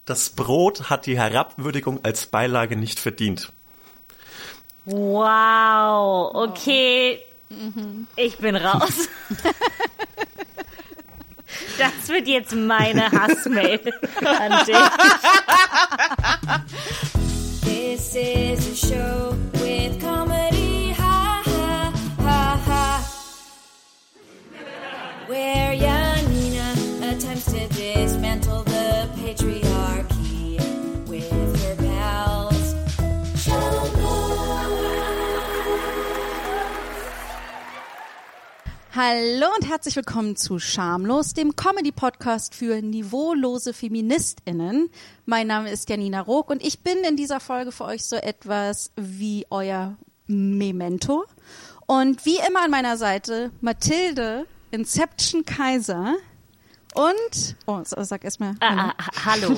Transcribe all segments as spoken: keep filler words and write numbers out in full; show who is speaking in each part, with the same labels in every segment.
Speaker 1: Das Brot hat die Herabwürdigung als Beilage nicht verdient.
Speaker 2: Wow, okay, mhm. Ich bin raus. Das wird jetzt meine Hassmail an dich.
Speaker 3: This is a show with comedy, ha, ha, ha, ha. Where Janina attempts to dismantle the patriarchy with her pals.
Speaker 4: Hallo und herzlich willkommen zu Schamlos, dem Comedy-Podcast für niveaulose FeministInnen. Mein Name ist Janina Rook und ich bin in dieser Folge für euch so etwas wie euer Memento. Und wie immer an meiner Seite Mathilde Inception Kaiser und, oh, sag erstmal
Speaker 2: ah, hallo.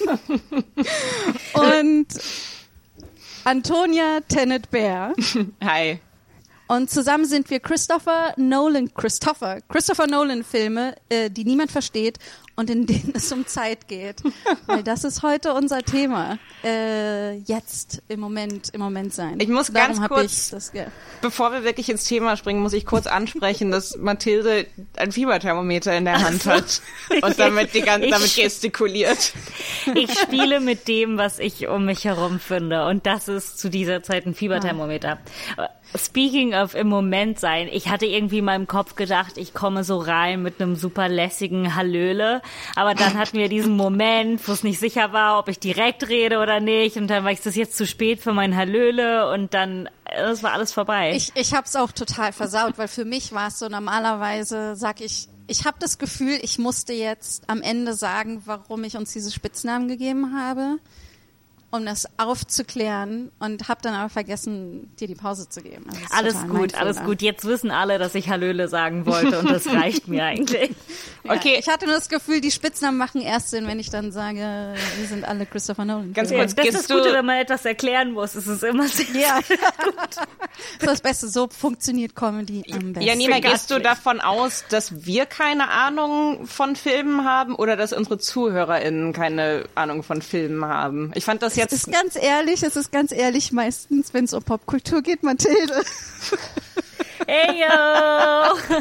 Speaker 4: Und Antonia Tenet Bär.
Speaker 5: Hi.
Speaker 4: Und zusammen sind wir Christopher Nolan, Christopher, Christopher Nolan Filme, äh, die niemand versteht und in denen es um Zeit geht. Weil das ist heute unser Thema. Äh, jetzt, im Moment, im Moment sein.
Speaker 5: Ich muss
Speaker 4: Darum
Speaker 5: ganz kurz,
Speaker 4: ich das, ja.
Speaker 5: bevor wir wirklich ins Thema springen, muss ich kurz ansprechen, dass Mathilde ein Fieberthermometer in der Hand hat und damit, die ganze, damit gestikuliert.
Speaker 2: Ich spiele mit dem, was ich um mich herum finde. Und das ist zu dieser Zeit ein Fieberthermometer. Ja. Speaking of im Moment sein, ich hatte irgendwie in meinem Kopf gedacht, ich komme so rein mit einem super lässigen Hallöle, aber dann hatten wir diesen Moment, wo es nicht sicher war, ob ich direkt rede oder nicht, und dann war ich das jetzt zu spät für mein Hallöle und dann, das war alles vorbei.
Speaker 4: Ich, ich hab's auch total versaut, weil für mich war es so, normalerweise sag ich, ich habe das Gefühl, ich musste jetzt am Ende sagen, warum ich uns diese Spitznamen gegeben habe, um das aufzuklären, und habe dann aber vergessen, dir die Pause zu geben. Also
Speaker 2: alles gut, alles gut. Jetzt wissen alle, dass ich Hallöle sagen wollte und das reicht mir eigentlich.
Speaker 4: Ja,
Speaker 5: okay.
Speaker 4: Ich hatte nur das Gefühl, die Spitznamen machen erst Sinn, wenn ich dann sage, wir sind alle Christopher Nolan.
Speaker 5: Ganz
Speaker 2: ja,
Speaker 5: kurz,
Speaker 2: das
Speaker 5: gehst
Speaker 2: ist
Speaker 5: du
Speaker 2: gut, wenn man etwas erklären muss. Es ist immer sehr,
Speaker 4: ja.
Speaker 2: sehr gut.
Speaker 4: Das ist das Beste. So funktioniert Comedy am besten.
Speaker 5: Janina, gehst du davon aus, dass wir keine Ahnung von Filmen haben oder dass unsere ZuhörerInnen keine Ahnung von Filmen haben? Ich fand das jetzt...
Speaker 4: Es ist ganz ehrlich, es ist ganz ehrlich meistens, wenn es um Popkultur geht, Mathilde.
Speaker 2: Hey, yo!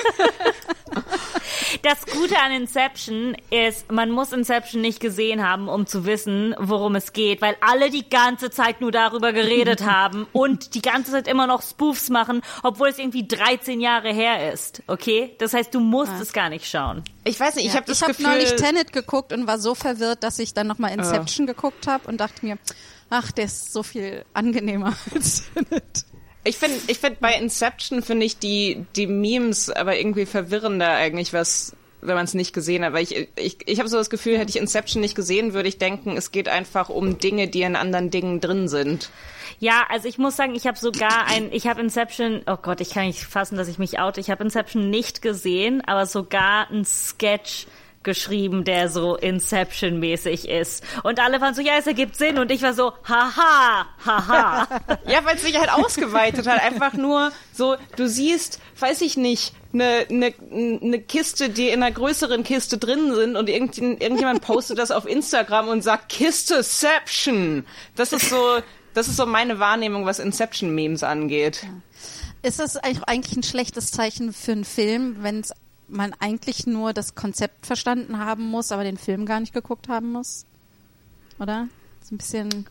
Speaker 2: Das Gute an Inception ist, man muss Inception nicht gesehen haben, um zu wissen, worum es geht, weil alle die ganze Zeit nur darüber geredet haben und die ganze Zeit immer noch Spoofs machen, obwohl es irgendwie dreizehn Jahre her ist, okay? Das heißt, du musst ja. es gar nicht schauen.
Speaker 5: Ich weiß nicht, ich
Speaker 4: ja,
Speaker 5: habe das
Speaker 4: ich hab
Speaker 5: Gefühl...
Speaker 4: Ich habe neulich Tenet geguckt und war so verwirrt, dass ich dann nochmal Inception oh. geguckt habe und dachte mir, ach, der ist so viel angenehmer als Tenet.
Speaker 5: Ich finde, ich finde bei Inception finde ich die die Memes aber irgendwie verwirrender eigentlich, was wenn man es nicht gesehen hat, weil ich ich ich habe so das Gefühl, hätte ich Inception nicht gesehen, würde ich denken, es geht einfach um Dinge, die in anderen Dingen drin sind.
Speaker 2: Ja, also ich muss sagen, ich habe sogar ein, ich habe Inception, oh Gott, ich kann nicht fassen, dass ich mich oute, ich habe Inception nicht gesehen, aber sogar ein Sketch geschrieben, der so Inception-mäßig ist. Und alle waren so, ja, es ergibt Sinn. Und ich war so, haha, haha.
Speaker 5: Ja, weil es sich halt ausgeweitet hat. Einfach nur so, du siehst, weiß ich nicht, eine ne, ne Kiste, die in einer größeren Kiste drin sind und irgend, irgendjemand postet das auf Instagram und sagt, Kisteception. Das ist so, das ist so meine Wahrnehmung, was Inception-Memes angeht.
Speaker 4: Ist das eigentlich ein schlechtes Zeichen für einen Film, wenn es man eigentlich nur das Konzept verstanden haben muss, aber den Film gar nicht geguckt haben muss? Oder? Ist ein bisschen...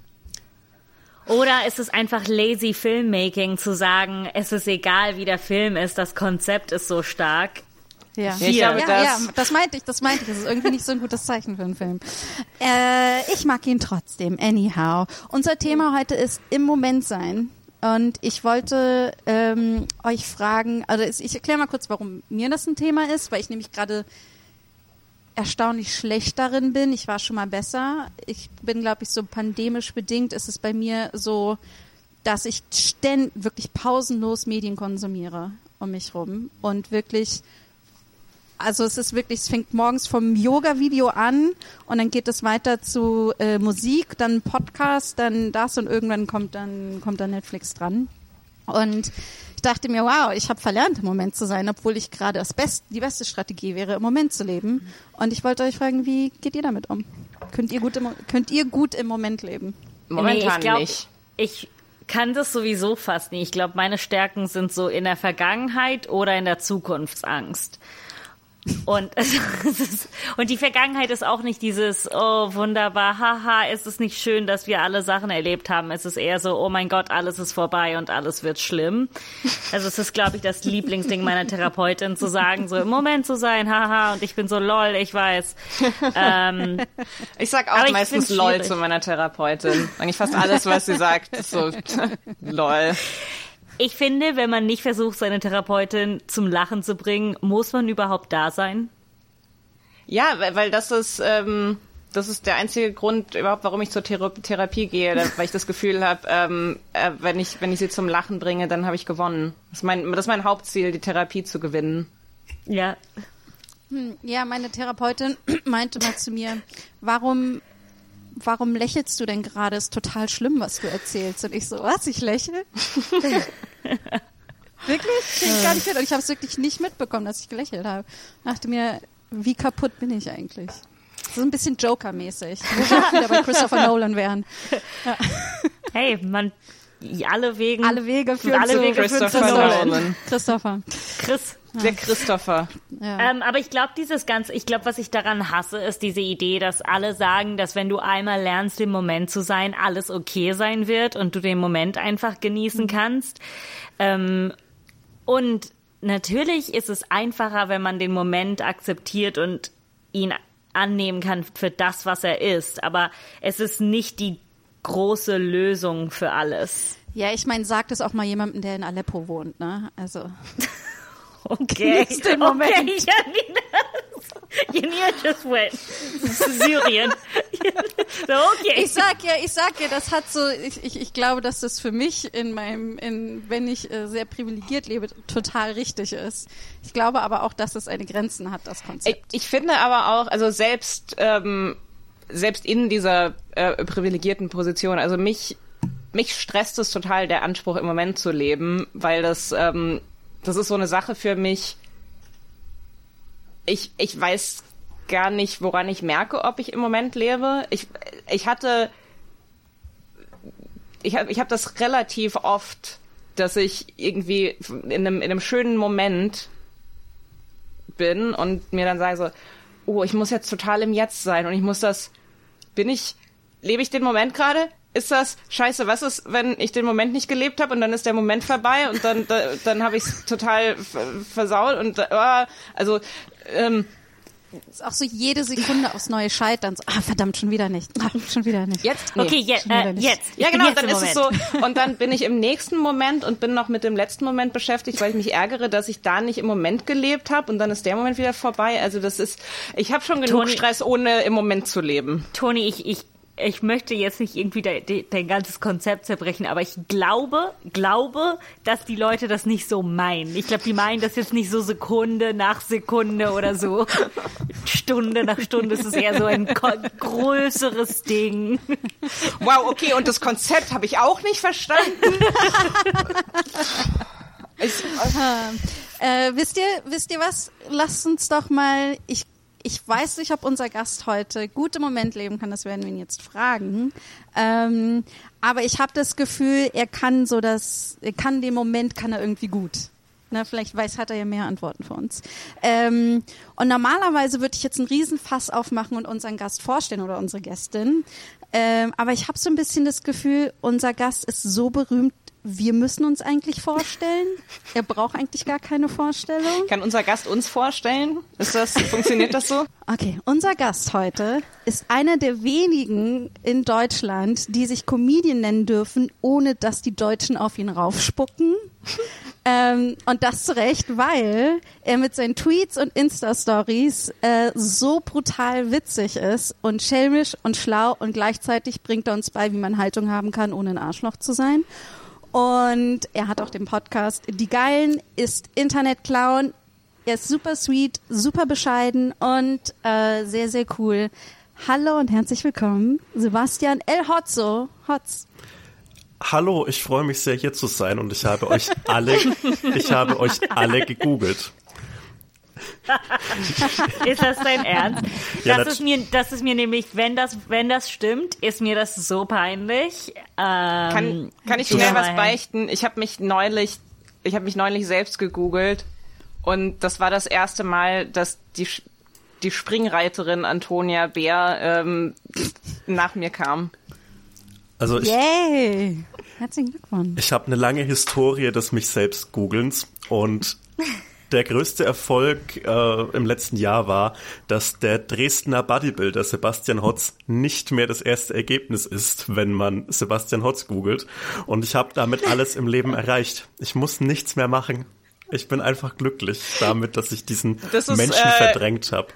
Speaker 2: Oder ist es einfach lazy Filmmaking, zu sagen, es ist egal, wie der Film ist, das Konzept ist so stark.
Speaker 4: Ja,
Speaker 5: ich glaube,
Speaker 4: ja,
Speaker 5: das,
Speaker 4: ja, das meinte ich, das meinte ich. Das ist irgendwie nicht so ein gutes Zeichen für einen Film. Äh, ich mag ihn trotzdem, anyhow. Unser Thema heute ist im Moment sein. Und ich wollte ähm, euch fragen, also ich erkläre mal kurz, warum mir das ein Thema ist, weil ich nämlich gerade erstaunlich schlecht darin bin. Ich war schon mal besser. Ich bin, glaube ich, so pandemisch bedingt ist es bei mir so, dass ich ständig wirklich pausenlos Medien konsumiere um mich rum und wirklich... Also es ist wirklich, es fängt morgens vom Yoga-Video an und dann geht es weiter zu äh, Musik, dann Podcast, dann das und irgendwann kommt dann kommt dann Netflix dran. Und ich dachte mir, wow, ich habe verlernt, im Moment zu sein, obwohl ich gerade das Best, die beste Strategie wäre, im Moment zu leben. Und ich wollte euch fragen, wie geht ihr damit um? Könnt ihr gut im, könnt ihr gut im Moment leben?
Speaker 5: Momentan
Speaker 2: nee, ich glaub,
Speaker 5: nicht.
Speaker 2: Ich kann das sowieso fast nicht. Ich glaube, meine Stärken sind so in der Vergangenheit oder in der Zukunftsangst. Und, es ist, und die Vergangenheit ist auch nicht dieses, oh wunderbar, haha, ist es nicht schön, dass wir alle Sachen erlebt haben. Es ist eher so, oh mein Gott, alles ist vorbei und alles wird schlimm. Also es ist, glaube ich, das Lieblingsding meiner Therapeutin, zu sagen, so im Moment zu sein, haha, und ich bin so lol, ich weiß. Ähm,
Speaker 5: ich sag auch
Speaker 2: ich
Speaker 5: meistens lol zu meiner Therapeutin. Eigentlich fast alles, was sie sagt, ist so lol.
Speaker 2: Ich finde, wenn man nicht versucht, seine Therapeutin zum Lachen zu bringen, muss man überhaupt da sein?
Speaker 5: Ja, weil, weil das ist, ähm, das ist der einzige Grund überhaupt, warum ich zur Thera- Therapie gehe, weil ich das Gefühl habe, ähm, äh, wenn ich, wenn ich sie zum Lachen bringe, dann habe ich gewonnen. Das ist mein, das ist mein Hauptziel, die Therapie zu gewinnen.
Speaker 2: Ja.
Speaker 4: Hm, ja, meine Therapeutin meinte mal zu mir, warum, warum lächelst du denn gerade? Ist total schlimm, was du erzählst. Und ich so, was, ich lächle? Wirklich? Ich gar nicht mit. Und ich habe es wirklich nicht mitbekommen, dass ich gelächelt habe. Dachte mir, wie kaputt bin ich eigentlich? So ein bisschen Joker-mäßig. Wo wir wieder bei Christopher Nolan wären. Ja.
Speaker 2: Hey, man, alle Wegen,
Speaker 4: alle Wege führen
Speaker 2: alle
Speaker 4: zu
Speaker 2: Wege führen zu
Speaker 5: Christopher
Speaker 2: Nolan.
Speaker 5: Nolan.
Speaker 4: Christopher.
Speaker 2: Chris.
Speaker 5: Der Christopher.
Speaker 4: Ja.
Speaker 2: Ähm, aber ich glaube, dieses ganze, ich glaube, was ich daran hasse, ist diese Idee, dass alle sagen, dass wenn du einmal lernst, im Moment zu sein, alles okay sein wird und du den Moment einfach genießen kannst. Ähm, und natürlich ist es einfacher, wenn man den Moment akzeptiert und ihn annehmen kann für das, was er ist. Aber es ist nicht die große Lösung für alles.
Speaker 4: Ja, ich meine, sagt es auch mal jemandem, der in Aleppo wohnt, ne? Also.
Speaker 2: Okay,
Speaker 4: den Moment.
Speaker 2: Okay, Janina. Janina just went. Syrien. So, okay.
Speaker 4: Ich sag ja, ich sag ja, das hat so, ich, ich, ich glaube, dass das für mich in meinem, in, wenn ich äh, sehr privilegiert lebe, total richtig ist. Ich glaube aber auch, dass es eine Grenzen hat, das Konzept.
Speaker 5: Ich, ich finde aber auch, also selbst, ähm, selbst in dieser äh, privilegierten Position, also mich, mich stresst es total, der Anspruch im Moment zu leben, weil das, ähm, das ist so eine Sache für mich. Ich, ich weiß gar nicht, woran ich merke, ob ich im Moment lebe. Ich, ich hatte, ich habe ich hab das relativ oft, dass ich irgendwie in einem, in einem schönen Moment bin und mir dann sage so, oh, ich muss jetzt total im Jetzt sein und ich muss das, bin ich, lebe ich den Moment gerade? Ist das scheiße? Was ist, wenn ich den Moment nicht gelebt habe und dann ist der Moment vorbei und dann da, dann habe ich es total versaut und uh, also ähm,
Speaker 4: ist auch so jede Sekunde aufs neue Scheitern. So, ah, verdammt, schon wieder nicht. Ah, schon wieder nicht.
Speaker 5: Jetzt? Nee.
Speaker 2: Okay, je, äh, jetzt.
Speaker 5: Ja,
Speaker 2: Ich
Speaker 5: genau,
Speaker 2: bin jetzt
Speaker 5: dann
Speaker 2: im
Speaker 5: ist es
Speaker 2: Moment.
Speaker 5: so. Und dann bin ich im nächsten Moment und bin noch mit dem letzten Moment beschäftigt, weil ich mich ärgere, dass ich da nicht im Moment gelebt habe und dann ist der Moment wieder vorbei. Also das ist, ich habe schon genug
Speaker 2: Toni,
Speaker 5: Stress, ohne im Moment zu leben.
Speaker 2: Toni, ich, ich, ich möchte jetzt nicht irgendwie dein, dein ganzes Konzept zerbrechen, aber ich glaube, glaube, dass die Leute das nicht so meinen. Ich glaube, die meinen das jetzt nicht so Sekunde nach Sekunde oder so. Stunde nach Stunde ist es eher so ein ko- größeres Ding.
Speaker 5: Wow, okay, und das Konzept habe ich auch nicht verstanden. ich,
Speaker 4: Äh, wisst ihr, wisst ihr was? Lasst uns doch mal, ich Ich weiß nicht, ob unser Gast heute gut im Moment leben kann, das werden wir ihn jetzt fragen. Ähm, aber ich habe das Gefühl, er kann so das, er kann den Moment, kann er irgendwie gut. Na, vielleicht weiß, hat er ja mehr Antworten für uns. Ähm, und normalerweise würde ich jetzt einen Riesenfass aufmachen und unseren Gast vorstellen oder unsere Gästin. Ähm, aber ich habe so ein bisschen das Gefühl, unser Gast ist so berühmt, wir müssen uns eigentlich vorstellen. Er braucht eigentlich gar keine Vorstellung.
Speaker 5: Kann unser Gast uns vorstellen? Ist das, funktioniert das so?
Speaker 4: Okay, unser Gast heute ist einer der wenigen in Deutschland, die sich Comedian nennen dürfen, ohne dass die Deutschen auf ihn raufspucken. Ähm, und das zu Recht, weil er mit seinen Tweets und Insta-Stories äh, so brutal witzig ist und schelmisch und schlau und gleichzeitig bringt er uns bei, wie man Haltung haben kann, ohne ein Arschloch zu sein. Und er hat auch den Podcast Die Geilen, ist Internet-Clown. Er ist super sweet, super bescheiden und äh, sehr, sehr cool. Hallo und herzlich willkommen, Sebastian El Hotzo. Hotz.
Speaker 1: Hallo, ich freue mich sehr, hier zu sein und ich habe euch alle, ich habe euch alle gegoogelt.
Speaker 2: Ist das dein Ernst?
Speaker 1: Ja,
Speaker 2: das,
Speaker 1: nat-
Speaker 2: ist mir, das ist mir nämlich, wenn das, wenn das stimmt, ist mir das so peinlich. Ähm,
Speaker 5: Kann, kann ich
Speaker 2: geh
Speaker 5: schnell
Speaker 2: mal
Speaker 5: was
Speaker 2: hin.
Speaker 5: beichten? Ich habe mich neulich, ich habe mich neulich selbst gegoogelt und das war das erste Mal, dass die die Springreiterin Antonia Bär ähm, nach mir kam.
Speaker 1: Also ich,
Speaker 4: Yay! Herzlichen Glückwunsch.
Speaker 1: ich habe eine lange Historie des mich selbst Googlens und der größte Erfolg äh, im letzten Jahr war, dass der Dresdner Bodybuilder Sebastian Hotz nicht mehr das erste Ergebnis ist, wenn man Sebastian Hotz googelt. Und ich habe damit alles im Leben erreicht. Ich muss nichts mehr machen. Ich bin einfach glücklich damit, dass ich diesen
Speaker 5: Das ist,
Speaker 1: Menschen
Speaker 5: äh,
Speaker 1: verdrängt habe.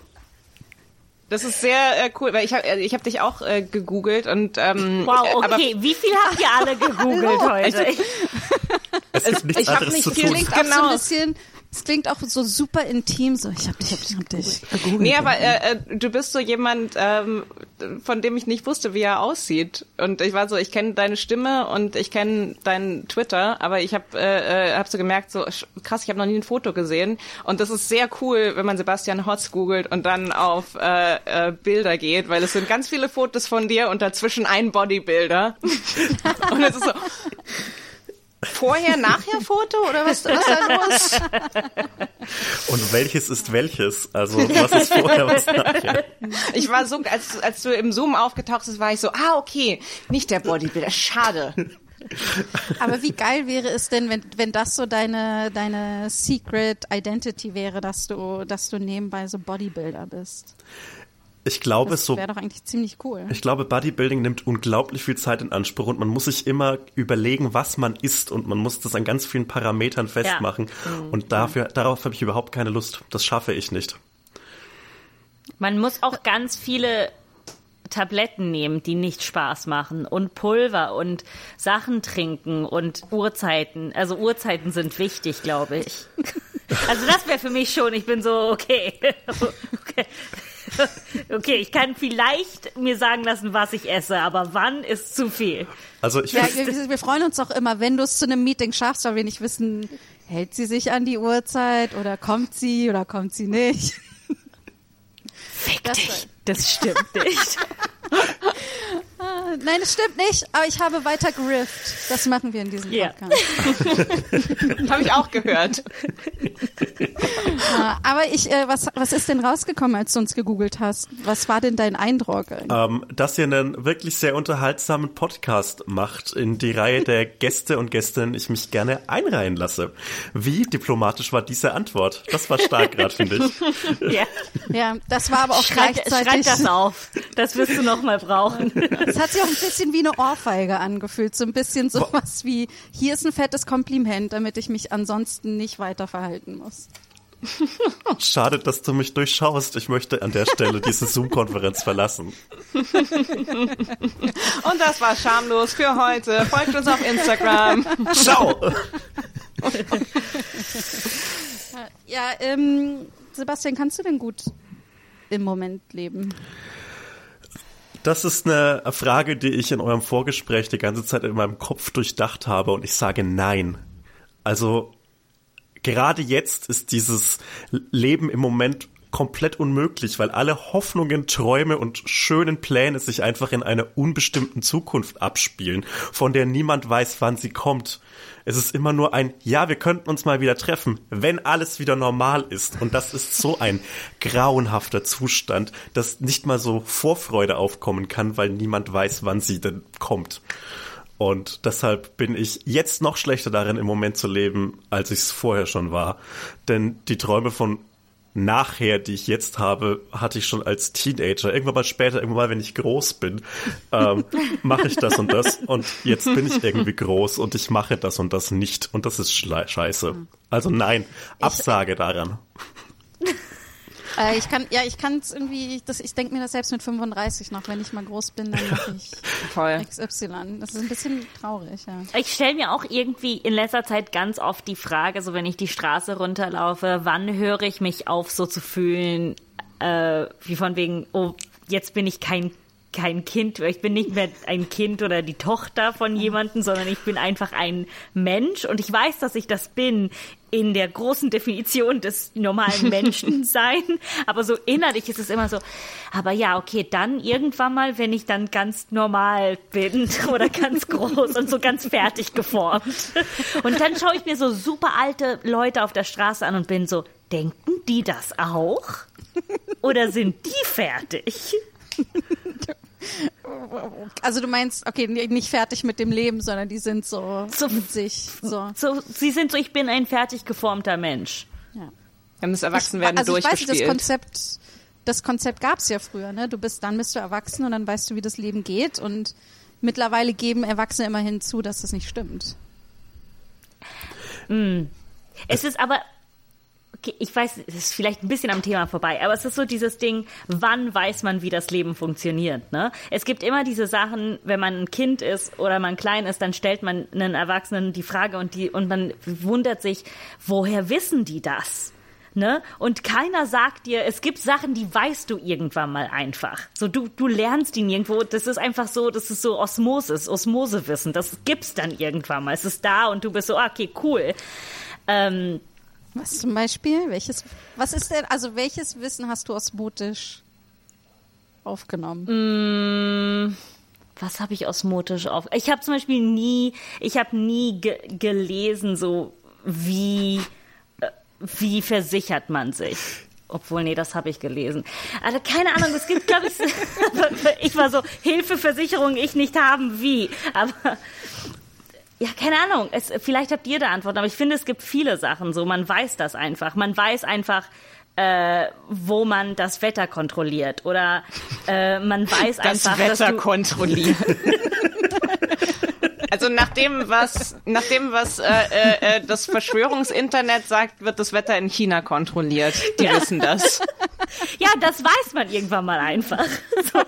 Speaker 5: Das ist sehr äh, cool, weil ich habe ich hab dich auch äh, gegoogelt und ähm,
Speaker 2: Wow,
Speaker 5: äh, aber
Speaker 2: okay. Wie viel habt ihr alle gegoogelt heute?
Speaker 1: Es gibt nichts
Speaker 5: ich hab
Speaker 1: anderes
Speaker 5: nicht
Speaker 1: zu
Speaker 5: viel
Speaker 1: tun.
Speaker 4: Klingt auch so
Speaker 5: Genau.
Speaker 4: ein bisschen, es klingt auch so super intim, so ich hab dich, ich hab dich gegoogelt.
Speaker 5: Nee, aber äh, äh, du bist so jemand, ähm, von dem ich nicht wusste, wie er aussieht. Und ich war so, ich kenne deine Stimme und ich kenne deinen Twitter, aber ich habe äh, hab so gemerkt, so krass, ich habe noch nie ein Foto gesehen. Und das ist sehr cool, wenn man Sebastian Hotz googelt und dann auf äh, äh, Bilder geht, weil es sind ganz viele Fotos von dir und dazwischen ein Bodybuilder. Und es ist so... Vorher, nachher Foto oder was, was ist da los?
Speaker 1: Und welches ist welches? Also was ist vorher, was nachher?
Speaker 5: Ich war so, als, als du im Zoom aufgetaucht bist, war ich so, ah, okay, nicht der Bodybuilder, schade.
Speaker 4: Aber wie geil wäre es denn, wenn, wenn das so deine, deine Secret Identity wäre, dass du, dass du nebenbei so Bodybuilder bist?
Speaker 1: Ich glaube,
Speaker 4: Das
Speaker 1: so
Speaker 4: wäre doch eigentlich ziemlich cool.
Speaker 1: Ich glaube, Bodybuilding nimmt unglaublich viel Zeit in Anspruch und man muss sich immer überlegen, was man isst und man muss das an ganz vielen Parametern festmachen. Und dafür, darauf habe ich überhaupt keine Lust. Das schaffe ich nicht.
Speaker 2: Man muss auch ganz viele Tabletten nehmen, die nicht Spaß machen und Pulver und Sachen trinken und Uhrzeiten. Also Uhrzeiten sind wichtig, glaube ich. Also das wäre für mich schon, ich bin so, okay, okay. Okay, ich kann vielleicht mir sagen lassen, was ich esse, aber wann ist zu viel?
Speaker 1: Also ich
Speaker 4: Ja,
Speaker 1: find-
Speaker 4: wir, wir freuen uns doch immer, wenn du es zu einem Meeting schaffst, weil wir nicht wissen, hält sie sich an die Uhrzeit oder kommt sie oder kommt sie nicht.
Speaker 2: Fick
Speaker 4: Das-
Speaker 2: dich. Das stimmt nicht.
Speaker 4: Nein, das stimmt nicht, aber ich habe weiter gerifft. Das machen wir in diesem
Speaker 2: Ja.
Speaker 4: Podcast.
Speaker 5: Habe ich auch gehört.
Speaker 4: Ja, aber ich, äh, was, was ist denn rausgekommen, als du uns gegoogelt hast? Was war denn dein Eindruck?
Speaker 1: ähm, dass ihr einen wirklich sehr unterhaltsamen Podcast macht, in die Reihe der Gäste und Gästinnen ich mich gerne einreihen lasse. Wie diplomatisch war diese Antwort? Das war stark gerade, finde ich.
Speaker 2: Ja.
Speaker 4: Ja, das war aber auch
Speaker 2: Schreib, schreib
Speaker 4: gleichzeitig.
Speaker 2: das auf. Das wirst du noch mal brauchen.
Speaker 4: Es hat sich auch ein bisschen wie eine Ohrfeige angefühlt. So ein bisschen sowas wie, hier ist ein fettes Kompliment, damit ich mich ansonsten nicht weiter verhalten muss.
Speaker 1: Schade, dass du mich durchschaust. Ich möchte an der Stelle diese Zoom-Konferenz verlassen.
Speaker 5: Und das war schamlos für heute. Folgt uns auf Instagram.
Speaker 1: Ciao!
Speaker 4: Ja, ähm, Sebastian, kannst du denn gut im Moment leben?
Speaker 1: Das ist eine Frage, die ich in eurem Vorgespräch die ganze Zeit in meinem Kopf durchdacht habe und ich sage nein. Also gerade jetzt ist dieses Leben im Moment komplett unmöglich, weil alle Hoffnungen, Träume und schönen Pläne sich einfach in einer unbestimmten Zukunft abspielen, von der niemand weiß, wann sie kommt. Es ist immer nur ein, ja, wir könnten uns mal wieder treffen, wenn alles wieder normal ist. Und das ist so ein grauenhafter Zustand, dass nicht mal so Vorfreude aufkommen kann, weil niemand weiß, wann sie denn kommt. Und deshalb bin ich jetzt noch schlechter darin, im Moment zu leben, als ich es vorher schon war. Denn die Träume von nachher, die ich jetzt habe, hatte ich schon als Teenager. Irgendwann mal später, irgendwann mal, wenn ich groß bin, ähm, mache ich das und das. Und jetzt bin ich irgendwie groß und ich mache das und das nicht. Und das ist schle- scheiße. Also nein, Absage daran.
Speaker 4: Äh, ich kann, ja, ich kann es irgendwie, das, ich denke mir das selbst mit fünfunddreißig noch, wenn ich mal groß bin, dann mache ich
Speaker 5: Voll.
Speaker 4: X Y. Das ist ein bisschen traurig, ja.
Speaker 2: Ich stelle mir auch irgendwie in letzter Zeit ganz oft die Frage, so wenn ich die Straße runterlaufe, wann höre ich mich auf, so zu fühlen, äh, wie von wegen, oh, jetzt bin ich kein kein Kind, ich bin nicht mehr ein Kind oder die Tochter von jemandem, sondern ich bin einfach ein Mensch und ich weiß, dass ich das bin in der großen Definition des normalen Menschensein, aber so innerlich ist es immer so, aber ja, okay, dann irgendwann mal, wenn ich dann ganz normal bin oder ganz groß und so ganz fertig geformt und dann schaue ich mir so super alte Leute auf der Straße an und bin so, denken die das auch? Oder sind die fertig?
Speaker 4: Also du meinst, okay, nicht fertig mit dem Leben, sondern die sind so,
Speaker 2: so
Speaker 4: mit sich. So.
Speaker 2: so. Sie sind so, ich bin ein fertig geformter Mensch.
Speaker 4: Ja.
Speaker 5: Wir haben das Erwachsenwerden
Speaker 4: also
Speaker 5: durchgespielt.
Speaker 4: Ich weiß, das Konzept, das Konzept gab es ja früher. Ne? Du bist, dann bist du erwachsen und dann weißt du, wie das Leben geht. Und mittlerweile geben Erwachsene immerhin zu, dass das nicht stimmt.
Speaker 2: Mm. Es ist aber... Okay, ich weiß, es ist vielleicht ein bisschen am Thema vorbei, aber es ist so dieses Ding, wann weiß man, wie das Leben funktioniert, ne? Es gibt immer diese Sachen, wenn man ein Kind ist oder man klein ist, dann stellt man einen Erwachsenen die Frage und die, und man wundert sich, woher wissen die das? Ne? Und keiner sagt dir, es gibt Sachen, die weißt du irgendwann mal einfach. So, du, du lernst die nirgendwo, das ist einfach so, das ist so Osmosis, Osmosewissen, das gibt's dann irgendwann mal. Es ist da und du bist so, okay, cool. Ähm,
Speaker 4: Was zum Beispiel? Welches, was ist denn, also welches Wissen hast du osmotisch aufgenommen?
Speaker 2: Mm, was habe ich osmotisch auf? Ich habe zum Beispiel nie, ich habe nie ge- gelesen, so wie, äh, wie versichert man sich. Obwohl, nee, das habe ich gelesen. Also keine Ahnung, es gibt, glaube ich, ich war so, Hilfe, Versicherung, ich nicht haben, wie? Aber... Ja, keine Ahnung. Es, vielleicht habt ihr da Antworten, aber ich finde, es gibt viele Sachen so. Man weiß das einfach. Man weiß einfach, äh, wo man das Wetter kontrolliert. Oder äh, man weiß
Speaker 5: das
Speaker 2: einfach,
Speaker 5: Wetter
Speaker 2: dass du
Speaker 5: kontrolliert. Also nach dem, was, nach dem, was äh, äh, das Verschwörungsinternet sagt, wird das Wetter in China kontrolliert. Die ja. wissen das.
Speaker 2: Ja, das weiß man irgendwann mal einfach. So.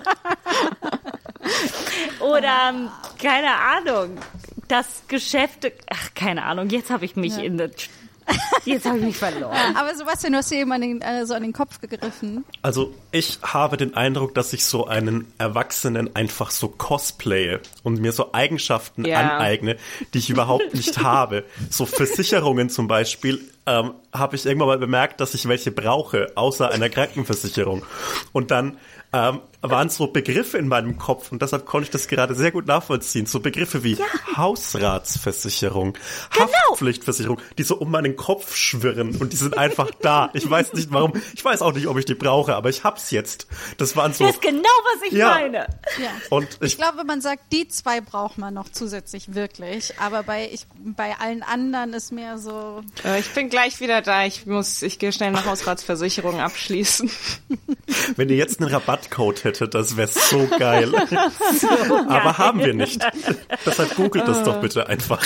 Speaker 2: Oder, keine Ahnung, das Geschäft, ach, keine Ahnung, jetzt habe ich mich ja. in der... Jetzt habe ich mich verloren.
Speaker 4: Ja, aber Sebastian, du hast dir eben an den, äh, so an den Kopf gegriffen.
Speaker 1: Also ich habe den Eindruck, dass ich so einen Erwachsenen einfach so cosplaye und mir so Eigenschaften
Speaker 5: ja.
Speaker 1: aneigne, die ich überhaupt nicht habe. So Versicherungen zum Beispiel ähm, habe ich irgendwann mal bemerkt, dass ich welche brauche, außer einer Krankenversicherung. Und dann ähm, waren so Begriffe in meinem Kopf und deshalb konnte ich das gerade sehr gut nachvollziehen. So Begriffe wie ja. Hausratsversicherung, genau. Haftpflichtversicherung, die so um meinen Kopf schwirren und die sind einfach da. Ich weiß nicht warum, ich weiß auch nicht, ob ich die brauche, aber ich hab's jetzt. Das waren so...
Speaker 2: Das ist genau, was ich
Speaker 1: ja.
Speaker 2: meine.
Speaker 4: Ja.
Speaker 1: Und ich,
Speaker 4: ich glaube, man sagt, die zwei braucht man noch zusätzlich wirklich, aber bei, ich, bei allen anderen ist mehr so...
Speaker 5: Äh, ich bin gleich wieder da. Ich muss, ich gehe schnell eine Hausratsversicherung abschließen.
Speaker 1: Wenn ihr jetzt einen Rabattcode hättet, das wäre so geil. So aber geil. Haben wir nicht. Deshalb googelt das doch bitte einfach.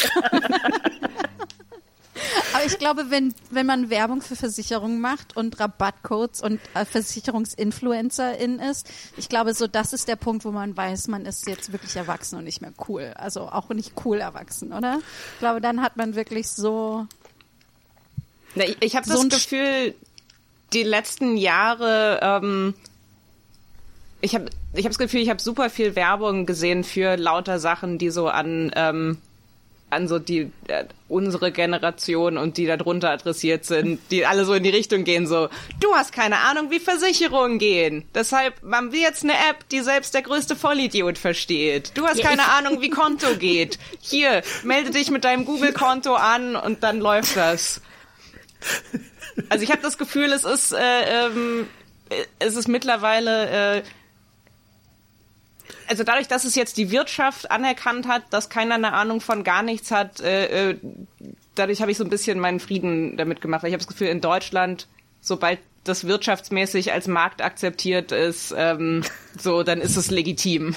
Speaker 4: Aber ich glaube, wenn, wenn man Werbung für Versicherungen macht und Rabattcodes und äh, Versicherungsinfluencerin ist, ich glaube, so das ist der Punkt, wo man weiß, man ist jetzt wirklich erwachsen und nicht mehr cool. Also auch nicht cool erwachsen, oder? Ich glaube, dann hat man wirklich so...
Speaker 5: Na, ich ich habe
Speaker 4: so
Speaker 5: das Gefühl, die letzten Jahre... Ähm, Ich habe ich hab das Gefühl, ich habe super viel Werbung gesehen für lauter Sachen, die so an, ähm, an so die äh, unsere Generation und die darunter adressiert sind, die alle so in die Richtung gehen, so, du hast keine Ahnung, wie Versicherungen gehen. Deshalb haben wir jetzt eine App, die selbst der größte Vollidiot versteht. Du hast
Speaker 2: ja,
Speaker 5: keine Ahnung, wie Konto geht. Hier, melde dich mit deinem Google-Konto an und dann läuft das. Also ich habe das Gefühl, es ist, äh, ähm, es ist mittlerweile... Äh, Also dadurch, dass es jetzt die Wirtschaft anerkannt hat, dass keiner eine Ahnung von gar nichts hat, äh, äh, dadurch habe ich so ein bisschen meinen Frieden damit gemacht. Weil ich habe das Gefühl, in Deutschland, sobald das wirtschaftsmäßig als Markt akzeptiert ist, ähm, so, dann ist es legitim.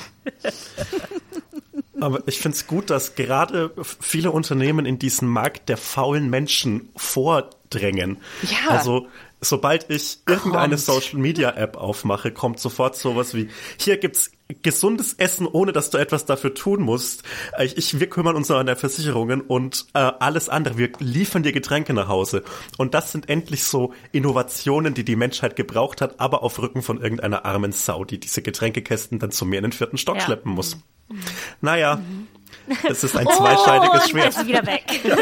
Speaker 1: Aber ich finde es gut, dass gerade viele Unternehmen in diesen Markt der faulen Menschen vor drängen.
Speaker 5: Ja.
Speaker 1: Also sobald ich irgendeine Social-Media-App aufmache, kommt sofort sowas wie, hier gibt's gesundes Essen, ohne dass du etwas dafür tun musst. Ich, ich, wir kümmern uns noch an der Versicherungen und äh, alles andere. Wir liefern dir Getränke nach Hause. Und das sind endlich so Innovationen, die die Menschheit gebraucht hat, aber auf Rücken von irgendeiner armen Sau, die diese Getränkekästen dann zu mir in den vierten Stock
Speaker 2: Ja.
Speaker 1: schleppen muss. Naja, es ist ein zweischneidiges
Speaker 2: oh,
Speaker 1: Schwert.
Speaker 2: Es ist wieder weg.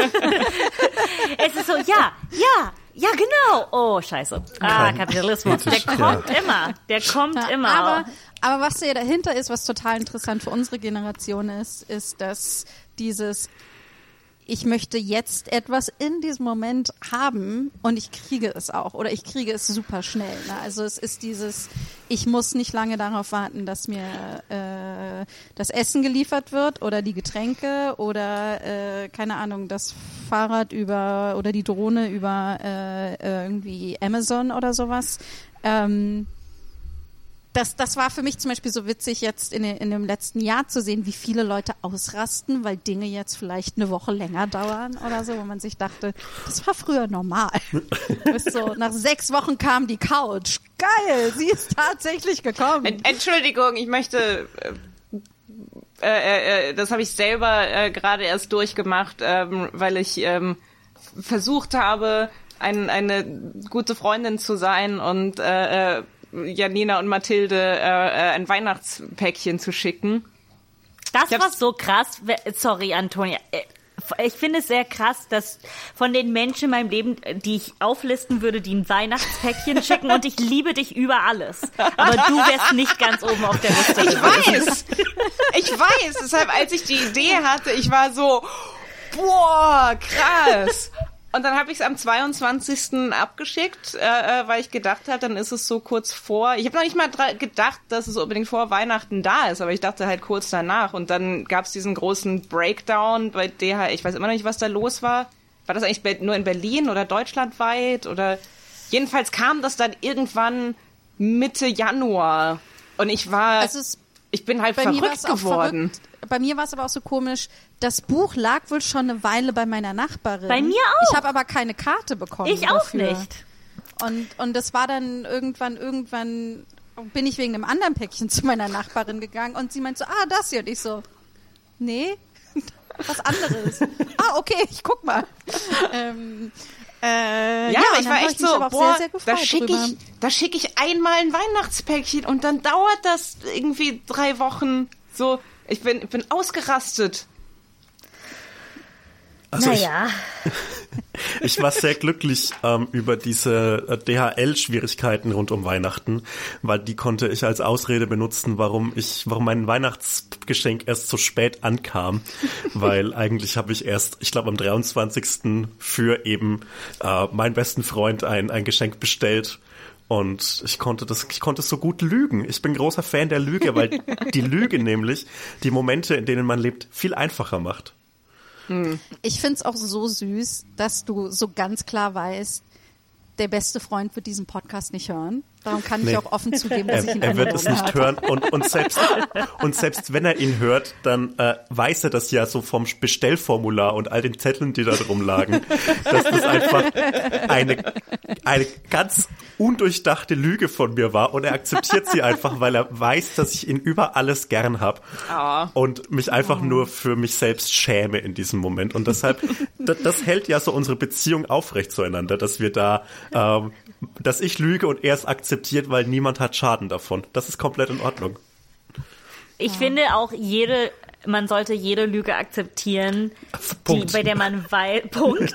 Speaker 2: Es ist so, ja, ja, ja, genau. Oh, scheiße. Ah, Kapitalismus. Der
Speaker 1: Ethisch,
Speaker 2: kommt
Speaker 1: ja.
Speaker 2: immer. Der kommt
Speaker 4: Ja,
Speaker 2: immer.
Speaker 4: aber, aber was ja dahinter ist, was total interessant für unsere Generation ist, ist, dass dieses ich möchte jetzt etwas in diesem Moment haben und ich kriege es auch oder ich kriege es super schnell. Ne? Also es ist dieses, ich muss nicht lange darauf warten, dass mir äh, das Essen geliefert wird oder die Getränke oder äh, keine Ahnung, das Fahrrad über oder die Drohne über äh, irgendwie Amazon oder sowas. Ähm, Das, das war für mich zum Beispiel so witzig, jetzt in, in dem letzten Jahr zu sehen, wie viele Leute ausrasten, weil Dinge jetzt vielleicht eine Woche länger dauern oder so, wo man sich dachte, das war früher normal. Bis so, nach sechs Wochen kam die Couch. Geil, sie ist tatsächlich gekommen.
Speaker 5: Ent- Entschuldigung, ich möchte, äh, äh, äh, das habe ich selber äh, gerade erst durchgemacht, ähm, weil ich ähm, versucht habe, ein, eine gute Freundin zu sein und äh, äh, Janina und Mathilde äh, ein Weihnachtspäckchen zu schicken.
Speaker 2: Das
Speaker 5: Ich
Speaker 2: war
Speaker 5: hab's-
Speaker 2: so krass. Sorry, Antonia. Ich finde es sehr krass, dass von den Menschen in meinem Leben, die ich auflisten würde, die ein Weihnachtspäckchen schicken und ich liebe dich über alles. Aber du wärst nicht ganz oben auf der Liste.
Speaker 5: Ich weiß! Ich weiß! Deshalb, als ich die Idee hatte, ich war so, boah, krass! Und dann habe ich es am zweiundzwanzigsten abgeschickt, äh, weil ich gedacht habe, dann ist es so kurz vor. Ich habe noch nicht mal dra- gedacht, dass es unbedingt vor Weihnachten da ist, aber ich dachte halt kurz danach. Und dann gab es diesen großen Breakdown bei D H L. Ich weiß immer noch nicht, was da los war. War das eigentlich be- nur in Berlin oder deutschlandweit? Oder jedenfalls kam das dann irgendwann Mitte Januar. Und ich war,
Speaker 4: Also es-
Speaker 5: ich bin halt
Speaker 4: Bei mir war
Speaker 5: verrückt
Speaker 4: es auch
Speaker 5: geworden.
Speaker 4: verrückt. Bei mir war es aber auch so komisch, das Buch lag wohl schon eine Weile bei meiner Nachbarin.
Speaker 2: Bei mir auch.
Speaker 4: Ich habe aber keine Karte bekommen.
Speaker 2: Ich auch
Speaker 4: dafür.
Speaker 2: nicht.
Speaker 4: Und, und das war dann irgendwann, irgendwann bin ich wegen einem anderen Päckchen zu meiner Nachbarin gegangen und sie meint so, ah, das hier. Und ich so, nee, was anderes. Ah, okay, ich guck mal. ähm, äh,
Speaker 5: Ja,
Speaker 4: und
Speaker 5: ich
Speaker 4: dann
Speaker 5: war
Speaker 4: hab
Speaker 5: echt
Speaker 4: mich
Speaker 5: so,
Speaker 4: aber auch
Speaker 5: boah,
Speaker 4: sehr, sehr
Speaker 5: da
Speaker 4: gefreut
Speaker 5: schicke
Speaker 4: drüber.
Speaker 5: ich, da schicke ich einmal ein Weihnachtspäckchen und dann dauert das irgendwie drei Wochen. So, ich bin, ich bin ausgerastet.
Speaker 1: Also ich,
Speaker 2: Naja.
Speaker 1: Ich war sehr glücklich ähm, über diese äh, D H L-Schwierigkeiten rund um Weihnachten, weil die konnte ich als Ausrede benutzen, warum ich, warum mein Weihnachtsgeschenk erst so spät ankam, weil eigentlich habe ich erst, ich glaube am dreiundzwanzigsten für eben äh, meinen besten Freund ein ein Geschenk bestellt. Und ich konnte das, ich konnte so gut lügen. Ich bin großer Fan der Lüge, weil die Lüge nämlich die Momente, in denen man lebt, viel einfacher macht.
Speaker 4: Ich find's auch so süß, dass du so ganz klar weißt, der beste Freund wird diesen Podcast nicht hören. Darum kann ich
Speaker 1: Nee.
Speaker 4: auch offen zugeben, dass
Speaker 1: Er,
Speaker 4: ich ihn
Speaker 1: er wird es
Speaker 4: eingelogen
Speaker 1: nicht
Speaker 4: habe.
Speaker 1: hören und, und, selbst, und selbst wenn er ihn hört, dann äh, weiß er das ja so vom Bestellformular und all den Zetteln, die da drum lagen, dass das einfach eine, eine ganz undurchdachte Lüge von mir war und er akzeptiert sie einfach, weil er weiß, dass ich ihn über alles gern hab
Speaker 5: Oh.
Speaker 1: und mich einfach nur für mich selbst schäme in diesem Moment und deshalb, das, das hält ja so unsere Beziehung aufrecht zueinander, dass wir da, ähm, dass ich lüge und er es akzeptiert, weil niemand hat Schaden davon. Das ist komplett in Ordnung.
Speaker 2: Ich finde auch jede, man sollte jede Lüge akzeptieren, die,
Speaker 1: Punkt.
Speaker 2: bei der man weiß, Punkt.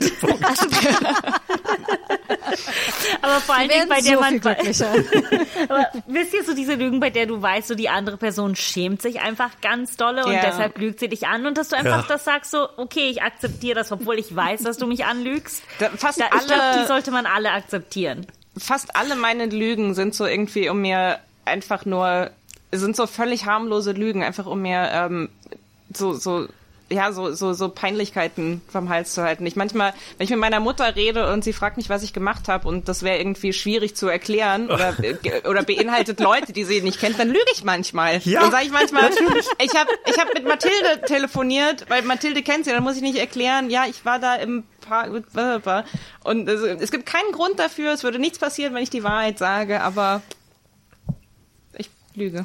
Speaker 2: Aber vor allen
Speaker 4: Wir
Speaker 2: Dingen, bei
Speaker 4: werden
Speaker 2: der
Speaker 4: so
Speaker 2: man
Speaker 4: viel glücklicher.
Speaker 2: Aber wisst ihr so diese Lügen, bei der du weißt, so die andere Person schämt sich einfach ganz dolle und
Speaker 5: Ja.
Speaker 2: deshalb lügt sie dich an und dass du einfach
Speaker 1: Ja.
Speaker 2: das sagst so, okay, ich akzeptiere das, obwohl ich weiß, dass du mich anlügst.
Speaker 5: Da, fast
Speaker 2: Da, ich glaube,
Speaker 5: alle,
Speaker 2: die sollte man alle akzeptieren.
Speaker 5: fast alle meine Lügen sind so irgendwie um mir einfach nur, sind so völlig harmlose Lügen, einfach um mir ähm, so, so ja, so, so, so Peinlichkeiten vom Hals zu halten. Ich manchmal, wenn ich mit meiner Mutter rede und sie fragt mich, was ich gemacht habe und das wäre irgendwie schwierig zu erklären oder, oder beinhaltet Leute, die sie nicht kennt, dann lüge ich manchmal.
Speaker 1: Ja,
Speaker 5: dann sage ich manchmal, ich habe ich hab mit Mathilde telefoniert, weil Mathilde kennt sie, dann muss ich nicht erklären, ja, ich war da im Park, und es, es gibt keinen Grund dafür, es würde nichts passieren, wenn ich die Wahrheit sage, aber ich lüge.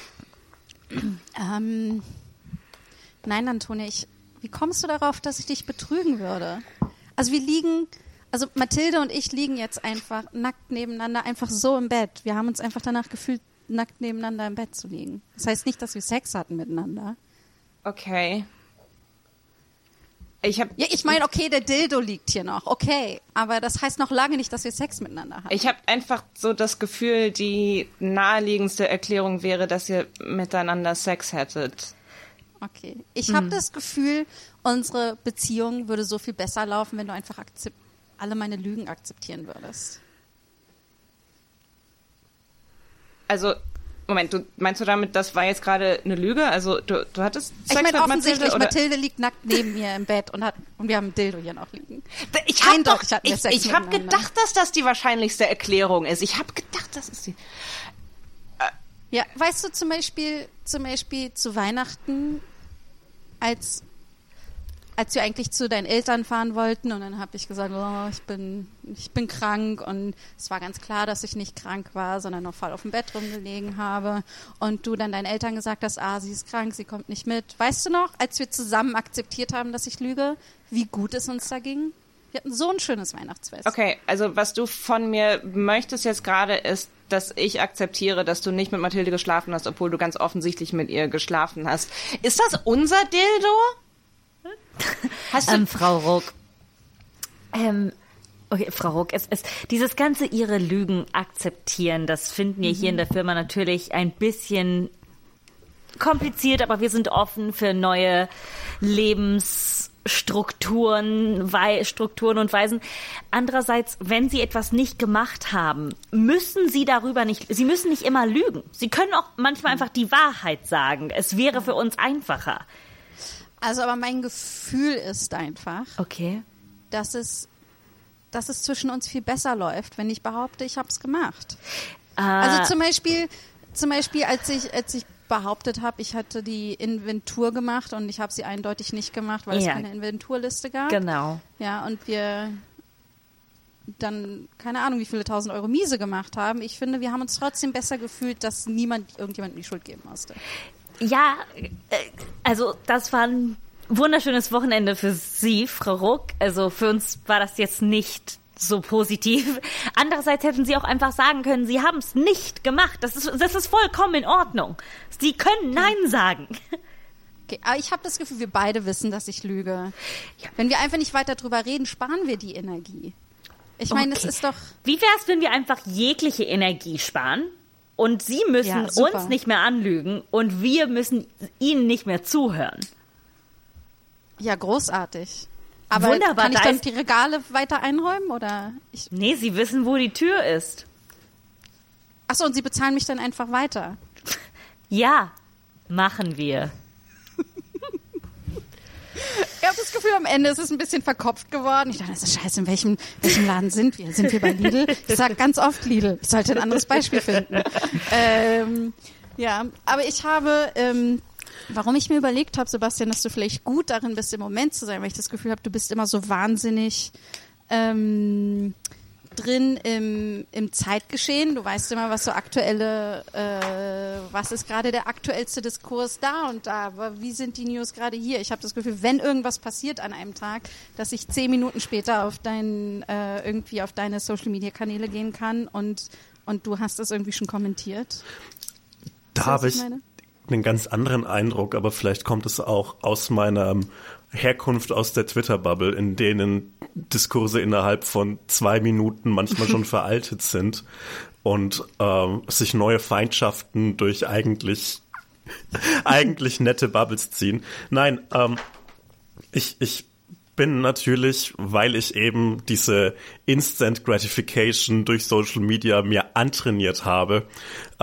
Speaker 4: Ähm, nein, Antonia, ich, wie kommst du darauf, dass ich dich betrügen würde? Also wir liegen, also Mathilde und ich liegen jetzt einfach nackt nebeneinander, einfach so im Bett. Wir haben uns einfach danach gefühlt, nackt nebeneinander im Bett zu liegen. Das heißt nicht, dass wir Sex hatten miteinander.
Speaker 5: Okay. Ich hab,
Speaker 4: Ja, ich meine, okay, der Dildo liegt hier noch, okay. Aber das heißt noch lange nicht, dass wir Sex miteinander hatten.
Speaker 5: Ich habe einfach so das Gefühl, die naheliegendste Erklärung wäre, dass ihr miteinander Sex hättet.
Speaker 4: Okay. Ich habe das Gefühl, unsere Beziehung würde so viel besser laufen, wenn du einfach akzep- alle meine Lügen akzeptieren würdest.
Speaker 5: Also, Moment, du meinst du damit, das war jetzt gerade eine Lüge? Also du, du hattest Sex
Speaker 4: Ich meine
Speaker 5: mit
Speaker 4: offensichtlich,
Speaker 5: Mathilde?
Speaker 4: Mathilde,
Speaker 5: Oder?
Speaker 4: liegt nackt neben mir im Bett und hat und wir haben ein Dildo hier noch liegen.
Speaker 5: Ich habe doch,
Speaker 4: Eindeutig hatten wir
Speaker 5: ich,
Speaker 4: Sex
Speaker 5: ich habe
Speaker 4: miteinander.
Speaker 5: gedacht, dass das die wahrscheinlichste Erklärung ist. Ich habe gedacht, das ist die...
Speaker 4: Ja, weißt du zum Beispiel, zum Beispiel zu Weihnachten, als als wir eigentlich zu deinen Eltern fahren wollten und dann habe ich gesagt, oh, ich bin ich bin krank und es war ganz klar, dass ich nicht krank war, sondern noch voll auf dem Bett rumgelegen habe und du dann deinen Eltern gesagt hast, ah, sie ist krank, sie kommt nicht mit. Weißt du noch, als wir zusammen akzeptiert haben, dass ich lüge, wie gut es uns da ging? Wir hatten so ein schönes Weihnachtsfest.
Speaker 5: Okay, also was du von mir möchtest jetzt gerade ist, dass ich akzeptiere, dass du nicht mit Mathilde geschlafen hast, obwohl du ganz offensichtlich mit ihr geschlafen hast. Ist das unser Dildo? Hast du...
Speaker 2: Ähm, Frau Ruck. Ähm, okay, Frau Ruck, es, es, dieses ganze ihre Lügen akzeptieren, das finden wir hier in der Firma natürlich ein bisschen kompliziert, aber wir sind offen für neue Lebensstrukturen, Wei- Strukturen und Weisen. Andererseits, wenn Sie etwas nicht gemacht haben, müssen Sie darüber nicht, Sie müssen nicht immer lügen. Sie können auch manchmal einfach die Wahrheit sagen. Es wäre für uns einfacher.
Speaker 4: Also aber mein Gefühl ist einfach,
Speaker 2: Okay.
Speaker 4: dass es, dass es zwischen uns viel besser läuft, wenn ich behaupte, ich habe es gemacht. Also zum Beispiel, zum Beispiel, als ich, als ich behauptet habe, ich hatte die Inventur gemacht und ich habe sie eindeutig nicht gemacht, weil
Speaker 2: Ja.
Speaker 4: es keine Inventurliste gab.
Speaker 2: Genau.
Speaker 4: Ja, und wir dann, keine Ahnung, wie viele tausend Euro Miese gemacht haben. Ich finde, wir haben uns trotzdem besser gefühlt, dass niemand irgendjemandem die Schuld geben musste.
Speaker 2: Ja, äh, also das war ein wunderschönes Wochenende für Sie, Frau Ruck. Also für uns war das jetzt nicht so positiv. Andererseits hätten Sie auch einfach sagen können, Sie haben es nicht gemacht. Das ist, das ist vollkommen in Ordnung. Sie können Nein sagen.
Speaker 4: Okay, aber ich habe das Gefühl, wir beide wissen, dass ich lüge. Wenn wir einfach nicht weiter drüber reden, sparen wir die Energie. Ich meine, es
Speaker 2: Okay.
Speaker 4: ist doch...
Speaker 2: Wie wäre es, wenn wir einfach jegliche Energie sparen? Und Sie müssen
Speaker 4: Ja, super.
Speaker 2: uns nicht mehr anlügen und wir müssen Ihnen nicht mehr zuhören.
Speaker 4: Ja, großartig. Aber
Speaker 2: Wunderbar,
Speaker 4: kann ich
Speaker 2: da
Speaker 4: dann
Speaker 2: ist-
Speaker 4: die Regale weiter einräumen? Oder ich...
Speaker 2: Nee, Sie wissen, wo die Tür ist.
Speaker 4: Achso, und Sie bezahlen mich dann einfach weiter.
Speaker 2: Ja, machen wir.
Speaker 4: Ich habe das Gefühl, am Ende ist es ein bisschen verkopft geworden. Ich dachte, das ist scheiße, in welchem, welchem Laden sind wir? Sind wir bei Lidl? Ich sage ganz oft Lidl. Ich sollte ein anderes Beispiel finden. Ähm, ja, aber ich habe, ähm, warum ich mir überlegt habe, Sebastian, dass du vielleicht gut darin bist, im Moment zu sein, weil ich das Gefühl habe, du bist immer so wahnsinnig ähm, drin im, im Zeitgeschehen. Du weißt immer, was so aktuelle, äh, was ist gerade der aktuellste Diskurs da und da, aber wie sind die News gerade hier? Ich habe das Gefühl, wenn irgendwas passiert an einem Tag, dass ich zehn Minuten später auf dein, äh, irgendwie auf deine Social Media Kanäle gehen kann und, und du hast das irgendwie schon kommentiert.
Speaker 1: Da
Speaker 4: was
Speaker 1: habe
Speaker 4: ich
Speaker 1: ich
Speaker 4: meine?
Speaker 1: einen ganz anderen Eindruck, aber vielleicht kommt es auch aus meiner Herkunft aus der Twitter-Bubble, in denen Diskurse innerhalb von zwei Minuten manchmal schon veraltet sind und ähm, sich neue Feindschaften durch eigentlich eigentlich nette Bubbles ziehen. Nein, ähm, ich, ich bin natürlich, weil ich eben diese Instant Gratification durch Social Media mir antrainiert habe, äh,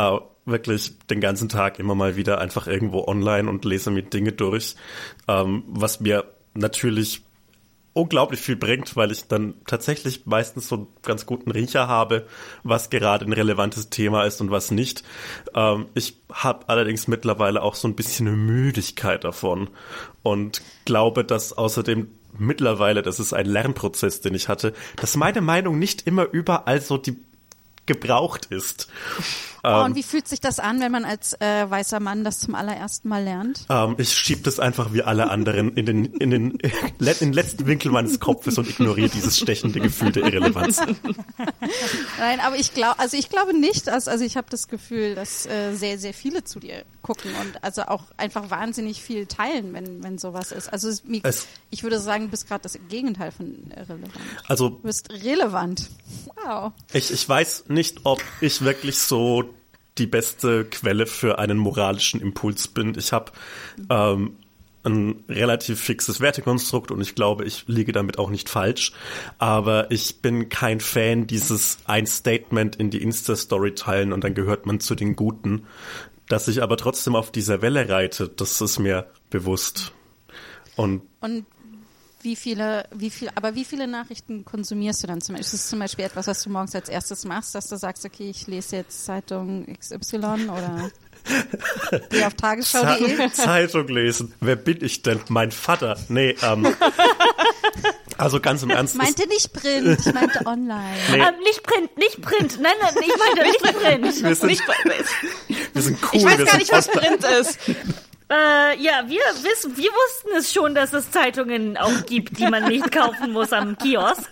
Speaker 1: wirklich den ganzen Tag immer mal wieder einfach irgendwo online und lese mir Dinge durch, ähm, was mir natürlich unglaublich viel bringt, weil ich dann tatsächlich meistens so einen ganz guten Riecher habe, was gerade ein relevantes Thema ist und was nicht. Ähm, ich habe allerdings mittlerweile auch so ein bisschen eine Müdigkeit davon und glaube, dass außerdem mittlerweile, das ist ein Lernprozess, den ich hatte, dass meine Meinung nicht immer überall so die gebraucht ist.
Speaker 4: Oh,
Speaker 1: ähm,
Speaker 4: und wie fühlt sich das an, wenn man als äh, weißer Mann das zum allerersten Mal lernt?
Speaker 1: ähm, ich schiebe das einfach wie alle anderen in den, in den, in den letzten Winkel meines Kopfes und ignoriere dieses stechende Gefühl der Irrelevanz.
Speaker 4: Nein, aber ich glaube, also ich glaube nicht, dass, also ich habe das Gefühl, dass äh, sehr, sehr viele zu dir gucken und also auch einfach wahnsinnig viel teilen, wenn, wenn sowas ist. Also es,
Speaker 1: Es-
Speaker 4: ich würde sagen, du bist gerade das Gegenteil von relevant.
Speaker 1: Also
Speaker 4: Du bist relevant. Wow.
Speaker 1: Ich, ich weiß nicht, ob ich wirklich so die beste Quelle für einen moralischen Impuls bin. Ich habe ähm, ein relativ fixes Wertekonstrukt und ich glaube, ich liege damit auch nicht falsch. Aber ich bin kein Fan dieses ein Statement in die Insta-Story teilen und dann gehört man zu den Guten. Dass ich aber trotzdem auf dieser Welle reite, das ist mir bewusst. Und
Speaker 4: Und wie viele, wie viel, aber wie viele Nachrichten konsumierst du dann zum Beispiel? Ist es zum Beispiel etwas, was du morgens als erstes machst, dass du sagst, okay, ich lese jetzt Zeitung X Y oder geh auf tagesschau punkt de?
Speaker 1: Zeitung lesen. Wer bin ich denn? Mein Vater. Nee, ähm. Also ganz im Ernst.
Speaker 4: Ich meinte nicht Print, ich meinte online.
Speaker 1: Nee.
Speaker 2: Ähm, nicht Print, nicht Print. Nein, nein, ich meinte nicht Print.
Speaker 1: Wir sind,
Speaker 5: Nicht,
Speaker 1: wir sind cool.
Speaker 5: ich weiß
Speaker 1: wir
Speaker 5: gar
Speaker 1: sind
Speaker 5: nicht, was
Speaker 1: Oster-
Speaker 5: Print ist.
Speaker 2: Äh, ja, wir wissen, wir wussten es schon, dass es Zeitungen auch gibt, die man nicht kaufen muss am Kiosk.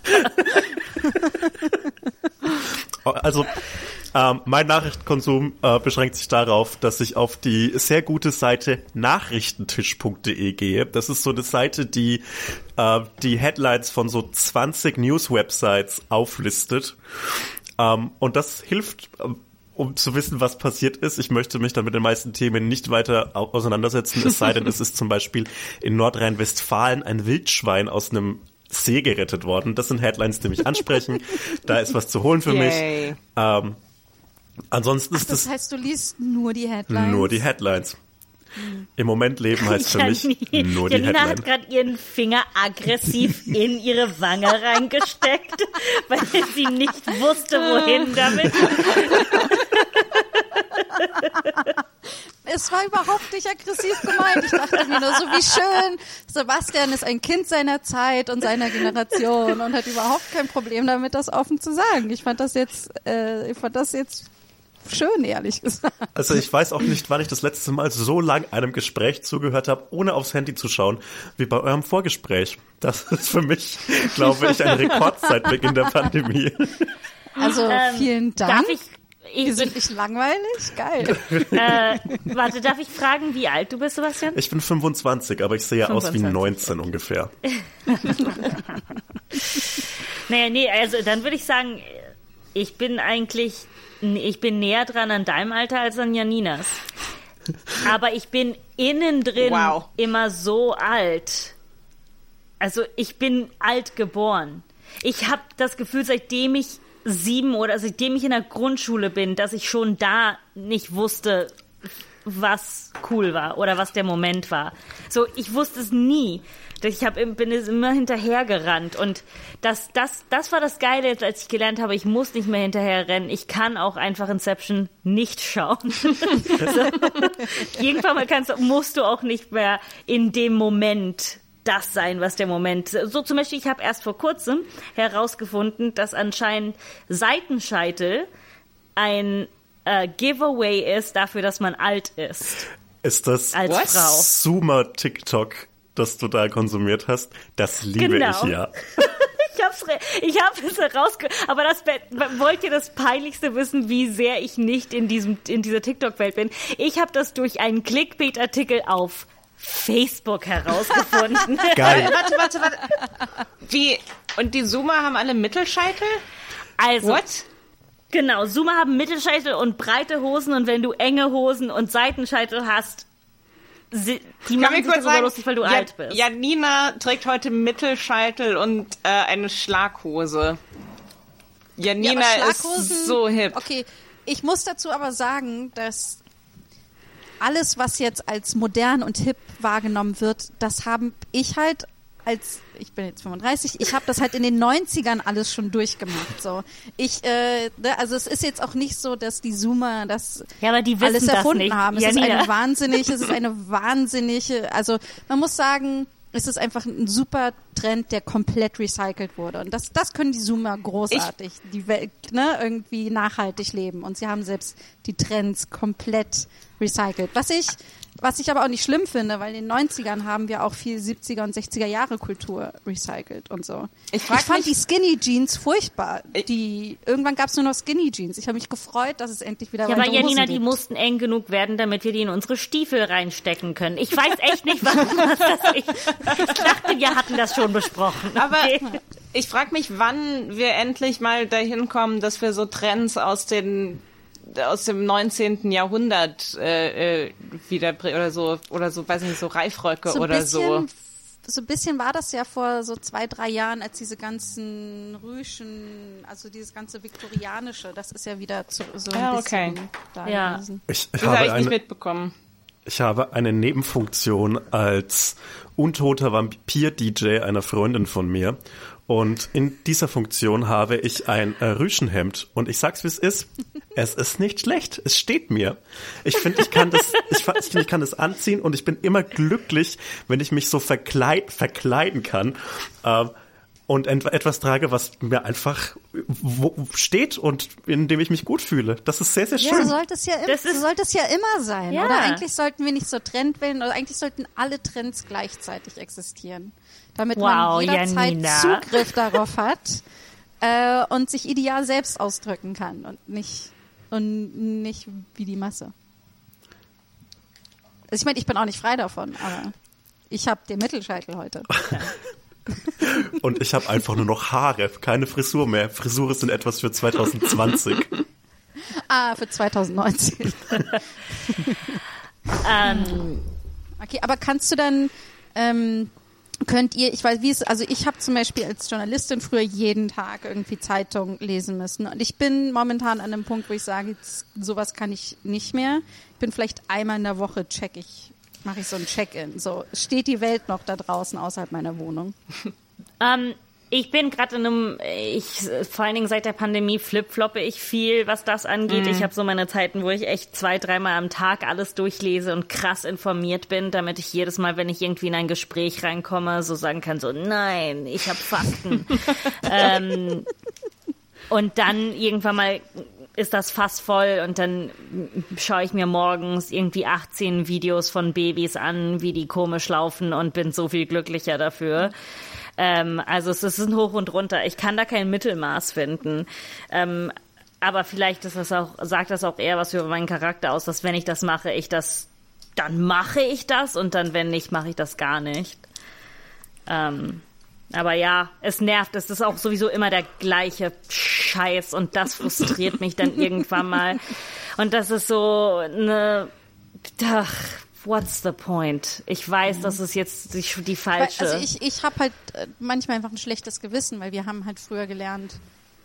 Speaker 1: Also ähm, mein Nachrichtenkonsum äh, beschränkt sich darauf, dass ich auf die sehr gute Seite nachrichtentisch punkt de gehe. Das ist so eine Seite, die äh, die Headlines von so zwanzig News-Websites auflistet. Ähm, und das hilft, ähm, um zu wissen, was passiert ist. Ich möchte mich dann mit den meisten Themen nicht weiter au- auseinandersetzen, es sei denn, es ist zum Beispiel in Nordrhein-Westfalen ein Wildschwein aus einem See gerettet worden. Das sind Headlines, die mich ansprechen. Da ist was zu holen für
Speaker 5: Yay.
Speaker 1: mich. Ähm, ansonsten ist
Speaker 4: Das
Speaker 1: das
Speaker 4: heißt, du liest nur die Headlines?
Speaker 1: nur die Headlines. Im Moment leben heißt für mich
Speaker 2: Janine,
Speaker 1: nur die
Speaker 2: Janina hat
Speaker 1: Headline.
Speaker 2: gerade ihren Finger aggressiv in ihre Wange reingesteckt, weil sie nicht wusste, wohin damit.
Speaker 4: Es war überhaupt nicht aggressiv gemeint. Ich dachte mir nur so, wie schön. Sebastian ist ein Kind seiner Zeit und seiner Generation und hat überhaupt kein Problem damit, das offen zu sagen. Ich fand das jetzt, äh, ich fand das jetzt schön, ehrlich gesagt.
Speaker 1: Also ich weiß auch nicht, wann ich das letzte Mal so lang einem Gespräch zugehört habe, ohne aufs Handy zu schauen, wie bei eurem Vorgespräch. Das ist für mich, glaube ich, ein Rekord seit Beginn der Pandemie.
Speaker 4: Also
Speaker 2: Ähm,
Speaker 4: vielen Dank.
Speaker 2: Darf ich,
Speaker 4: Wir
Speaker 2: ich,
Speaker 4: sind nicht langweilig? Geil.
Speaker 2: äh, warte, darf ich fragen, wie alt du bist, Sebastian?
Speaker 1: Ich bin fünfundzwanzig, aber ich sehe aus wie
Speaker 2: fünfundzwanzig,
Speaker 1: neunzehn ungefähr.
Speaker 2: Naja, nee, also dann würde ich sagen, ich bin eigentlich, ich bin näher dran an deinem Alter als an Janinas. Aber ich bin innen drin
Speaker 5: Wow.
Speaker 2: immer so alt. Also ich bin alt geboren. Ich habe das Gefühl, seitdem ich sieben oder seitdem ich in der Grundschule bin, dass ich schon da nicht wusste, was cool war oder was der Moment war. So, ich wusste es nie. Ich hab, bin es immer hinterhergerannt und das, das, das war das Geile jetzt, als ich gelernt habe, ich muss nicht mehr hinterher rennen. Ich kann auch einfach Inception nicht schauen. So. Irgendwann mal kannst, du- musst du auch nicht mehr in dem Moment das sein, was der Moment. So zum Beispiel, ich habe erst vor kurzem herausgefunden, dass anscheinend Seitenscheitel ein äh, Giveaway ist dafür, dass man alt ist.
Speaker 1: Ist das
Speaker 2: Als
Speaker 5: What?
Speaker 2: Frau.
Speaker 1: Zoomer-TikTok, das du da konsumiert hast? Das liebe
Speaker 2: Genau.
Speaker 1: ich ja.
Speaker 2: Ich hab's, re- ich hab es herausge... Aber das, wollt ihr das Peinlichste wissen, wie sehr ich nicht in diesem, in dieser TikTok-Welt bin? Ich habe das durch einen Clickbait-Artikel auf Facebook herausgefunden.
Speaker 1: Geil.
Speaker 5: Warte, warte, warte. Wie? Und die Zoomer haben alle Mittelscheitel?
Speaker 2: Also,
Speaker 5: What?
Speaker 2: genau, Zoomer haben Mittelscheitel und breite Hosen und wenn du enge Hosen und Seitenscheitel hast, sie, die
Speaker 5: Können
Speaker 2: machen
Speaker 5: wir
Speaker 2: sich
Speaker 5: kurz
Speaker 2: darüber
Speaker 5: sagen,
Speaker 2: lustig, weil du
Speaker 5: Ja-
Speaker 2: alt bist.
Speaker 5: Janina trägt heute Mittelscheitel und äh, eine Schlaghose. Janina
Speaker 4: Ja, aber
Speaker 5: ist so hip.
Speaker 4: Okay, Ich muss dazu aber sagen, dass alles, was jetzt als modern und hip wahrgenommen wird, das habe ich halt als, ich bin jetzt fünfunddreißig, ich habe das halt in den neunzigern alles schon durchgemacht. So, ich, äh, also es ist jetzt auch nicht so, dass die Zoomer das
Speaker 2: ja, aber die wissen
Speaker 4: alles erfunden
Speaker 2: das nicht.
Speaker 4: haben. Es
Speaker 2: Janina.
Speaker 4: ist eine wahnsinnig, es ist eine wahnsinnige, also man muss sagen, es ist einfach ein super Trend, der komplett recycelt wurde. Und das, das können die Zoomer großartig, ich, die Welt, ne, irgendwie nachhaltig leben. Und sie haben selbst die Trends komplett recycelt. Was ich, was ich aber auch nicht schlimm finde, weil in den neunzigern haben wir auch viel siebziger und sechziger Jahre Kultur recycelt und so.
Speaker 5: Ich,
Speaker 4: Ich
Speaker 5: frag
Speaker 4: fand
Speaker 5: mich,
Speaker 4: die Skinny Jeans furchtbar. Die, irgendwann gab es nur noch Skinny Jeans. Ich habe mich gefreut, dass es endlich wieder
Speaker 2: Ja, aber
Speaker 4: weite Hosen
Speaker 2: Janina, die
Speaker 4: gibt.
Speaker 2: mussten eng genug werden, damit wir die in unsere Stiefel reinstecken können. Ich weiß echt nicht, warum was das ich, ich dachte, wir hatten das schon besprochen.
Speaker 5: aber
Speaker 2: Okay.
Speaker 5: ich frage mich, wann wir endlich mal dahin kommen, dass wir so Trends aus den aus dem neunzehnten Jahrhundert äh, äh, wieder oder so oder so, weiß nicht, so Reifröcke
Speaker 4: so ein
Speaker 5: oder
Speaker 4: bisschen,
Speaker 5: so.
Speaker 4: So ein bisschen war das ja vor so zwei, drei Jahren, als diese ganzen Rüschen, also dieses ganze Viktorianische, das ist ja wieder zu, so ein
Speaker 5: Ah,
Speaker 4: bisschen
Speaker 5: okay.
Speaker 4: da
Speaker 2: Ja.
Speaker 4: gewesen.
Speaker 1: Ich, ich,
Speaker 5: Das habe
Speaker 1: habe
Speaker 5: ich nicht
Speaker 1: eine,
Speaker 5: mitbekommen.
Speaker 1: ich habe eine Nebenfunktion als untoter Vampir-D J einer Freundin von mir. Und in dieser Funktion habe ich ein äh, Rüschenhemd. Und ich sag's, wie es ist. Es ist nicht schlecht. Es steht mir. Ich finde, ich kann das, ich, fa- ich, find, ich kann das anziehen und ich bin immer glücklich, wenn ich mich so verkleid, verkleiden kann. Ähm, und ent- etwas trage, was mir einfach wo steht und in dem ich mich gut fühle. Das ist sehr, sehr
Speaker 4: Ja,
Speaker 1: schön.
Speaker 4: so sollte es ja, im,
Speaker 2: Das
Speaker 4: so
Speaker 2: ist-
Speaker 4: sollte es ja immer sein,
Speaker 2: Ja.
Speaker 4: oder? Eigentlich sollten wir nicht so Trend wählen, oder eigentlich sollten alle Trends gleichzeitig existieren, damit
Speaker 2: Wow,
Speaker 4: man jederzeit
Speaker 2: Janina.
Speaker 4: Zugriff darauf hat äh, und sich ideal selbst ausdrücken kann und nicht und nicht wie die Masse. Also ich meine, ich bin auch nicht frei davon, aber ich habe den Mittelscheitel heute.
Speaker 1: Und ich habe einfach nur noch Haare, keine Frisur mehr. Frisuren sind etwas für zwanzig zwanzig.
Speaker 4: Ah, für zwanzig neunzehn.
Speaker 2: Ähm,
Speaker 4: Okay, aber kannst du dann, ähm, könnt ihr, ich weiß, wie es, also ich habe zum Beispiel als Journalistin früher jeden Tag irgendwie Zeitung lesen müssen. Und ich bin momentan an einem Punkt, wo ich sage, jetzt, sowas kann ich nicht mehr. Ich bin vielleicht einmal in der Woche check ich, mache ich so ein Check-in. So, steht die Welt noch da draußen außerhalb meiner Wohnung?
Speaker 2: ähm, ich bin gerade in einem, ich vor allen Dingen seit der Pandemie flip-floppe ich viel, was das angeht. Ich habe so meine Zeiten, wo ich echt zwei, dreimal am Tag alles durchlese und krass informiert bin, damit ich jedes Mal, wenn ich irgendwie in ein Gespräch reinkomme, so sagen kann, so nein, ich habe Fakten. ähm, und dann irgendwann mal ist das Fass voll und dann schaue ich mir morgens irgendwie achtzehn Videos von Babys an, wie die komisch laufen und bin so viel glücklicher dafür. Ähm, also es ist ein Hoch und Runter. Ich kann da kein Mittelmaß finden. Ähm, aber vielleicht ist das auch, sagt das auch eher was über meinen Charakter aus, dass wenn ich das mache, ich das, dann mache ich das und dann wenn nicht, mache ich das gar nicht. Ähm, aber ja, es nervt. Es ist auch sowieso immer der gleiche Scheiß und das frustriert mich dann irgendwann mal. Und das ist so eine, ach, what's the point? Ich weiß, das ist jetzt die, die falsche.
Speaker 4: Also ich, ich habe halt äh, manchmal einfach ein schlechtes Gewissen, weil wir haben halt früher gelernt,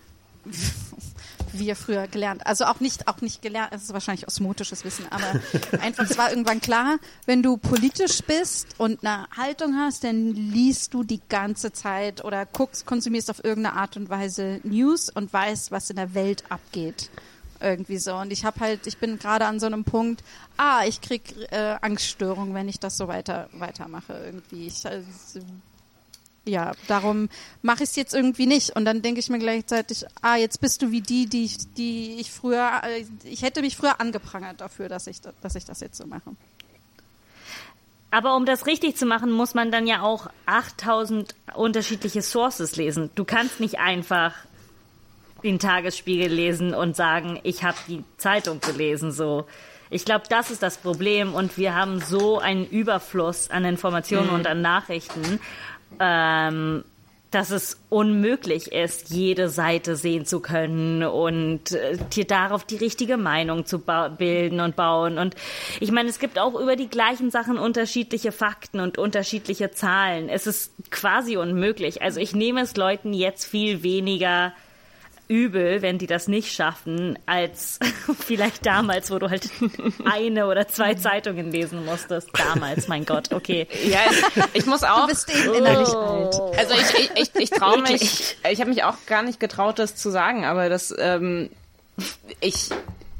Speaker 4: wir früher gelernt, also auch nicht, auch nicht gelernt, es ist wahrscheinlich osmotisches Wissen, aber einfach, es war irgendwann klar, wenn du politisch bist und eine Haltung hast, dann liest du die ganze Zeit oder guckst, konsumierst auf irgendeine Art und Weise News und weißt, was in der Welt abgeht. Irgendwie so. Und ich habe halt, ich bin gerade an so einem Punkt, ah, ich krieg äh, Angststörungen, wenn ich das so weiter weitermache irgendwie. Ich, äh, ja, darum mache ich es jetzt irgendwie nicht. Und dann denke ich mir gleichzeitig, ah, jetzt bist du wie die, die ich, die ich früher, äh, ich hätte mich früher angeprangert dafür, dass ich, dass ich das jetzt so mache.
Speaker 2: Aber um das richtig zu machen, muss man dann ja auch achttausend unterschiedliche Sources lesen. Du kannst nicht einfach den Tagesspiegel lesen und sagen, ich habe die Zeitung gelesen. So, ich glaube, das ist das Problem und wir haben so einen Überfluss an Informationen mhm. und an Nachrichten, ähm, dass es unmöglich ist, jede Seite sehen zu können und äh, dir darauf die richtige Meinung zu ba- bilden und bauen. Und ich meine, es gibt auch über die gleichen Sachen unterschiedliche Fakten und unterschiedliche Zahlen. Es ist quasi unmöglich. Also ich nehme es Leuten jetzt viel weniger übel, wenn die das nicht schaffen, als vielleicht damals, wo du halt eine oder zwei Zeitungen lesen musstest. Damals, mein Gott, okay.
Speaker 5: Ja, ich muss auch.
Speaker 4: Du bist eben innerlich
Speaker 2: Oh.
Speaker 4: alt.
Speaker 5: Also ich, ich, ich, ich traue mich, ich habe mich auch gar nicht getraut, das zu sagen, aber das, ähm, ich,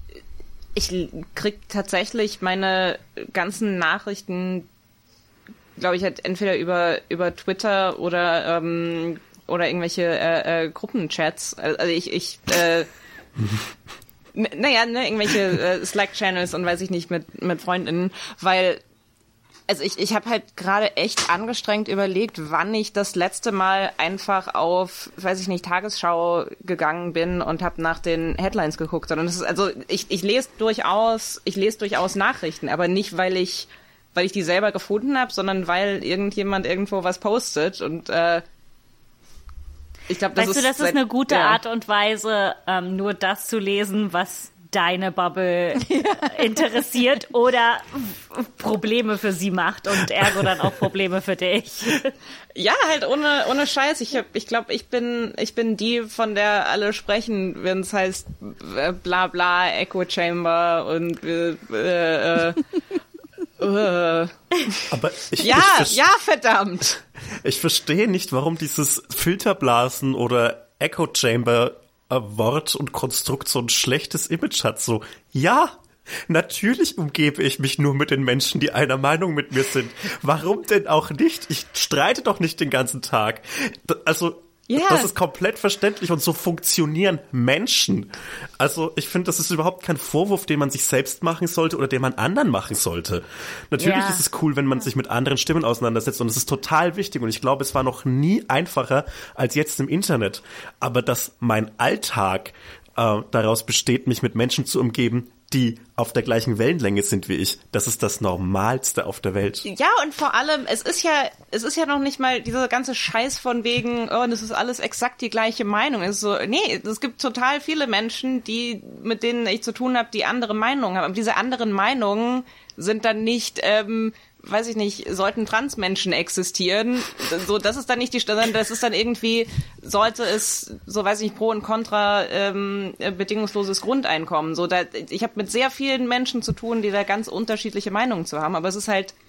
Speaker 5: ich krieg tatsächlich meine ganzen Nachrichten, glaube ich, halt entweder über, über Twitter oder, ähm, oder irgendwelche äh, äh, Gruppenchats. Also ich, ich äh, n- naja, ne, irgendwelche äh, Slack-Channels und weiß ich nicht, mit, mit Freundinnen, weil also ich, ich habe halt gerade echt angestrengt überlegt, wann ich das letzte Mal einfach auf, weiß ich nicht, Tagesschau gegangen bin und habe nach den Headlines geguckt. Und das ist, also ich, ich lese durchaus, ich lese durchaus Nachrichten, aber nicht, weil ich, weil ich die selber gefunden habe, sondern weil irgendjemand irgendwo was postet. Und äh, ich glaube, das
Speaker 2: Weißt
Speaker 5: ist
Speaker 2: du, das ist
Speaker 5: seit-
Speaker 2: eine gute
Speaker 5: ja.
Speaker 2: Art und Weise, ähm, nur das zu lesen, was deine Bubble interessiert oder Probleme für sie macht und ergo dann auch Probleme für dich.
Speaker 5: Ja, halt ohne ohne Scheiß. Ich hab, ich glaube, ich bin ich bin die, von der alle sprechen, wenn es heißt äh, bla bla Echo Chamber und äh, äh, äh.
Speaker 1: Aber ich,
Speaker 5: Ja,
Speaker 1: ich,
Speaker 5: ja, verdammt.
Speaker 1: ich verstehe nicht, warum dieses Filterblasen oder Echo Chamber äh, Wort und Konstrukt so ein schlechtes Image hat. So, ja, natürlich umgebe ich mich nur mit den Menschen, die einer Meinung mit mir sind. Warum denn auch nicht? Ich streite doch nicht den ganzen Tag. D- Also,
Speaker 5: Ja.
Speaker 1: das ist komplett verständlich und so funktionieren Menschen. Also, ich finde, das ist überhaupt kein Vorwurf, den man sich selbst machen sollte oder den man anderen machen sollte. Natürlich
Speaker 2: Ja.
Speaker 1: ist es cool, wenn man sich mit anderen Stimmen auseinandersetzt und es ist total wichtig und ich glaube, es war noch nie einfacher als jetzt im Internet. Aber dass mein Alltag äh, daraus besteht, mich mit Menschen zu umgeben, die auf der gleichen Wellenlänge sind wie ich, das ist das Normalste auf der Welt.
Speaker 5: Ja, und vor allem, es ist ja, es ist ja noch nicht mal dieser ganze Scheiß von wegen, oh, das ist alles exakt die gleiche Meinung. Es ist so, nee, es gibt total viele Menschen, die, mit denen ich zu tun habe, die andere Meinungen haben. Aber diese anderen Meinungen sind dann nicht, ähm, weiß ich nicht, sollten Transmenschen existieren? So, das ist dann nicht die Stelle, das ist dann irgendwie, sollte es, so weiß ich nicht, Pro und Contra, ähm, bedingungsloses Grundeinkommen. So, da, ich habe mit sehr vielen Menschen zu tun, die da ganz unterschiedliche Meinungen zu haben, aber es ist halt,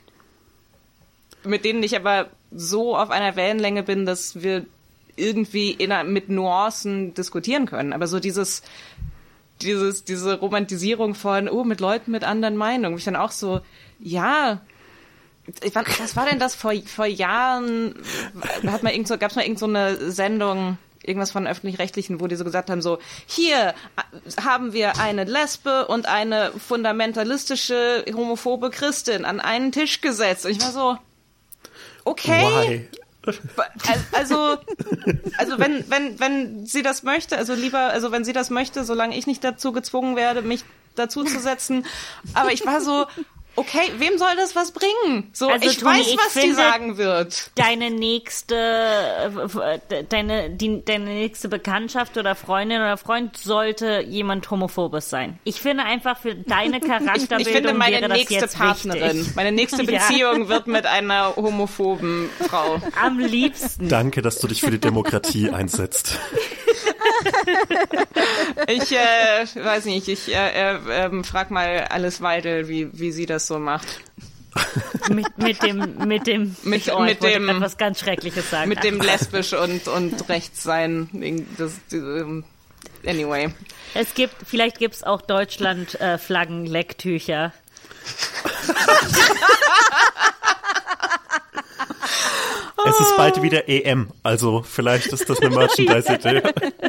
Speaker 5: mit denen ich aber so auf einer Wellenlänge bin, dass wir irgendwie in, einer- mit Nuancen diskutieren können. Aber so dieses, dieses, diese Romantisierung von, oh, mit Leuten mit anderen Meinungen, wo ich dann auch so, ja, ich fand, was war denn das vor, vor Jahren? Hat man irgend so, gab's mal irgend so eine Sendung, irgendwas von Öffentlich-Rechtlichen, wo die so gesagt haben, so, hier haben wir eine Lesbe und eine fundamentalistische, homophobe Christin an einen Tisch gesetzt. Und ich war so, okay.
Speaker 1: Why?
Speaker 5: Also, also wenn, wenn, wenn sie das möchte, also lieber, also wenn sie das möchte, solange ich nicht dazu gezwungen werde, mich dazu zu setzen. Aber ich war so, okay, wem soll das was bringen? So,
Speaker 2: Also,
Speaker 5: ich
Speaker 2: Toni,
Speaker 5: weiß,
Speaker 2: ich
Speaker 5: was die
Speaker 2: finde-
Speaker 5: sagen wird.
Speaker 2: Deine nächste, äh, deine, die, deine nächste Bekanntschaft oder Freundin oder Freund sollte jemand Homophobes sein. Ich finde einfach für deine Charakterbildung
Speaker 5: Ich finde, meine
Speaker 2: wäre das
Speaker 5: nächste
Speaker 2: jetzt
Speaker 5: Partnerin,
Speaker 2: wichtig.
Speaker 5: meine nächste
Speaker 2: Ja.
Speaker 5: Beziehung wird mit einer homophoben Frau.
Speaker 2: Am liebsten.
Speaker 1: Danke, dass du dich für die Demokratie einsetzt.
Speaker 5: Ich äh, weiß nicht, ich äh, äh, ähm, frag mal Alice Weidel, wie, wie sie das so macht.
Speaker 2: Mit, mit dem, mit dem,
Speaker 5: Mit-
Speaker 2: ich, oh, ich
Speaker 5: mit
Speaker 2: wollte
Speaker 5: dem-
Speaker 2: grad was ganz Schreckliches sagen.
Speaker 5: Mit dem lesbisch und, und rechts sein. Das, ähm, anyway.
Speaker 2: Es gibt, vielleicht gibt's auch Deutschland äh, Flaggenlecktücher.
Speaker 1: Es ist bald wieder E M, also vielleicht ist das eine Merchandise-Idee.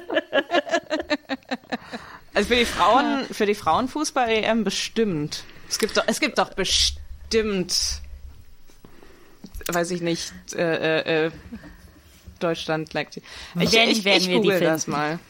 Speaker 5: Also für die Frauen, für die Frauenfußball-E M bestimmt. Es gibt doch, es gibt doch bestimmt, weiß ich nicht, äh, äh, äh, Deutschland like ich, ich,
Speaker 2: Wenn
Speaker 5: ich,
Speaker 2: werden
Speaker 5: ich
Speaker 2: wir die
Speaker 5: google das
Speaker 2: finden.
Speaker 5: mal.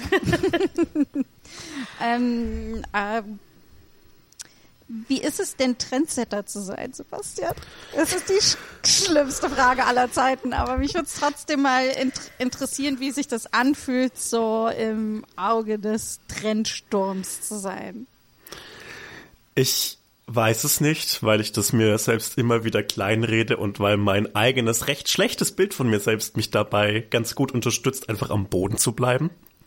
Speaker 4: Ähm, ähm, wie ist es denn, Trendsetter zu sein, Sebastian? Das ist die sch schlimmste Frage aller Zeiten, aber mich würde es trotzdem mal int interessieren, wie sich das anfühlt, so im Auge des Trendsturms zu sein.
Speaker 1: Ich weiß es nicht, weil ich das mir selbst immer wieder kleinrede und weil mein eigenes recht schlechtes Bild von mir selbst mich dabei ganz gut unterstützt, einfach am Boden zu bleiben.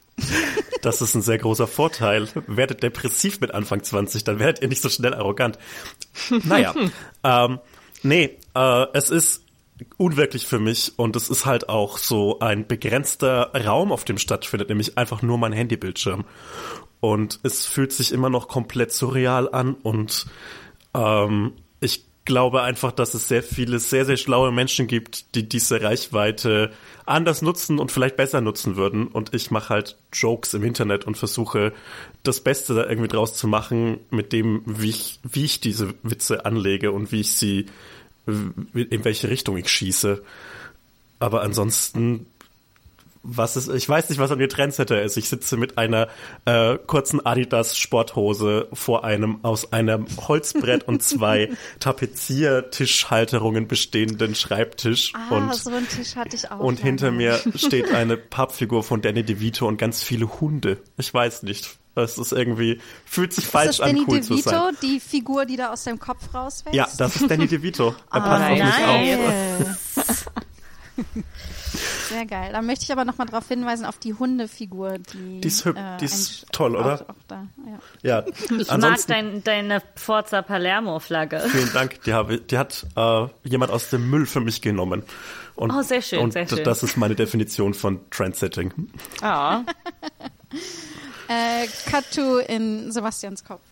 Speaker 1: Das ist ein sehr großer Vorteil. Werdet depressiv mit Anfang zwanzig, dann werdet ihr nicht so schnell arrogant. Naja, ähm, nee, äh, es ist unwirklich für mich und es ist halt auch so ein begrenzter Raum, auf dem stattfindet, nämlich einfach nur mein Handybildschirm. Und es fühlt sich immer noch komplett surreal an und ähm, ich glaube einfach, dass es sehr viele sehr, sehr schlaue Menschen gibt, die diese Reichweite anders nutzen und vielleicht besser nutzen würden. Und ich mache halt Jokes im Internet und versuche, das Beste da irgendwie draus zu machen, mit dem, wie ich, wie ich diese Witze anlege und wie ich sie, in welche Richtung ich schieße. Aber ansonsten, was ist, ich weiß nicht, was an der Trendsetter ist. Ich sitze mit einer äh, kurzen Adidas-Sporthose vor einem aus einem Holzbrett und zwei Tapeziertischhalterungen bestehenden Schreibtisch.
Speaker 4: Ah,
Speaker 1: und,
Speaker 4: so einen Tisch hatte ich auch.
Speaker 1: Und
Speaker 4: lange.
Speaker 1: hinter mir steht eine Pappfigur von Danny DeVito und ganz viele Hunde. Ich weiß nicht. Es ist irgendwie, fühlt sich falsch
Speaker 4: ist das
Speaker 1: an,
Speaker 4: Danny
Speaker 1: cool
Speaker 4: DeVito,
Speaker 1: zu sein.
Speaker 4: die Figur, die da aus deinem Kopf rauswächst?
Speaker 1: Ja, das ist Danny DeVito. Er
Speaker 4: Ah,
Speaker 1: passt auf mich auf.
Speaker 2: Nice.
Speaker 4: Sehr geil. Dann möchte ich aber nochmal darauf hinweisen, auf die Hundefigur, die,
Speaker 1: Die ist hüb-
Speaker 4: äh,
Speaker 1: die ist
Speaker 4: ein-
Speaker 1: toll, oder?
Speaker 4: Auch, auch da, ja.
Speaker 1: Ja,
Speaker 2: Ich mag
Speaker 1: ansonsten,
Speaker 2: dein, deine Forza Palermo-Flagge.
Speaker 1: vielen Dank. Die, habe, die hat äh, jemand aus dem Müll für mich genommen. Und,
Speaker 2: Oh, sehr schön,
Speaker 1: und
Speaker 2: sehr schön.
Speaker 1: das ist meine Definition von Trendsetting.
Speaker 5: Ah.
Speaker 4: Äh, Cut to in Sebastians Kopf.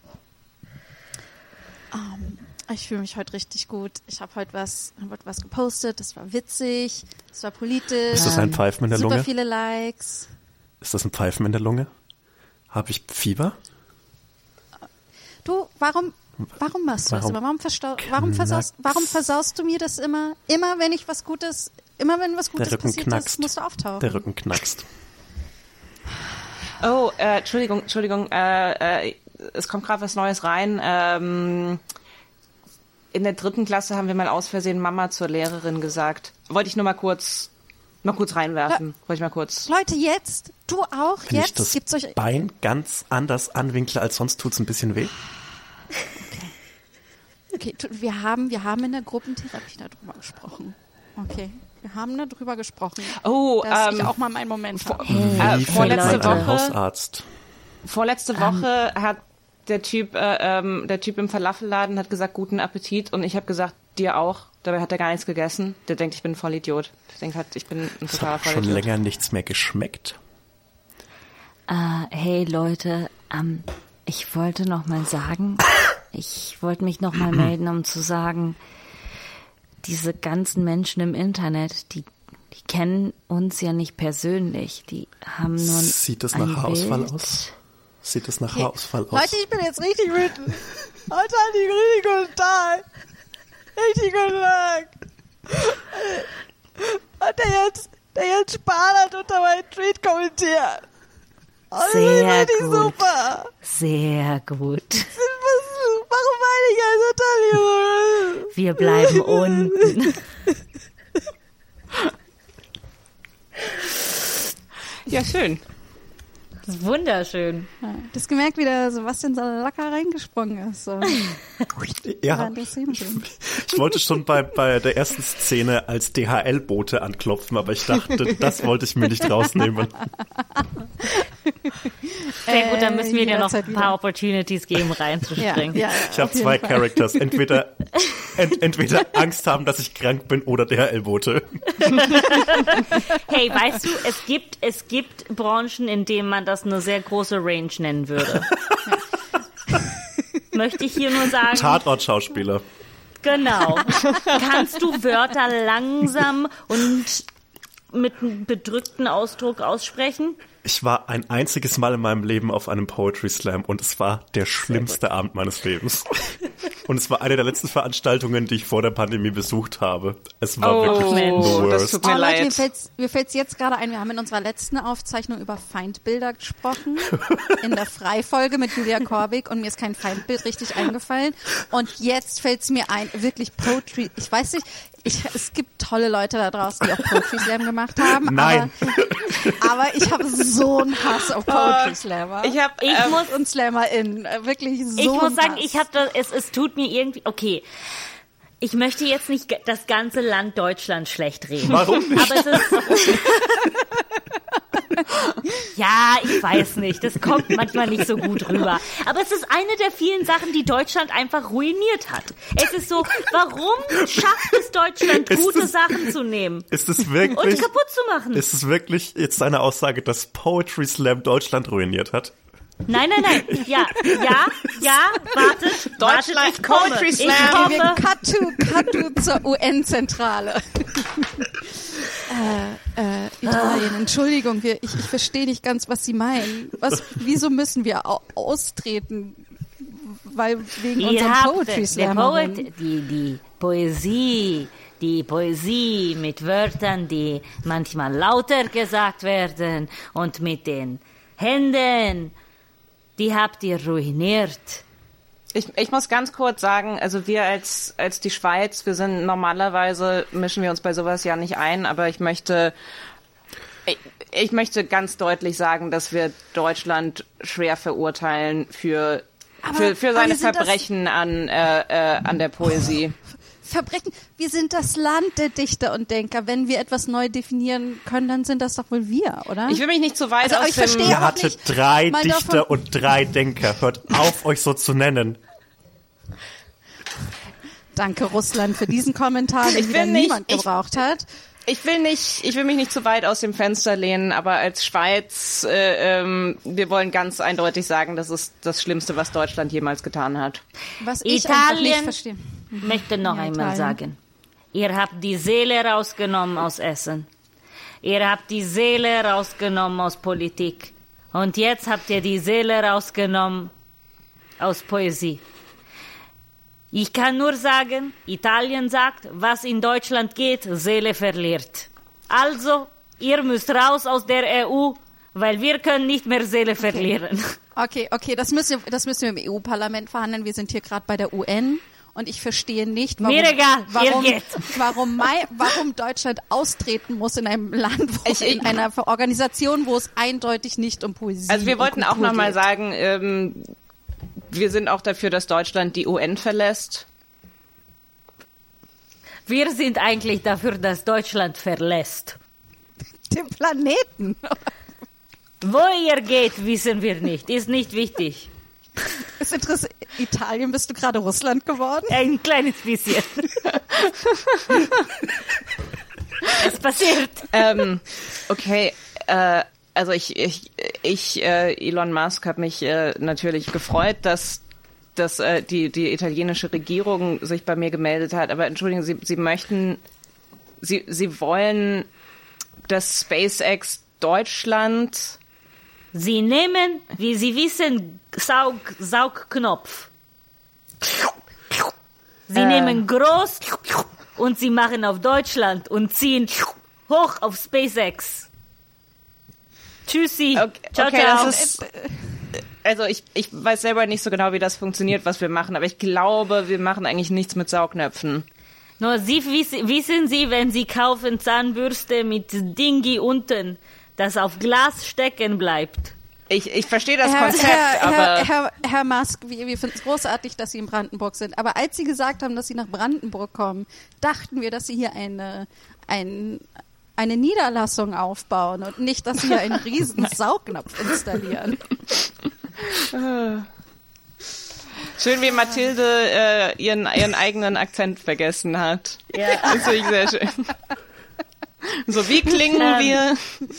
Speaker 4: Um, ich fühle mich heute richtig gut. Ich habe heute was, hab heute was gepostet. Das war witzig. Das war politisch.
Speaker 1: Ist das ein Pfeifen in der
Speaker 4: Super
Speaker 1: Lunge?
Speaker 4: viele Likes.
Speaker 1: Ist das ein Pfeifen in der Lunge? Habe ich Fieber?
Speaker 4: Du, warum, warum machst du das
Speaker 1: Warum
Speaker 4: immer? Warum, verstau, warum, versaust, warum versaust du mir das immer? Immer wenn ich was Gutes, immer wenn was Gutes
Speaker 1: Der Rücken
Speaker 4: passiert
Speaker 1: knackst.
Speaker 4: ist, musst du auftauchen.
Speaker 1: Der Rücken knackst.
Speaker 5: Oh, äh, Entschuldigung, Entschuldigung, äh, äh, es kommt gerade was Neues rein. Ähm, in der dritten Klasse haben wir mal aus Versehen Mama zur Lehrerin gesagt. Wollte ich nur mal kurz, mal kurz reinwerfen. Wollte ich mal kurz.
Speaker 4: Leute, jetzt, du auch,
Speaker 1: Wenn ich
Speaker 4: jetzt
Speaker 1: das
Speaker 4: gibt's euch.
Speaker 1: Bein ganz anders anwinkle als sonst, tut's ein bisschen weh.
Speaker 4: Okay, tu- wir haben, wir haben in der Gruppentherapie darüber gesprochen. Okay, wir haben darüber gesprochen,
Speaker 5: Oh,
Speaker 4: dass
Speaker 5: ähm,
Speaker 4: ich auch mal meinen Moment habe.
Speaker 5: äh,
Speaker 1: Wie findet
Speaker 5: vorletzte
Speaker 1: man einen
Speaker 5: Woche,
Speaker 1: Hausarzt?
Speaker 5: vorletzte Woche hat der Typ, äh, ähm, der Typ im Falafelladen hat gesagt, guten Appetit, und ich habe gesagt, dir auch. Dabei hat er gar nichts gegessen. Der denkt, ich bin ein Vollidiot. Ich denke halt, ich bin ein
Speaker 1: Es
Speaker 5: totaler
Speaker 1: hat schon
Speaker 5: Vollidiot.
Speaker 1: länger nichts mehr geschmeckt.
Speaker 2: Äh, hey Leute, ähm, ich wollte noch mal sagen, ich wollte mich noch mal melden, um zu sagen, diese ganzen Menschen im Internet, die, die kennen uns ja nicht persönlich. Die haben nur
Speaker 1: Sieht das
Speaker 2: ein
Speaker 1: nach Haarausfall
Speaker 2: Bild.
Speaker 1: aus? Sieht das nach
Speaker 4: Okay.
Speaker 1: Haarausfall aus?
Speaker 4: Leute, ich bin jetzt richtig wütend. Heute hatte ich einen richtig guten Tag. Richtig guten Tag. Und der jetzt, der jetzt Spahn hat unter meinen Tweet kommentiert. Oh, das
Speaker 2: Sehr
Speaker 4: ist richtig
Speaker 2: gut.
Speaker 4: super.
Speaker 2: Sehr gut.
Speaker 4: Was, warum meine ich also total?
Speaker 2: Wir bleiben unten.
Speaker 5: Ja, schön.
Speaker 2: Wunderschön.
Speaker 4: Das gemerkt, wie der Sebastian so locker reingesprungen ist. So.
Speaker 1: Ja,
Speaker 4: Während der Szene drin.
Speaker 1: ich wollte schon bei, bei der ersten Szene als D H L-Bote anklopfen, aber ich dachte, das wollte ich mir nicht rausnehmen.
Speaker 2: Sehr gut, dann müssen wir
Speaker 4: Äh,
Speaker 2: dir noch
Speaker 4: jederzeit
Speaker 2: ein paar
Speaker 4: wieder.
Speaker 2: Opportunities geben, reinzuspringen.
Speaker 4: Ja, ja,
Speaker 1: Ich habe
Speaker 4: auf jeden
Speaker 1: zwei
Speaker 4: Fall.
Speaker 1: Characters. Entweder, ent, entweder Angst haben, dass ich krank bin, oder D H L-Bote.
Speaker 2: Hey, weißt du, es gibt, es gibt Branchen, in denen man das eine sehr große Range nennen würde. Möchte ich hier nur sagen.
Speaker 1: Tatort-Schauspieler.
Speaker 2: Genau. Kannst du Wörter langsam und mit einem bedrückten Ausdruck aussprechen?
Speaker 1: Ich war ein einziges Mal in meinem Leben auf einem Poetry Slam und es war der schlimmste Abend meines Lebens. Und es war eine der letzten Veranstaltungen, die ich vor der Pandemie besucht habe. Es war
Speaker 5: Oh,
Speaker 1: wirklich
Speaker 2: Mensch.
Speaker 1: the
Speaker 5: das
Speaker 1: worst.
Speaker 5: tut
Speaker 4: Oh,
Speaker 5: mir
Speaker 4: Leute, mir
Speaker 5: leid.
Speaker 4: fällt's, mir fällt's jetzt gerade ein, wir haben in unserer letzten Aufzeichnung über Feindbilder gesprochen, in der Freifolge mit Julia Korbig, und mir ist kein Feindbild richtig eingefallen. Und jetzt fällt's mir ein, wirklich Poetry, ich weiß nicht, ich, es gibt tolle Leute da draußen, die auch Poetry Slam gemacht haben.
Speaker 1: Nein.
Speaker 4: Aber, aber ich habe so einen Hass auf Poetry Slammer.
Speaker 5: Ich hab,
Speaker 2: Ich
Speaker 5: ähm,
Speaker 2: muss,
Speaker 4: und SlammerInnen, äh, wirklich so
Speaker 2: ich muss
Speaker 4: einen
Speaker 2: sagen,
Speaker 4: Hass.
Speaker 2: ich habe das, es, es tut mir irgendwie, okay. Ich möchte jetzt nicht ge- das ganze Land Deutschland schlecht reden.
Speaker 1: Warum nicht?
Speaker 2: Aber es ist, Ja, ich weiß nicht. Das kommt manchmal nicht so gut rüber. Aber es ist eine der vielen Sachen, die Deutschland einfach ruiniert hat. Es ist so, warum schafft es Deutschland,
Speaker 1: Ist
Speaker 2: gute
Speaker 1: es-
Speaker 2: Sachen zu nehmen
Speaker 1: Ist es
Speaker 2: und
Speaker 1: wirklich,
Speaker 2: kaputt zu machen?
Speaker 1: ist es wirklich jetzt eine Aussage, dass Poetry Slam Deutschland ruiniert hat?
Speaker 2: Nein, nein, nein. Ja, ja, ja, wartet.
Speaker 5: Deutschland,
Speaker 2: wartet, ich komme.
Speaker 5: Poetry
Speaker 2: Ich
Speaker 5: Slam.
Speaker 4: Okay, wir
Speaker 2: komme.
Speaker 4: cut to, cut to zur U N-Zentrale. äh, äh, Italien, Entschuldigung, wir, ich, ich verstehe nicht ganz, was Sie meinen. Was, wieso müssen wir au austreten? Weil wegen
Speaker 2: Ihr
Speaker 4: unserem
Speaker 2: habt
Speaker 4: Poetry
Speaker 2: der
Speaker 4: Slam.
Speaker 2: Poet, die, die Poesie, die Poesie mit Wörtern, die manchmal lauter gesagt werden und mit den Händen, die habt ihr ruiniert.
Speaker 5: Ich, ich muss ganz kurz sagen, also wir als, als die Schweiz, wir sind normalerweise, mischen wir uns bei sowas ja nicht ein, aber ich möchte, ich, ich möchte ganz deutlich sagen, dass wir Deutschland schwer verurteilen für, für, für
Speaker 4: aber
Speaker 5: seine
Speaker 4: wir sind das-
Speaker 5: Verbrechen an, äh, äh, an der Poesie.
Speaker 4: Verbrechen. Wir sind das Land der Dichter und Denker. Wenn wir etwas neu definieren können, dann sind das doch wohl wir, oder?
Speaker 5: Ich will mich nicht zu weit
Speaker 4: Also, aber
Speaker 5: aus
Speaker 4: ich
Speaker 5: dem...
Speaker 4: verstehe-
Speaker 1: Ihr
Speaker 4: aber
Speaker 1: hattet
Speaker 4: nicht
Speaker 1: drei
Speaker 4: mal
Speaker 1: Dichter
Speaker 4: davon-
Speaker 1: und drei Denker. Hört auf, euch so zu nennen.
Speaker 4: Danke, Russland, für diesen Kommentar, den
Speaker 5: Ich
Speaker 4: wieder
Speaker 5: will nicht-
Speaker 4: niemand
Speaker 5: ich-
Speaker 4: gebraucht hat.
Speaker 5: Ich will nicht, ich will mich nicht zu weit aus dem Fenster lehnen, aber als Schweiz, äh, ähm, wir wollen ganz eindeutig sagen, das ist das Schlimmste, was Deutschland jemals getan hat.
Speaker 4: Was ich einfach nicht
Speaker 2: Italien
Speaker 4: verstehe.
Speaker 2: möchte noch
Speaker 4: Ja,
Speaker 2: einmal
Speaker 4: Italien.
Speaker 2: sagen. Ihr habt die Seele rausgenommen aus Essen. Ihr habt die Seele rausgenommen aus Politik. Und jetzt habt ihr die Seele rausgenommen aus Poesie. Ich kann nur sagen, Italien sagt, was in Deutschland geht, Seele verliert. Also, ihr müsst raus aus der E U, weil wir können nicht mehr Seele verlieren.
Speaker 4: Okay, okay, das müssen wir, das müssen wir im E U-Parlament verhandeln. Wir sind hier gerade bei der U N und ich verstehe nicht, warum,
Speaker 2: Mir egal,
Speaker 4: warum,
Speaker 2: ihr geht.
Speaker 4: warum, Mai, warum Deutschland austreten muss in einem Land, wo,
Speaker 5: Ich- ich-
Speaker 4: in einer Organisation, wo es eindeutig nicht um Poesie
Speaker 5: Also wir
Speaker 4: und
Speaker 5: wollten auch
Speaker 4: Kultur
Speaker 5: nochmal
Speaker 4: geht.
Speaker 5: sagen, ähm, wir sind auch dafür, dass Deutschland die U N verlässt.
Speaker 2: Wir sind eigentlich dafür, dass Deutschland verlässt.
Speaker 4: Den Planeten.
Speaker 2: Wo ihr geht, wissen wir nicht. Ist nicht wichtig.
Speaker 4: Ist interessant. Italien, bist du gerade Russland geworden?
Speaker 2: Ein kleines bisschen. Es passiert.
Speaker 5: ähm, okay, äh, also ich, ich, ich äh, Elon Musk, habe mich äh, natürlich gefreut, dass dass äh, die die italienische Regierung sich bei mir gemeldet hat. Aber entschuldigen Sie, Sie möchten, Sie Sie wollen, dass SpaceX Deutschland...
Speaker 2: Sie nehmen, wie Sie wissen, Saug, Saugknopf. Sie
Speaker 5: Äh.
Speaker 2: nehmen groß und Sie machen auf Deutschland und ziehen hoch auf SpaceX. Tschüssi.
Speaker 5: Okay,
Speaker 2: Ciao,
Speaker 5: okay,
Speaker 2: ciao.
Speaker 5: das ist... Also ich, ich weiß selber nicht so genau, wie das funktioniert, was wir machen, aber ich glaube, wir machen eigentlich nichts mit Saugnöpfen.
Speaker 2: Nur Sie wissen, wissen Sie, wenn Sie kaufen Zahnbürste mit Dingi unten, das auf Glas stecken bleibt.
Speaker 5: Ich, ich verstehe das
Speaker 4: Herr,
Speaker 5: Konzept,
Speaker 4: Herr,
Speaker 5: aber...
Speaker 4: Herr, Herr, Herr Musk, wir, wir finden es großartig, dass Sie in Brandenburg sind. Aber als Sie gesagt haben, dass Sie nach Brandenburg kommen, dachten wir, dass Sie hier eine, ein, eine Niederlassung aufbauen und nicht, dass Sie hier einen riesen Saugnapf installieren.
Speaker 5: Schön, wie Mathilde äh, ihren, ihren eigenen Akzent vergessen hat.
Speaker 2: Ja.
Speaker 5: Das finde ich sehr schön. So, wie klingen
Speaker 2: Ähm.
Speaker 5: wir?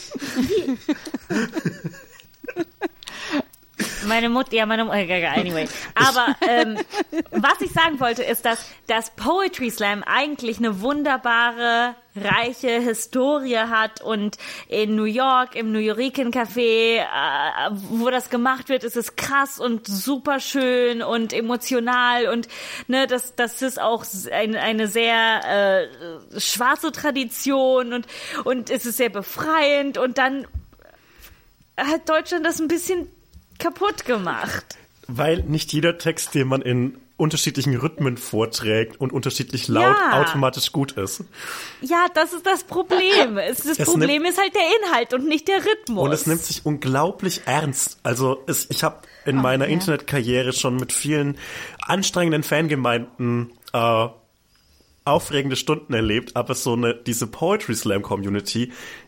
Speaker 2: Meine Mutter, ja, meine Mutter, anyway. Aber ähm, was ich sagen wollte, ist, dass das Poetry Slam eigentlich eine wunderbare, reiche Historie hat und in New York, im New Yorican Café, äh, wo das gemacht wird, ist es krass und super schön und emotional und ne, das, das ist auch ein, eine sehr äh, schwarze Tradition und, und es ist sehr befreiend und dann hat Deutschland das ein bisschen kaputt gemacht.
Speaker 1: Weil nicht jeder Text, den man in unterschiedlichen Rhythmen vorträgt und unterschiedlich laut,
Speaker 2: Ja.
Speaker 1: automatisch gut ist.
Speaker 2: Ja, das ist das Problem. Es, das
Speaker 1: Es
Speaker 2: Problem
Speaker 1: nimmt-
Speaker 2: ist halt der Inhalt und nicht der Rhythmus.
Speaker 1: Und es nimmt sich unglaublich ernst. Also es, ich habe in meiner
Speaker 4: ja.
Speaker 1: Internetkarriere schon mit vielen anstrengenden Fangemeinden äh, aufregende Stunden erlebt, aber so eine diese Poetry Slam Community,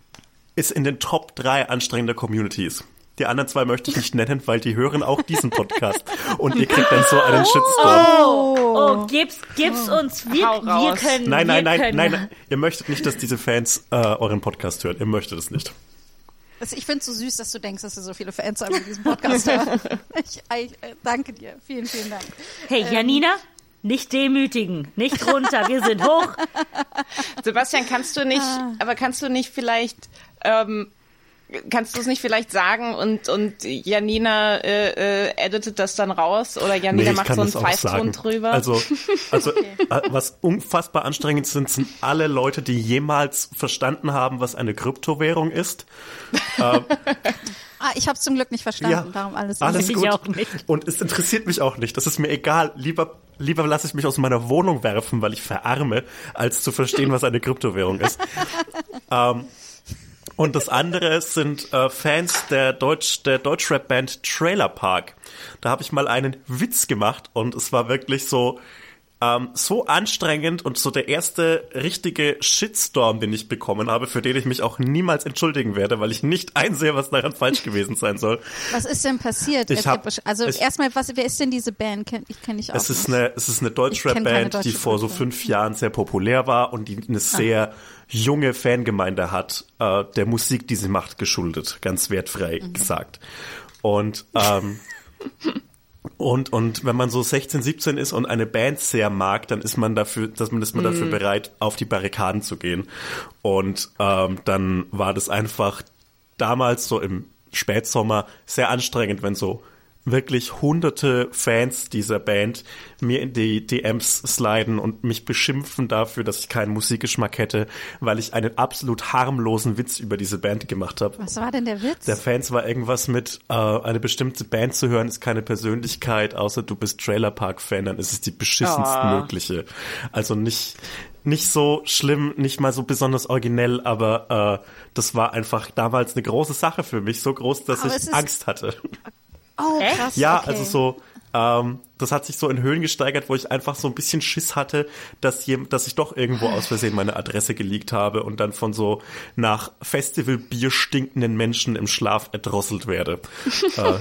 Speaker 1: ist in den Top drei anstrengender Communities. Die anderen zwei möchte ich nicht nennen, weil die hören auch diesen Podcast. Und ihr kriegt dann so einen Shitstorm.
Speaker 2: Oh, oh gib's, gib's uns. Wir,
Speaker 5: Hau
Speaker 2: wir
Speaker 5: raus.
Speaker 2: können.
Speaker 1: Nein, nein,
Speaker 2: wir
Speaker 1: nein,
Speaker 2: können.
Speaker 1: nein, nein. Ihr möchtet nicht, dass diese Fans äh, euren Podcast hören. Ihr möchtet es nicht.
Speaker 4: Also ich finde es so süß, dass du denkst, dass wir so viele Fans haben in diesem Podcast haben. Ich, ich äh, danke dir. Vielen, vielen Dank.
Speaker 2: Hey, Janina, nicht demütigen, nicht runter, wir sind hoch.
Speaker 5: Sebastian, kannst du nicht, aber kannst du nicht vielleicht, ähm, kannst du es nicht vielleicht sagen und, und Janina äh, äh, editet das dann raus oder Janina
Speaker 1: Nee, ich
Speaker 5: macht
Speaker 1: kann
Speaker 5: so einen
Speaker 1: das auch
Speaker 5: Pfeifton
Speaker 1: sagen.
Speaker 5: drüber?
Speaker 1: Also, also äh, was unfassbar anstrengend sind, sind alle Leute, die jemals verstanden haben, was eine Kryptowährung ist.
Speaker 4: Ah, ich habe es zum Glück nicht verstanden.
Speaker 1: Ja,
Speaker 4: Darum alles.
Speaker 1: alles
Speaker 2: Ich
Speaker 1: gut.
Speaker 2: auch nicht.
Speaker 1: Und es interessiert mich auch nicht. Das ist mir egal. Lieber, lieber lasse ich mich aus meiner Wohnung werfen, weil ich verarme, als zu verstehen, was eine Kryptowährung ist. ähm, und das andere sind äh, Fans der Deutsch, der Deutschrap-Band Trailer Park. Da habe ich mal einen Witz gemacht und es war wirklich so, ähm, so anstrengend und so der erste richtige Shitstorm, den ich bekommen habe, für den ich mich auch niemals entschuldigen werde, weil ich nicht einsehe, was daran falsch gewesen sein soll.
Speaker 4: Was ist denn passiert?
Speaker 1: Ich hab-
Speaker 4: also
Speaker 1: ich-
Speaker 4: erstmal, was, wer ist denn diese Band? Kenn, ich kenne ich auch
Speaker 1: Es ist
Speaker 4: nicht.
Speaker 1: eine, es ist eine
Speaker 4: Ich kenn keine
Speaker 1: Deutschrap-Band,
Speaker 4: deutsche
Speaker 1: die vor so
Speaker 4: Band.
Speaker 1: fünf Jahren sehr populär war und die eine sehr junge Fangemeinde hat, äh, der Musik, die sie macht, geschuldet, ganz wertfrei gesagt. Und, ähm, und, und wenn man so sechzehn, siebzehn ist und eine Band sehr mag, dann ist man dafür, dass man ist man dafür bereit, auf die Barrikaden zu gehen. Und ähm, dann war das einfach damals so im Spätsommer sehr anstrengend, wenn so wirklich hunderte Fans dieser Band mir in die D Ms sliden und mich beschimpfen dafür, dass ich keinen Musikgeschmack hätte, weil ich einen absolut harmlosen Witz über diese Band gemacht habe.
Speaker 4: Was war denn der Witz?
Speaker 1: Der Fans war irgendwas mit, äh, eine bestimmte Band zu hören, ist keine Persönlichkeit, außer du bist Trailer Park Fan, dann ist es die beschissenst
Speaker 5: Oh.
Speaker 1: mögliche. Also nicht, nicht so schlimm, nicht mal so besonders originell, aber äh, das war einfach damals eine große Sache für mich, so groß, dass
Speaker 4: Aber es
Speaker 1: ich
Speaker 4: ist-
Speaker 1: Angst hatte.
Speaker 4: Oh,
Speaker 2: Echt?
Speaker 4: krass.
Speaker 1: Ja,
Speaker 4: okay.
Speaker 1: also so, ähm, das hat sich so in Höhen gesteigert, wo ich einfach so ein bisschen Schiss hatte, dass, jem, dass ich doch irgendwo aus Versehen meine Adresse geleakt habe und dann von so nach Festivalbier stinkenden Menschen im Schlaf erdrosselt werde. äh,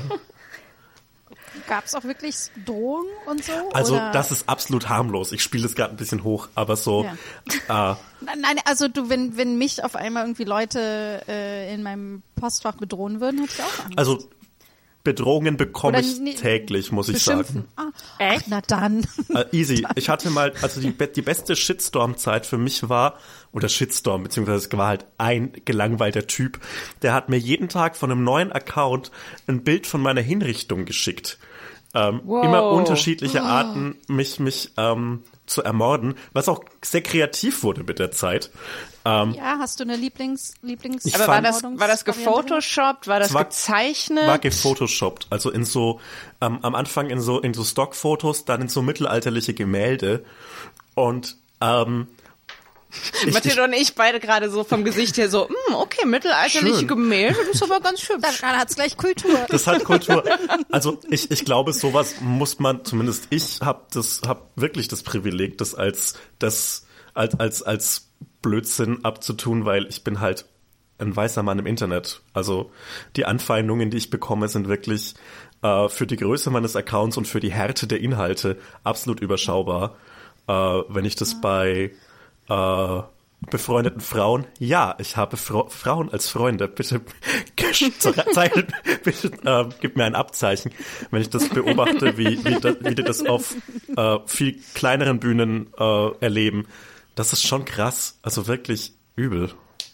Speaker 4: Gab es auch wirklich Drohungen und so?
Speaker 1: also
Speaker 4: oder?
Speaker 1: das ist absolut harmlos. Ich spiele das gerade ein bisschen hoch, aber so, äh,
Speaker 4: Nein, nein, also du, wenn, wenn mich auf einmal irgendwie Leute äh, in meinem Postfach bedrohen würden, hätte ich auch Angst.
Speaker 1: also Bedrohungen bekomme
Speaker 4: Oder
Speaker 1: ich
Speaker 4: nee,
Speaker 1: täglich, muss ich
Speaker 4: Beschimpfen.
Speaker 1: sagen.
Speaker 4: Ah,
Speaker 2: Echt?
Speaker 4: ach, na dann.
Speaker 1: Äh, easy. Ich hatte mal, also die, be- die beste Shitstorm-Zeit für mich war, oder Shitstorm, beziehungsweise es war halt ein gelangweilter Typ, der hat mir jeden Tag von einem neuen Account ein Bild von meiner Hinrichtung geschickt. Ähm,
Speaker 5: Wow.
Speaker 1: Immer unterschiedliche Arten, mich, mich ähm, zu ermorden, was auch sehr kreativ wurde mit der Zeit. Ähm,
Speaker 4: Ja, hast du eine Lieblings, Lieblings
Speaker 1: Ich
Speaker 5: aber war
Speaker 1: fand-
Speaker 5: das, war das gefotoshoppt? War das
Speaker 1: war-
Speaker 5: gezeichnet?
Speaker 1: War gefotoshoppt, also in so ähm, am Anfang in so in so Stockfotos, dann in so mittelalterliche Gemälde und ähm, ich,
Speaker 5: Mathilde und ich beide gerade so vom Gesicht her so, hm, okay, mittelalterliche
Speaker 1: Schön.
Speaker 5: Gemälde, das ist aber ganz hübsch.
Speaker 4: Dann hat's gleich Kultur.
Speaker 1: das hat Kultur. Also ich, ich glaube, sowas muss man, zumindest ich habe das, hab wirklich das Privileg, das als das als als als Blödsinn abzutun, weil ich bin halt ein weißer Mann im Internet. Also die Anfeindungen, die ich bekomme, sind wirklich äh, für die Größe meines Accounts und für die Härte der Inhalte absolut überschaubar. Äh, wenn ich das bei äh, befreundeten Frauen, ja, ich habe Fra- Frauen als Freunde, bitte, Zeichen, bitte äh, gib mir ein Abzeichen, wenn ich das beobachte, wie, wie, da, wie die das auf äh, viel kleineren Bühnen äh, erleben. Das ist schon krass, also wirklich übel.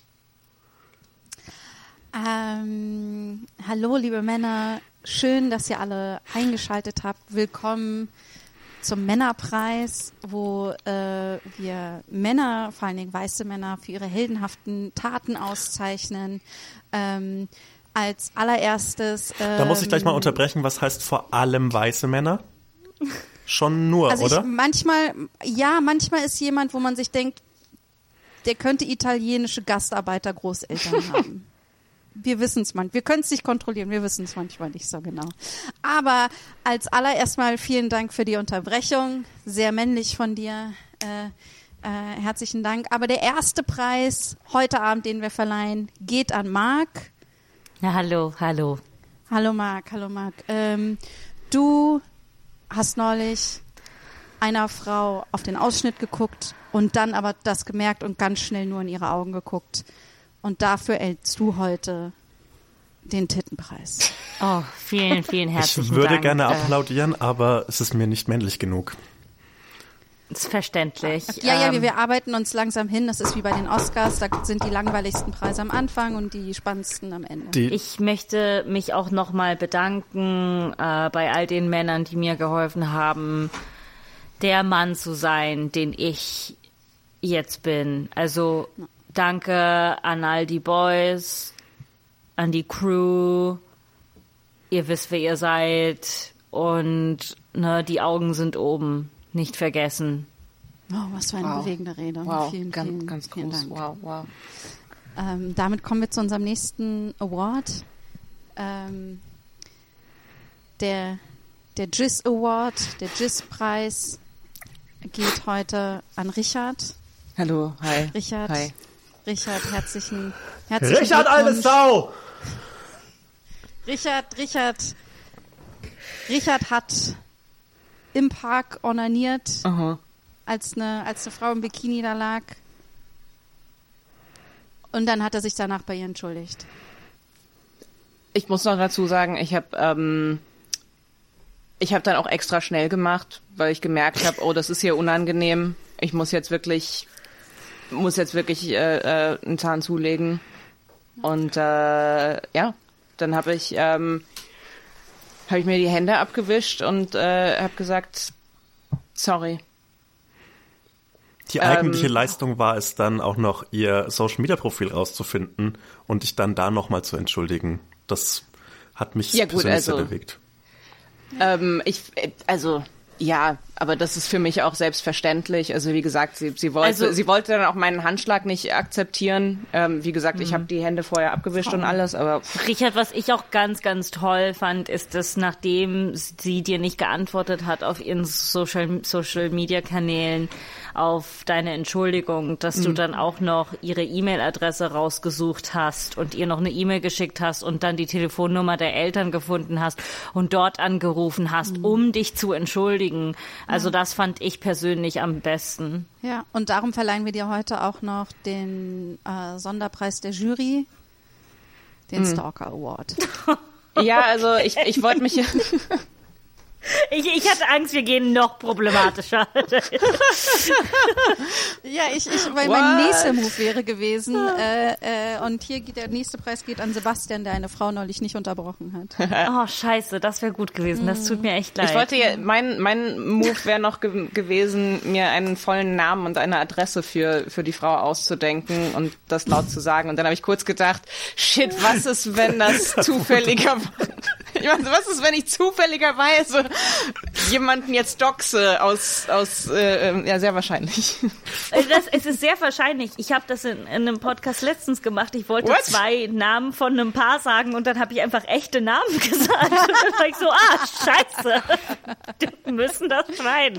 Speaker 4: Ähm, hallo, liebe Männer. Schön, dass ihr alle eingeschaltet habt. Willkommen zum Männerpreis, wo äh, wir Männer, vor allen Dingen weiße Männer, für ihre heldenhaften Taten auszeichnen. Ähm, als allererstes. Ähm,
Speaker 1: Da muss ich gleich mal unterbrechen, was heißt vor allem weiße Männer? Schon nur,
Speaker 4: Also
Speaker 1: oder?
Speaker 4: ich, manchmal, ja, manchmal ist jemand, wo man sich denkt, der könnte italienische Gastarbeiter-Großeltern haben. Wir wissen es manchmal. Wir können es nicht kontrollieren. Wir wissen es manchmal nicht so genau. Aber als allererst mal vielen Dank für die Unterbrechung. Sehr männlich von dir. Äh, äh, herzlichen Dank. Aber der erste Preis heute Abend, den wir verleihen, geht an Marc.
Speaker 2: Na, hallo, hallo.
Speaker 4: Hallo Marc, hallo Marc. Ähm, du hast neulich einer Frau auf den Ausschnitt geguckt und dann aber das gemerkt und ganz schnell nur in ihre Augen geguckt. Und dafür erhältst du heute den Tittenpreis.
Speaker 2: Oh, vielen, vielen herzlichen Dank.
Speaker 1: Ich würde
Speaker 2: Dank.
Speaker 1: gerne
Speaker 2: Äh,
Speaker 1: applaudieren, aber es ist mir nicht männlich genug.
Speaker 2: Ist verständlich.
Speaker 4: Ja, ja,
Speaker 2: Ähm,
Speaker 4: wir, wir arbeiten uns langsam hin. Das ist wie bei den Oscars. Da sind die langweiligsten Preise am Anfang und die spannendsten am Ende.
Speaker 1: Die,
Speaker 2: Ich möchte mich auch nochmal bedanken äh, bei all den Männern, die mir geholfen haben, der Mann zu sein, den ich jetzt bin. Also danke an all die Boys, an die Crew. Ihr wisst, wer ihr seid. Und ne, die Augen sind oben. Nicht vergessen.
Speaker 4: Oh, was für eine
Speaker 5: Wow.
Speaker 4: bewegende Rede.
Speaker 5: Wow,
Speaker 4: vielen,
Speaker 5: ganz,
Speaker 4: vielen,
Speaker 5: ganz
Speaker 4: vielen
Speaker 5: groß.
Speaker 4: Dank.
Speaker 5: Wow, wow.
Speaker 4: Ähm, damit kommen wir zu unserem nächsten Award. Ähm, der der Jizz Award, der Jizz-Preis geht heute an Richard.
Speaker 5: Hallo, hi.
Speaker 4: Richard,
Speaker 5: Hi.
Speaker 4: Richard, herzlichen, herzlichen
Speaker 1: Richard, alte
Speaker 4: Glückwunsch.
Speaker 1: Sau!
Speaker 4: Richard, Richard, Richard hat im Park ornaniert,
Speaker 5: Aha.
Speaker 4: als eine, als eine Frau im Bikini da lag. Und dann hat er sich danach bei ihr entschuldigt.
Speaker 5: Ich muss noch dazu sagen, ich habe ähm, ich habe dann auch extra schnell gemacht, weil ich gemerkt habe, oh, das ist hier unangenehm. Ich muss jetzt wirklich muss jetzt wirklich äh, äh, einen Zahn zulegen. Und äh, ja, dann habe ich ähm, habe ich mir die Hände abgewischt und äh, habe gesagt, sorry.
Speaker 1: Die eigentliche
Speaker 5: Ähm,
Speaker 1: Leistung war es dann auch noch, ihr Social-Media-Profil rauszufinden und dich dann da nochmal zu entschuldigen. Das hat mich
Speaker 5: Ja, gut,
Speaker 1: persönlich sehr
Speaker 5: also-
Speaker 1: bewegt.
Speaker 5: Ähm, ich, äh, also, ja, aber das ist für mich auch selbstverständlich. Also, wie gesagt, sie, sie wollte,
Speaker 2: Also-
Speaker 5: sie wollte dann auch meinen Handschlag nicht akzeptieren. Ähm, wie gesagt, ich habe die Hände vorher abgewischt und alles, aber
Speaker 2: Richard, was ich auch ganz, ganz toll fand, ist, dass nachdem sie dir nicht geantwortet hat auf ihren Social, Social Media Kanälen auf deine Entschuldigung, dass du dann auch noch ihre E-Mail-Adresse rausgesucht hast und ihr noch eine E-Mail geschickt hast und dann die Telefonnummer der Eltern gefunden hast und dort angerufen hast, um dich zu entschuldigen. Also das fand ich persönlich am besten.
Speaker 4: Ja, und darum verleihen wir dir heute auch noch den äh, Sonderpreis der Jury, den Stalker Award.
Speaker 5: ja, also ich, ich wollte mich
Speaker 2: Ich, ich hatte Angst, wir gehen noch problematischer.
Speaker 4: Ja, ich, ich, weil
Speaker 5: What?
Speaker 4: mein nächster Move wäre gewesen, äh, äh, und hier geht der nächste Preis geht an Sebastian, der eine Frau neulich nicht unterbrochen hat.
Speaker 2: Oh, scheiße, das wäre gut gewesen. Das tut mir echt leid.
Speaker 5: Ich wollte ja, mein, mein Move wäre noch ge gewesen, mir einen vollen Namen und eine Adresse für, für die Frau auszudenken und das laut zu sagen. Und dann habe ich kurz gedacht, shit, was ist, wenn das zufälligerweise, ich meine, was ist, wenn ich zufälligerweise jemanden jetzt doxe aus, aus, äh, ja, sehr wahrscheinlich.
Speaker 2: Also das, es ist sehr wahrscheinlich. Ich habe das in, in einem Podcast letztens gemacht. Ich wollte
Speaker 5: What?
Speaker 2: zwei Namen von einem Paar sagen und dann habe ich einfach echte Namen gesagt. Und dann war ich so, ah, scheiße. Wir müssen das schneiden.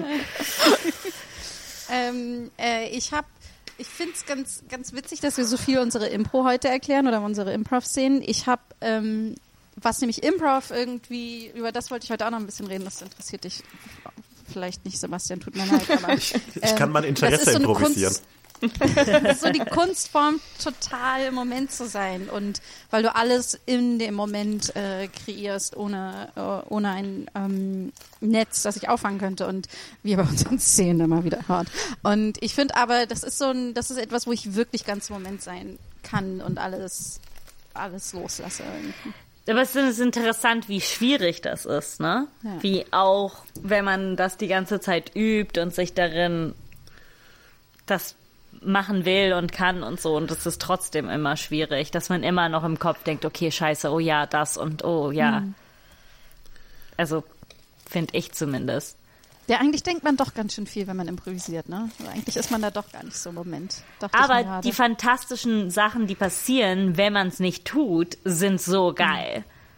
Speaker 4: ähm, äh, ich habe Ich finde es ganz, ganz witzig, dass wir so viel unsere Impro heute erklären oder unsere Improv-Szenen. Ich habe, ähm, was nämlich Improv irgendwie, über das wollte ich heute auch noch ein bisschen reden, das interessiert dich vielleicht nicht, Sebastian, tut mir leid. Aber,
Speaker 1: Ich, ich kann mein
Speaker 4: das
Speaker 1: Interesse
Speaker 4: ist so eine
Speaker 1: improvisieren.
Speaker 4: Kunst- Das ist so die Kunstform, total im Moment zu sein und weil du alles in dem Moment äh, kreierst, ohne, äh, ohne ein ähm, Netz, das ich auffangen könnte und wie ihr bei unseren Szenen immer wieder hört. Und ich finde aber, das ist so ein, das ist etwas, wo ich wirklich ganz im Moment sein kann und alles, alles loslasse.
Speaker 2: Aber es ist interessant, wie schwierig das ist, ne?
Speaker 4: Ja.
Speaker 2: Wie auch, wenn man das die ganze Zeit übt und sich darin das machen will und kann und so. Und es ist trotzdem immer schwierig, dass man immer noch im Kopf denkt, okay, scheiße, oh ja, das und oh ja.
Speaker 4: Mhm.
Speaker 2: Also, finde ich zumindest.
Speaker 4: Ja, eigentlich denkt man doch ganz schön viel, wenn man improvisiert, ne? Also eigentlich ist man da doch gar nicht so im Moment. Dachte ich mir
Speaker 2: Aber
Speaker 4: gerade.
Speaker 2: die fantastischen Sachen, die passieren, wenn man es nicht tut, sind so geil.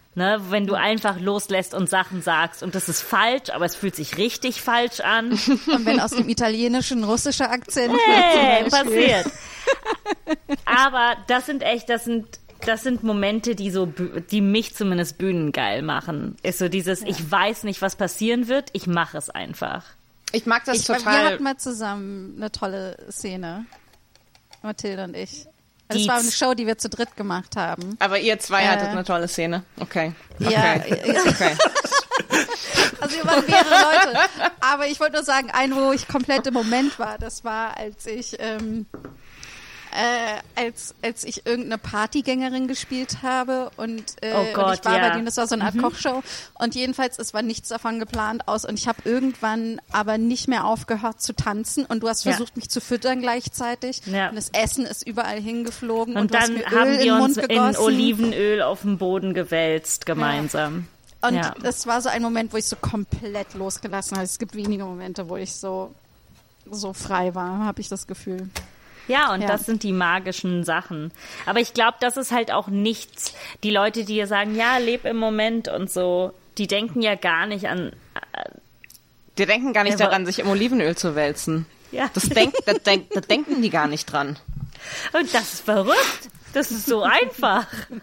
Speaker 2: Ne, wenn du einfach loslässt und Sachen sagst und das ist falsch, aber es fühlt sich richtig falsch an.
Speaker 4: Und wenn aus dem Italienischen russischer Akzent
Speaker 2: Hey,
Speaker 4: wird zum Beispiel.
Speaker 2: passiert. Aber das sind echt, das sind, das sind Momente, die so, bü- die mich zumindest bühnengeil machen. Ist so dieses, ich weiß nicht, was passieren wird, ich mache es einfach.
Speaker 5: Ich mag das
Speaker 4: Ich, wir
Speaker 5: total.
Speaker 4: hatten mal zusammen eine tolle Szene. Mathilde und ich. Das
Speaker 2: Die-
Speaker 4: war eine Show, die wir zu dritt gemacht haben.
Speaker 5: Aber ihr zwei
Speaker 4: Äh.
Speaker 5: hattet eine tolle Szene. Okay.
Speaker 4: Ja,
Speaker 5: Okay. Okay.
Speaker 4: also wir waren mehrere Leute. Aber ich wollte nur sagen, ein, wo ich komplett im Moment war, das war, als ich ähm, äh, als als ich irgendeine Partygängerin gespielt habe und, äh,
Speaker 2: Oh
Speaker 4: und
Speaker 2: Gott,
Speaker 4: ich war
Speaker 2: ja.
Speaker 4: bei denen, das war so eine Art Kochshow und jedenfalls, es war nichts davon geplant aus und ich habe irgendwann aber nicht mehr aufgehört zu tanzen und du hast
Speaker 2: Ja.
Speaker 4: versucht, mich zu füttern gleichzeitig
Speaker 2: Ja.
Speaker 4: und das Essen ist überall hingeflogen und,
Speaker 2: Und
Speaker 4: du hast
Speaker 2: dann
Speaker 4: mir Öl
Speaker 2: haben
Speaker 4: in
Speaker 2: wir
Speaker 4: den
Speaker 2: uns
Speaker 4: Mund
Speaker 2: in
Speaker 4: gegossen.
Speaker 2: Olivenöl auf dem Boden gewälzt gemeinsam.
Speaker 4: Und
Speaker 2: Ja.
Speaker 4: es war so ein Moment, wo ich so komplett losgelassen habe. Es gibt wenige Momente, wo ich so, so frei war, habe ich das Gefühl.
Speaker 2: Ja, und
Speaker 4: Ja.
Speaker 2: das sind die magischen Sachen. Aber ich glaube, das ist halt auch nichts. Die Leute, die dir sagen, ja, leb im Moment und so, die denken ja gar nicht an.
Speaker 5: Die denken gar nicht
Speaker 2: Ja,
Speaker 5: daran, sich im Olivenöl zu wälzen.
Speaker 2: Ja.
Speaker 5: Das, denk, das, denk, das denken die gar nicht dran.
Speaker 2: Und das ist verrückt. Das ist so einfach.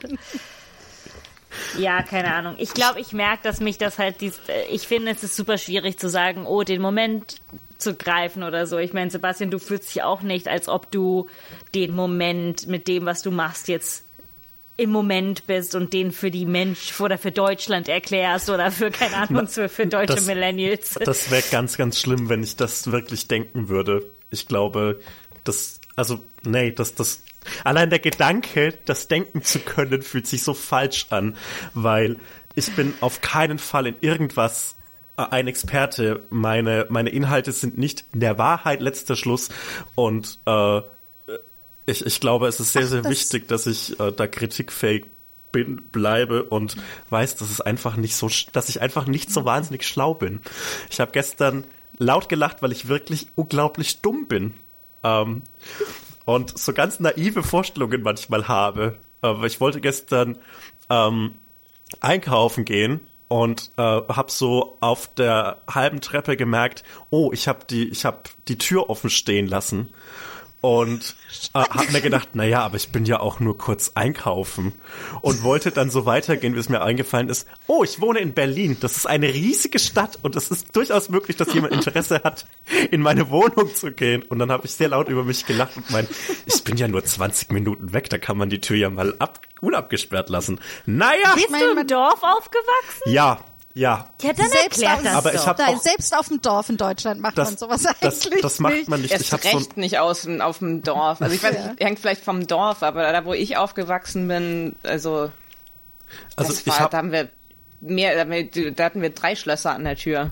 Speaker 2: Ja, keine Ahnung. Ich glaube, ich merke, dass mich das halt, dies, ich finde, es ist super schwierig zu sagen, oh, den Moment zu greifen oder so. Ich meine, Sebastian, du fühlst dich auch nicht, als ob du den Moment mit dem, was du machst, jetzt im Moment bist und den für die Mensch oder für Deutschland erklärst oder für, keine Ahnung, für, für deutsche
Speaker 1: das-
Speaker 2: Millennials.
Speaker 1: Das wäre ganz, ganz schlimm, wenn ich das wirklich denken würde. Ich glaube, das, also, nee, das, das, allein der Gedanke, das denken zu können, fühlt sich so falsch an, weil ich bin auf keinen Fall in irgendwas ein Experte. Meine, meine Inhalte sind nicht der Wahrheit letzter Schluss und, äh, ich, ich glaube, es ist sehr,
Speaker 4: Ach,
Speaker 1: sehr
Speaker 4: das-
Speaker 1: wichtig, dass ich äh, da kritikfähig bin, bleibe und weiß, dass es einfach nicht so, sch- dass ich einfach nicht so wahnsinnig schlau bin. Ich habe gestern laut gelacht, weil ich wirklich unglaublich dumm bin. Ähm, und so ganz naive Vorstellungen manchmal habe. Aber ich wollte gestern ähm, einkaufen gehen und äh, habe so auf der halben Treppe gemerkt, oh, ich habe die, ich habe die Tür offen stehen lassen. Und äh, hab mir gedacht, naja, aber ich bin ja auch nur kurz einkaufen und wollte dann so weitergehen, wie es mir eingefallen ist. Oh, ich wohne in Berlin. Das ist eine riesige Stadt und es ist durchaus möglich, dass jemand Interesse hat, in meine Wohnung zu gehen. Und dann habe ich sehr laut über mich gelacht und mein, ich bin ja nur zwanzig Minuten weg, da kann man die Tür ja mal ab, unabgesperrt lassen. Naja,
Speaker 2: Bist du im Dorf aufgewachsen?
Speaker 1: ja, ja.
Speaker 2: Ja, dann
Speaker 4: Selbst
Speaker 2: erklärt
Speaker 4: auf-
Speaker 2: das
Speaker 1: Aber
Speaker 2: doch.
Speaker 1: ich hab
Speaker 4: Da,
Speaker 1: auch-
Speaker 4: selbst auf dem Dorf in Deutschland macht
Speaker 1: Das,
Speaker 4: man sowas
Speaker 1: das,
Speaker 4: eigentlich
Speaker 1: das macht
Speaker 4: nicht.
Speaker 1: man nicht. Ich
Speaker 5: Erst
Speaker 1: habe so ein,
Speaker 5: recht nicht aus, auf dem Dorf. Also ich weiß nicht, hängt vielleicht vom Dorf, aber da, wo ich aufgewachsen bin, also,
Speaker 1: also
Speaker 5: das
Speaker 1: ich
Speaker 5: war,
Speaker 1: habe
Speaker 5: da haben wir mehr, da, haben wir, da hatten wir drei Schlösser an der Tür.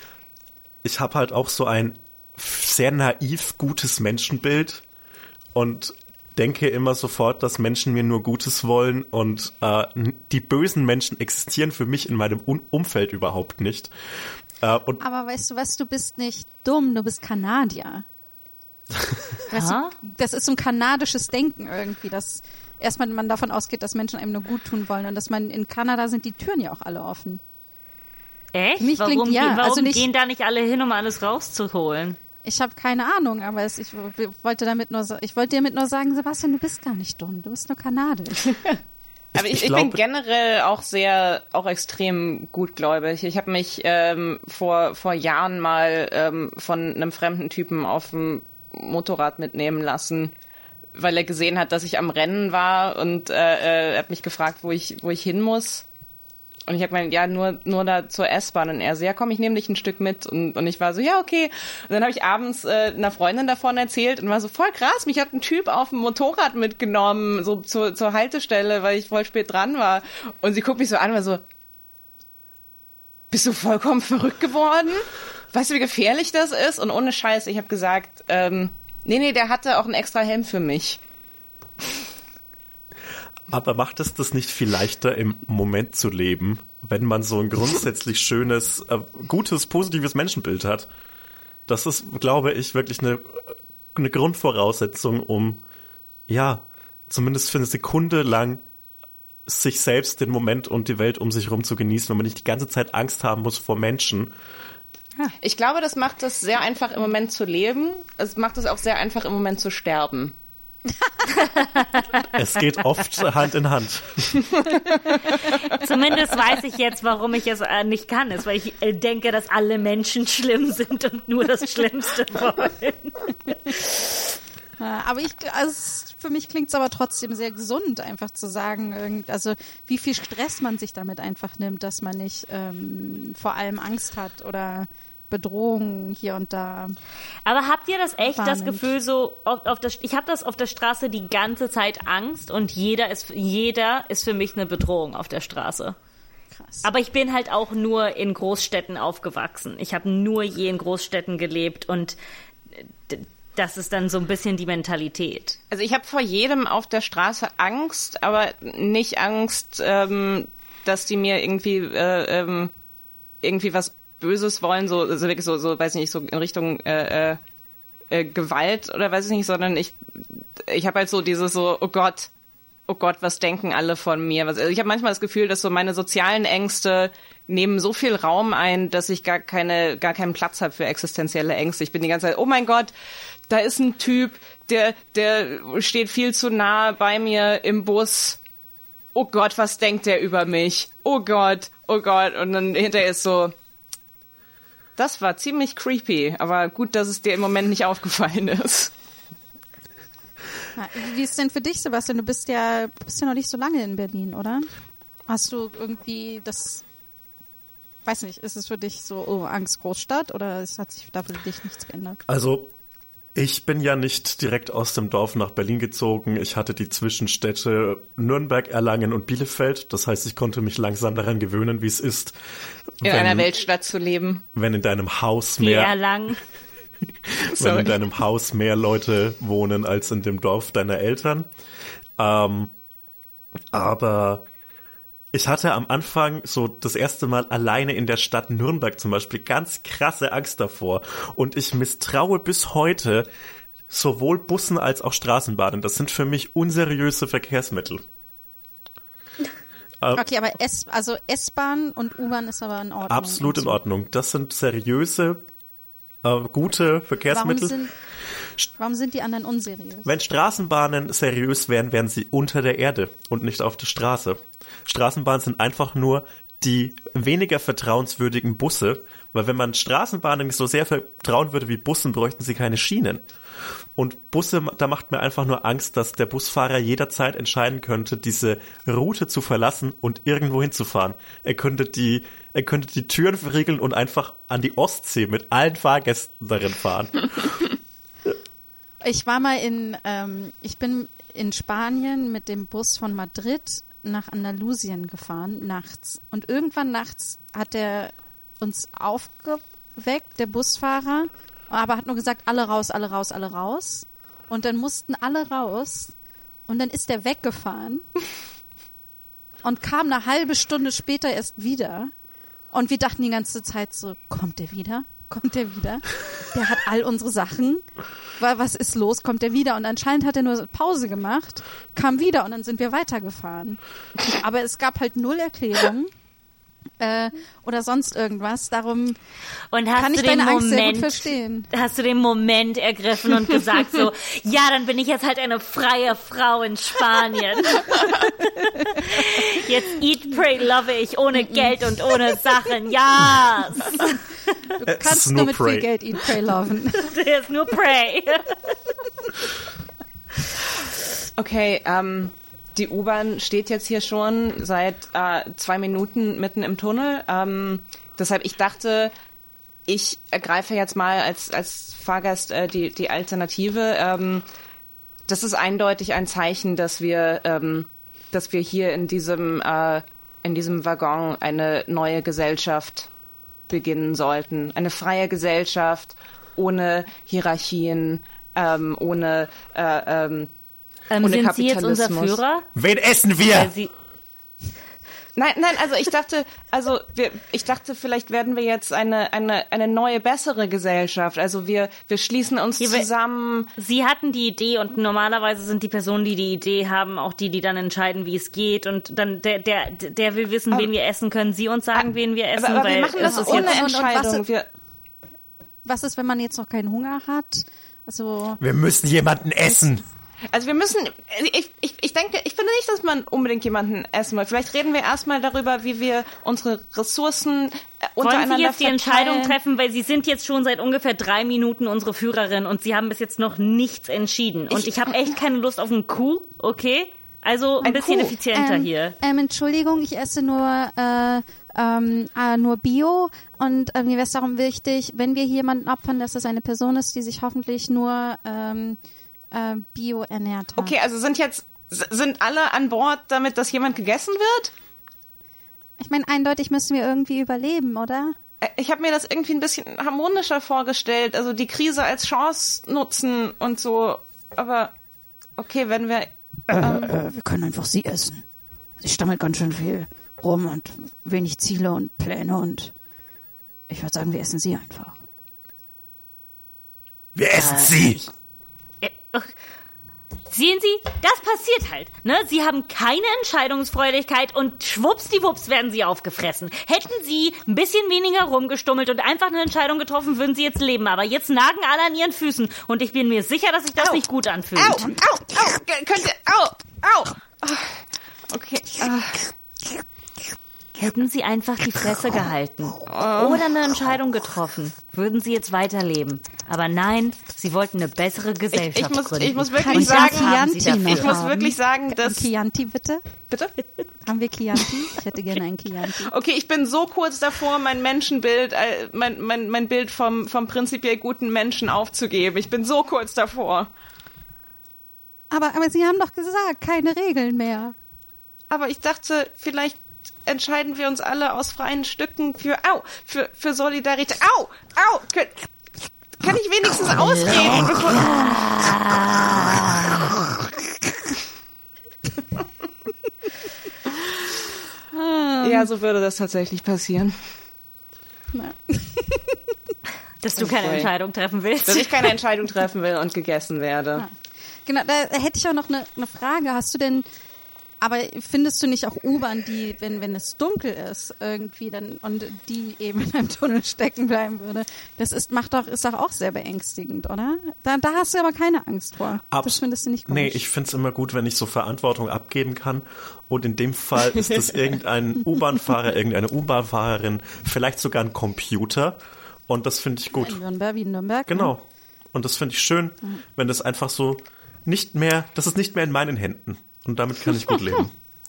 Speaker 1: ich habe halt auch so ein sehr naiv gutes Menschenbild und denke immer sofort, dass Menschen mir nur Gutes wollen und äh, die bösen Menschen existieren für mich in meinem Un- Umfeld überhaupt nicht. Äh, und
Speaker 4: Aber weißt du was, du bist nicht dumm, du bist Kanadier. Weißt
Speaker 2: Ha?
Speaker 4: du, das ist so ein kanadisches Denken irgendwie, dass erstmal man davon ausgeht, dass Menschen einem nur gut tun wollen und dass man in Kanada sind die Türen ja auch alle offen.
Speaker 2: Echt?
Speaker 4: Mich
Speaker 2: Warum,
Speaker 4: klingt ja,
Speaker 2: ge- warum
Speaker 4: also nicht-
Speaker 2: gehen da nicht alle hin, um alles rauszuholen?
Speaker 4: Ich habe keine Ahnung, aber es, ich w- wollte damit nur, sa- ich wollte dir damit nur sagen, Sebastian, du bist gar nicht dumm, du bist nur kanadisch.
Speaker 5: Aber ich,
Speaker 1: ich
Speaker 5: ich bin
Speaker 1: glaube-
Speaker 5: generell auch sehr, auch extrem gutgläubig. Ich habe mich ähm, vor vor Jahren mal ähm, von einem fremden Typen auf dem Motorrad mitnehmen lassen, weil er gesehen hat, dass ich am Rennen war und äh, er hat mich gefragt, wo ich wo ich hin muss. Und ich habe gemeint, ja, nur nur da zur S-Bahn. Und er so, ja, komm, ich nehme dich ein Stück mit. Und, und ich war so, ja, okay. Und dann habe ich abends äh, einer Freundin davon erzählt und war so, voll krass, mich hat ein Typ auf dem Motorrad mitgenommen, so zur, zur Haltestelle, weil ich voll spät dran war. Und sie guckt mich so an und war so, bist du vollkommen verrückt geworden? Weißt du, wie gefährlich das ist? Und ohne Scheiß, ich habe gesagt, ähm, nee, nee, der hatte auch einen extra Helm für mich.
Speaker 1: aber macht es das nicht viel leichter, im Moment zu leben, wenn man so ein grundsätzlich schönes, äh, gutes, positives Menschenbild hat? Das ist, glaube ich, wirklich eine, eine Grundvoraussetzung, um, ja, zumindest für eine Sekunde lang sich selbst, den Moment und die Welt um sich herum zu genießen, wenn man nicht die ganze Zeit Angst haben muss vor Menschen.
Speaker 5: Ich glaube, das macht es sehr einfach im Moment zu leben. Es macht es auch sehr einfach im Moment zu sterben.
Speaker 1: Es geht oft Hand in Hand.
Speaker 2: Zumindest weiß ich jetzt, warum ich es äh, nicht kann. Ist, weil ich äh, denke, dass alle Menschen schlimm sind und nur das Schlimmste wollen.
Speaker 4: Ja, aber ich, also für mich klingt es aber trotzdem sehr gesund, einfach zu sagen, irgend, also wie viel Stress man sich damit einfach nimmt, dass man nicht ähm, vor allem Angst hat oder Bedrohungen hier und da.
Speaker 2: Aber habt ihr das echt
Speaker 4: wahrnimmt.
Speaker 2: das Gefühl so auf, auf der, ich habe das auf der Straße die ganze Zeit Angst und jeder ist jeder ist für mich eine Bedrohung auf der Straße.
Speaker 4: Krass.
Speaker 2: Aber ich bin halt auch nur in Großstädten aufgewachsen. Ich habe nur je in Großstädten gelebt und d- das ist dann so ein bisschen die Mentalität.
Speaker 5: Also ich habe vor jedem auf der Straße Angst, aber nicht Angst, ähm, dass die mir irgendwie äh, ähm, irgendwie was Böses wollen, so, also wirklich so, so, weiß ich nicht, so in Richtung äh, äh, äh, Gewalt oder weiß ich nicht, sondern ich ich habe halt so dieses so, oh Gott, oh Gott, was denken alle von mir? Was, also ich habe manchmal das Gefühl, dass so meine sozialen Ängste nehmen so viel Raum ein, dass ich gar keine, gar keinen Platz habe für existenzielle Ängste. Ich bin die ganze Zeit, oh mein Gott, da ist ein Typ, der, der steht viel zu nah bei mir im Bus. Oh Gott, was denkt der über mich? Oh Gott, oh Gott. Und dann hinterher ist so, das war ziemlich creepy, aber gut, dass es dir im Moment nicht aufgefallen ist.
Speaker 4: Wie ist denn für dich, Sebastian? Du bist ja, bist ja noch nicht so lange in Berlin, oder? Hast du irgendwie das, weiß nicht, ist es für dich so, oh, Angst Großstadt oder es hat sich da für dich nichts geändert?
Speaker 1: Also, ich bin ja nicht direkt aus dem Dorf nach Berlin gezogen. Ich hatte die Zwischenstädte Nürnberg, Erlangen und Bielefeld. Das heißt, ich konnte mich langsam daran gewöhnen, wie es ist,
Speaker 5: in wenn, einer Weltstadt zu leben.
Speaker 1: Wenn in deinem Haus
Speaker 2: Wie
Speaker 1: mehr,
Speaker 2: Erlangen.
Speaker 1: wenn in deinem Haus mehr Leute wohnen als in dem Dorf deiner Eltern. Ähm, aber ich hatte am Anfang so das erste Mal alleine in der Stadt Nürnberg zum Beispiel ganz krasse Angst davor. Und ich misstraue bis heute sowohl Bussen als auch Straßenbahnen. Das sind für mich unseriöse Verkehrsmittel.
Speaker 4: Okay, aber S, also S-Bahn und U-Bahn ist aber in Ordnung.
Speaker 1: Absolut in Ordnung. Das sind seriöse, äh, gute Verkehrsmittel.
Speaker 4: Warum sind, warum sind die anderen unseriös?
Speaker 1: Wenn Straßenbahnen seriös wären, wären sie unter der Erde und nicht auf der Straße. Straßenbahnen sind einfach nur die weniger vertrauenswürdigen Busse, weil wenn man Straßenbahnen so sehr vertrauen würde wie Bussen, bräuchten sie keine Schienen. Und Busse, da macht mir einfach nur Angst, dass der Busfahrer jederzeit entscheiden könnte, diese Route zu verlassen und irgendwo hinzufahren. Er könnte die, er könnte die Türen verriegeln und einfach an die Ostsee mit allen Fahrgästen darin fahren.
Speaker 4: Ich war mal in, ähm, ich bin in Spanien mit dem Bus von Madrid nach Andalusien gefahren, nachts. Und irgendwann nachts hat er uns aufgeweckt, der Busfahrer, aber hat nur gesagt, alle raus, alle raus, alle raus. Und dann mussten alle raus. Und dann ist er weggefahren und kam eine halbe Stunde später erst wieder. Und wir dachten die ganze Zeit so, kommt der wieder? Kommt der wieder? Der hat all unsere Sachen. Was ist los? Kommt der wieder? Und anscheinend hat er nur Pause gemacht, kam wieder und dann sind wir weitergefahren. Aber es gab halt null Erklärung äh, oder sonst irgendwas. Darum
Speaker 2: und hast
Speaker 4: kann ich
Speaker 2: du den
Speaker 4: deine
Speaker 2: Moment,
Speaker 4: Angst sehr gut verstehen.
Speaker 2: Hast du den Moment ergriffen und gesagt so, ja, dann bin ich jetzt halt eine freie Frau in Spanien. Jetzt eat, pray, love ich, ohne Geld und ohne Sachen. Ja. Yes.
Speaker 4: Du kannst nur, nur mit pray. Viel Geld eat, pray, loven.
Speaker 2: Der ist nur pray.
Speaker 5: Okay, ähm, die U-Bahn steht jetzt hier schon seit äh, zwei Minuten mitten im Tunnel. Ähm, deshalb, ich dachte, ich ergreife jetzt mal als, als Fahrgast äh, die, die Alternative. Ähm, das ist eindeutig ein Zeichen, dass wir, ähm, dass wir hier in diesem, äh, in diesem Waggon eine neue Gesellschaft beginnen sollten. Eine freie Gesellschaft ohne Hierarchien, ähm, ohne, äh, ähm,
Speaker 2: ähm,
Speaker 5: ohne
Speaker 2: sind
Speaker 5: Kapitalismus.
Speaker 2: Sie jetzt unser Führer?
Speaker 1: Wen essen wir?
Speaker 2: Ja, Sie
Speaker 5: Nein, nein, also ich dachte, also wir, ich dachte, vielleicht werden wir jetzt eine eine eine neue, bessere Gesellschaft. Also wir wir schließen uns
Speaker 2: Hier, wir-
Speaker 5: zusammen.
Speaker 2: Sie hatten die Idee und normalerweise sind die Personen, die die Idee haben, auch die, die dann entscheiden, wie es geht. Und dann der der der will wissen, wen wir essen können. Sie uns sagen, wen wir essen,
Speaker 5: Aber, aber
Speaker 2: weil
Speaker 5: wir machen das
Speaker 2: es ist
Speaker 5: ohne
Speaker 2: jetzt
Speaker 4: und- und
Speaker 5: Entscheidung.
Speaker 4: was-
Speaker 5: Wir,
Speaker 4: Was ist, wenn man jetzt noch keinen Hunger hat? Also,
Speaker 6: Wir müssen jemanden essen.
Speaker 5: also wir müssen, ich, ich, ich denke, ich finde nicht, dass man unbedingt jemanden essen will. Vielleicht reden wir erstmal darüber, wie wir unsere Ressourcen äh, untereinander
Speaker 2: Wollen Sie jetzt die
Speaker 5: verteilen.
Speaker 2: Entscheidung treffen, weil Sie sind jetzt schon seit ungefähr drei Minuten unsere Führerin und Sie haben bis jetzt noch nichts entschieden. Und ich,
Speaker 5: Ich-
Speaker 2: habe echt keine Lust auf einen Coup, okay? Also ein,
Speaker 5: Ein
Speaker 2: bisschen
Speaker 5: Coup.
Speaker 2: effizienter
Speaker 4: ähm,
Speaker 2: hier.
Speaker 4: ähm, Entschuldigung, ich esse nur äh, ähm, äh, nur Bio und äh, mir wäre es darum wichtig, wenn wir hier jemanden opfern, dass es eine Person ist, die sich hoffentlich nur ähm, äh, Bio ernährt hat.
Speaker 5: Okay, also sind jetzt, s- sind alle an Bord damit, dass jemand gegessen wird?
Speaker 4: Ich meine, eindeutig müssen wir irgendwie überleben, oder?
Speaker 5: Äh, Ich habe mir das irgendwie ein bisschen harmonischer vorgestellt, also die Krise als Chance nutzen und so. Aber okay, wenn wir
Speaker 7: Äh, wir können einfach sie essen. Sie stammelt ganz schön viel rum und wenig Ziele und Pläne und ich würde sagen, wir essen sie einfach.
Speaker 6: Wir essen sie.
Speaker 2: Äh, ach, Sehen Sie, das passiert halt. Ne? Sie haben keine Entscheidungsfreudigkeit und schwuppsdiwupps werden Sie aufgefressen. Hätten Sie ein bisschen weniger rumgestummelt und einfach eine Entscheidung getroffen, würden Sie jetzt leben. Aber jetzt nagen alle an Ihren Füßen und ich bin mir sicher, dass sich das
Speaker 5: Au.
Speaker 2: nicht gut anfühlt.
Speaker 5: Au, au, au, Ge- könnt ihr, au, au. Ah, Okay, ah,
Speaker 2: Hätten Sie einfach die Fresse gehalten oder eine Entscheidung getroffen, würden Sie jetzt weiterleben. Aber nein, Sie wollten eine bessere
Speaker 5: ich,
Speaker 2: Gesellschaft
Speaker 5: ich, muss,
Speaker 2: gründen.
Speaker 5: ich muss wirklich
Speaker 2: Und das
Speaker 5: sagen,
Speaker 2: haben Sie
Speaker 4: Chianti
Speaker 2: dafür.
Speaker 5: ich muss
Speaker 4: haben.
Speaker 5: wirklich sagen,
Speaker 4: Ein
Speaker 5: dass,
Speaker 4: Chianti, bitte?
Speaker 5: bitte?
Speaker 4: Haben wir Chianti? Ich hätte gerne ein Chianti.
Speaker 5: Okay, ich bin so kurz davor, mein Menschenbild, äh, mein, mein, mein Bild vom, vom prinzipiell guten Menschen aufzugeben. Ich bin so kurz davor.
Speaker 4: Aber, aber Sie haben doch gesagt, keine Regeln mehr.
Speaker 5: Aber ich dachte, vielleicht entscheiden wir uns alle aus freien Stücken für, au, für, für Solidarität. Au, au, kann, kann ich wenigstens ausreden, bevor... Ja, so würde das tatsächlich passieren.
Speaker 4: Na.
Speaker 2: Dass du keine
Speaker 5: Okay.
Speaker 2: Entscheidung treffen willst.
Speaker 5: Dass ich keine Entscheidung treffen will und gegessen werde.
Speaker 4: Genau, da hätte ich auch noch eine, eine Frage. Hast du denn, aber findest du nicht auch U-Bahn, die, wenn, wenn es dunkel ist, irgendwie dann, und die eben in einem Tunnel stecken bleiben würde, das ist, macht doch, ist doch auch sehr beängstigend, oder? Da, da hast du aber keine Angst vor.
Speaker 1: Abs-
Speaker 4: Das findest du nicht komisch.
Speaker 1: Nee, ich find's immer gut, wenn ich so Verantwortung abgeben kann. Und in dem Fall ist es irgendein U-Bahn-Fahrer, irgendeine U-Bahn-Fahrerin, vielleicht sogar ein Computer. Und das finde ich gut.
Speaker 4: In Nürnberg, wie in Nürnberg. Ne?
Speaker 1: Genau. Und das finde ich schön, wenn das einfach so nicht mehr, das ist nicht mehr in meinen Händen. Und damit kann ich gut leben.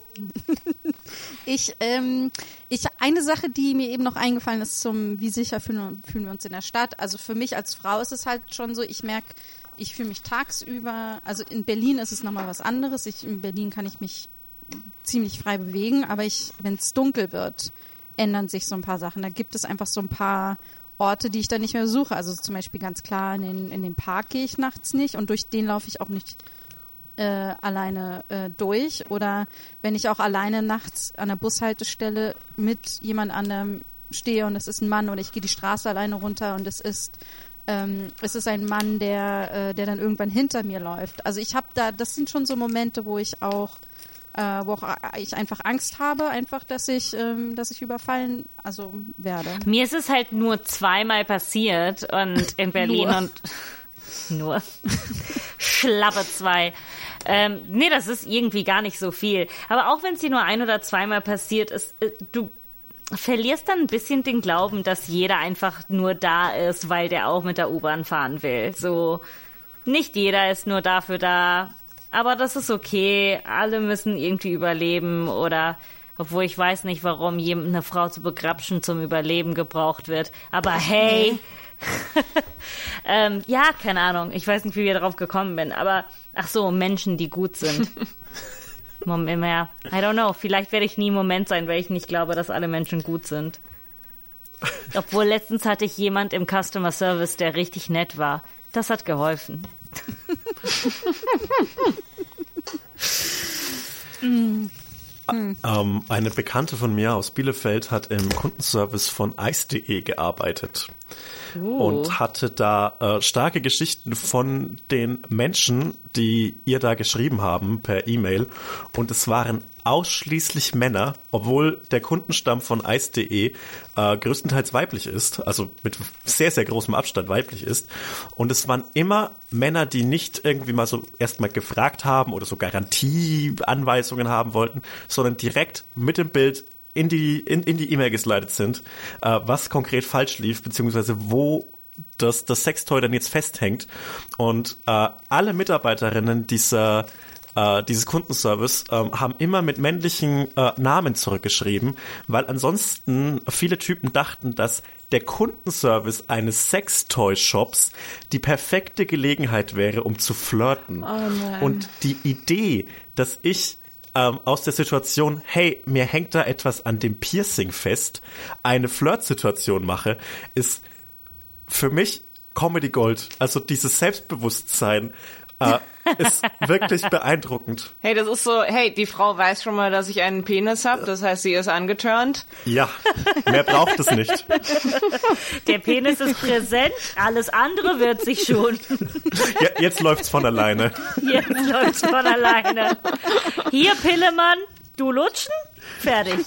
Speaker 4: Ich, ähm, ich, eine Sache, die mir eben noch eingefallen ist zum, wie sicher fühlen, fühlen wir uns in der Stadt. Also für mich als Frau ist es halt schon so, ich merke, ich fühle mich tagsüber, also in Berlin ist es nochmal was anderes. Ich, in Berlin kann ich mich ziemlich frei bewegen, aber ich, wenn es dunkel wird, ändern sich so ein paar Sachen. Da gibt es einfach so ein paar Orte, die ich dann nicht mehr suche. Also zum Beispiel ganz klar, in den, in den Park gehe ich nachts nicht und durch den laufe ich auch nicht äh, alleine äh, durch. Oder wenn ich auch alleine nachts an der Bushaltestelle mit jemand anderem stehe und es ist ein Mann oder ich gehe die Straße alleine runter und es ist ähm, es ist ein Mann, der äh, der dann irgendwann hinter mir läuft. Also ich habe da, das sind schon so Momente, wo ich auch Äh, wo auch ich einfach Angst habe, einfach, dass ich, ähm, dass ich überfallen, also werde.
Speaker 2: Mir ist es halt nur zweimal passiert und in Berlin
Speaker 4: Nur.
Speaker 2: und nur schlappe zwei. Ähm, nee, das ist irgendwie gar nicht so viel. Aber auch wenn es dir nur ein oder zweimal passiert ist, äh, du verlierst dann ein bisschen den Glauben, dass jeder einfach nur da ist, weil der auch mit der U-Bahn fahren will. So, nicht jeder ist nur dafür da. Aber das ist okay, alle müssen irgendwie überleben oder, obwohl ich weiß nicht, warum jemand eine Frau zu begrapschen zum Überleben gebraucht wird. Aber hey, ähm, ja, keine Ahnung, ich weiß nicht, wie wir darauf gekommen bin, aber ach so, Menschen, die gut sind. Moment mehr, I don't know, vielleicht werde ich nie im Moment sein, weil ich nicht glaube, dass alle Menschen gut sind. Obwohl letztens hatte ich jemand im Customer Service, der richtig nett war. Das hat geholfen.
Speaker 1: Ähm, eine Bekannte von mir aus Bielefeld hat im Kundenservice von ice punkt de gearbeitet. Uh. Und hatte da äh, starke Geschichten von den Menschen, die ihr da geschrieben haben per E-Mail. Und es waren ausschließlich Männer, obwohl der Kundenstamm von ice punkt de äh, größtenteils weiblich ist, also mit sehr, sehr großem Abstand weiblich ist. Und es waren immer Männer, die nicht irgendwie mal so erstmal gefragt haben oder so Garantieanweisungen haben wollten, sondern direkt mit dem Bild in die in, in die E-Mail geslidet sind, äh, was konkret falsch lief, beziehungsweise wo das, das Sextoy dann jetzt festhängt. Und äh, alle Mitarbeiterinnen dieser äh, dieses Kundenservice äh, haben immer mit männlichen äh, Namen zurückgeschrieben, weil ansonsten viele Typen dachten, dass der Kundenservice eines Sextoy-Shops die perfekte Gelegenheit wäre, um zu flirten.
Speaker 5: Oh nein.
Speaker 1: Und die Idee, dass ich ähm, aus der Situation, hey, mir hängt da etwas an dem Piercing fest, eine Flirtsituation mache, ist für mich Comedy Gold. Also dieses Selbstbewusstsein äh, ist wirklich beeindruckend.
Speaker 5: Hey, das ist so, hey, die Frau weiß schon mal, dass ich einen Penis habe, das heißt, sie ist angeturnt.
Speaker 1: Ja, mehr braucht es nicht.
Speaker 2: Der Penis ist präsent, alles andere wird sich schon.
Speaker 1: Ja, jetzt läuft's von alleine.
Speaker 2: Jetzt läuft's von alleine. Hier, Pillemann, du lutschen? Fertig.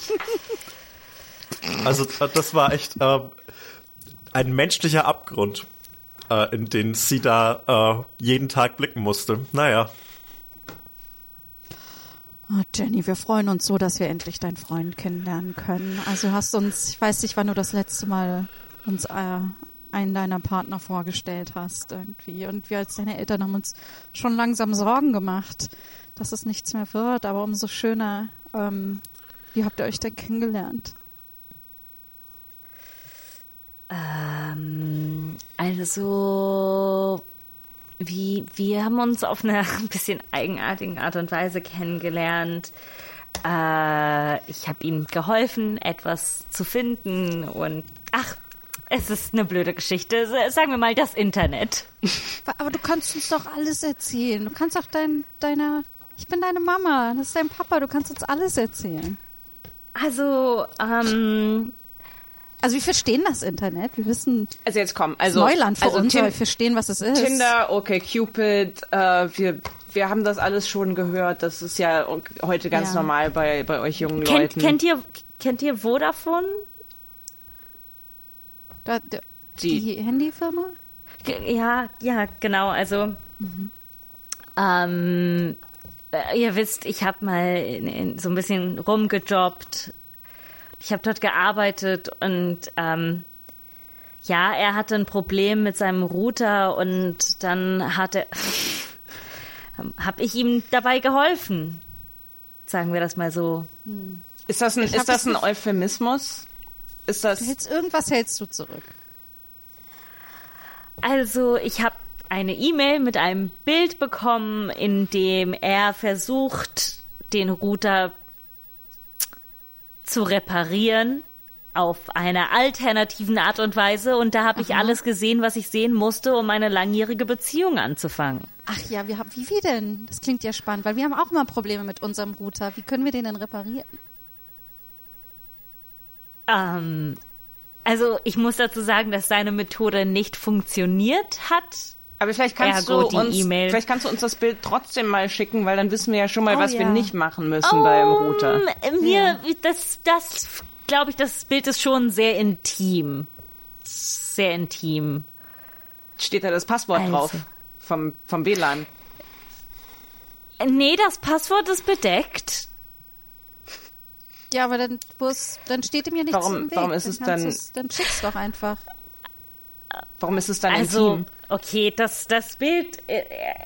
Speaker 1: Also das war echt äh, ein menschlicher Abgrund, äh, in den sie da äh, jeden Tag blicken musste. Naja.
Speaker 4: Oh, Jenny, wir freuen uns so, dass wir endlich deinen Freund kennenlernen können. Also du hast uns, ich weiß nicht, wann du das letzte Mal uns äh, einen deiner Partner vorgestellt hast irgendwie. Und wir als deine Eltern haben uns schon langsam Sorgen gemacht, dass es nichts mehr wird. Aber umso schöner, ähm, wie habt ihr euch denn kennengelernt?
Speaker 2: Ähm, also, wie, wir haben uns auf eine ein bisschen eigenartigen Art und Weise kennengelernt. Äh, ich habe ihm geholfen, etwas zu finden und, ach, es ist eine blöde Geschichte. Sagen wir mal, das Internet.
Speaker 4: Aber du kannst uns doch alles erzählen. Du kannst auch dein, deiner, ich bin deine Mama, das ist dein Papa, du kannst uns alles erzählen.
Speaker 2: Also, ähm...
Speaker 4: Also wir verstehen das Internet, wir wissen,
Speaker 5: Also jetzt komm, also
Speaker 4: Neuland für
Speaker 5: also
Speaker 4: uns,
Speaker 5: Tin-
Speaker 4: aber wir verstehen, was es ist.
Speaker 5: Tinder, okay, Cupid, äh, wir wir haben das alles schon gehört. Das ist ja heute ganz
Speaker 4: Ja.
Speaker 5: normal bei bei euch jungen
Speaker 2: kennt,
Speaker 5: Leuten.
Speaker 2: kennt ihr kennt ihr Vodafone?
Speaker 4: Da, da, die,
Speaker 5: Die-
Speaker 4: Handyfirma?
Speaker 2: Ge- Ja, ja, genau. Also, ähm, äh, ihr wisst, ich habe mal in, in, so ein bisschen rumgejobbt. Ich habe dort gearbeitet und ähm, ja, er hatte ein Problem mit seinem Router und dann hatte, habe ich ihm dabei geholfen. Sagen wir das mal so.
Speaker 5: Ist das ein
Speaker 4: Ich hab
Speaker 5: ist das
Speaker 4: das
Speaker 5: ein
Speaker 4: nicht-
Speaker 5: Euphemismus? Ist das
Speaker 4: Du hältst, irgendwas hältst du zurück.
Speaker 2: Also, ich habe eine E-Mail mit einem Bild bekommen, in dem er versucht, den Router zu reparieren auf eine alternativen Art und Weise. Und da habe ich alles gesehen, was ich sehen musste, um eine langjährige Beziehung anzufangen.
Speaker 4: Ach ja, wir haben, wie wir denn? Das klingt ja spannend, weil wir haben auch immer Probleme mit unserem Router. Wie können wir den denn reparieren?
Speaker 2: Ähm, also ich muss dazu sagen, dass seine Methode nicht funktioniert hat.
Speaker 5: Aber vielleicht kannst
Speaker 2: Ergo
Speaker 5: du
Speaker 2: die
Speaker 5: uns
Speaker 2: E-Mail.
Speaker 5: vielleicht kannst du uns das Bild trotzdem mal schicken, weil dann wissen wir ja schon mal,
Speaker 4: Oh
Speaker 5: was wir
Speaker 4: ja.
Speaker 5: nicht machen müssen beim Router.
Speaker 2: Ähm, wir, das, das, glaube ich, das Bild ist schon sehr intim. Sehr intim.
Speaker 5: Steht da das Passwort
Speaker 2: Also.
Speaker 5: drauf vom vom W L A N?
Speaker 2: Nee, das Passwort ist bedeckt.
Speaker 4: Ja, aber dann, wo es- dann steht ihm ja nichts
Speaker 5: Warum-
Speaker 4: im Weg.
Speaker 5: warum ist
Speaker 4: dann
Speaker 5: es
Speaker 4: kannst
Speaker 5: dann-
Speaker 4: du's- Dann schick's doch einfach.
Speaker 5: Warum ist es dann
Speaker 2: Also,
Speaker 5: intim?
Speaker 2: okay, das, das Bild. Äh,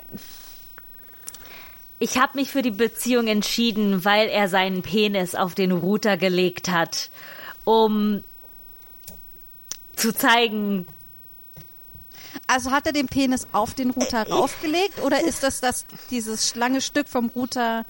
Speaker 2: ich habe mich für die Beziehung entschieden, weil er seinen Penis auf den Router gelegt hat, um zu zeigen.
Speaker 4: Also hat er den Penis auf den Router raufgelegt oder ist das, das dieses lange Stück vom Router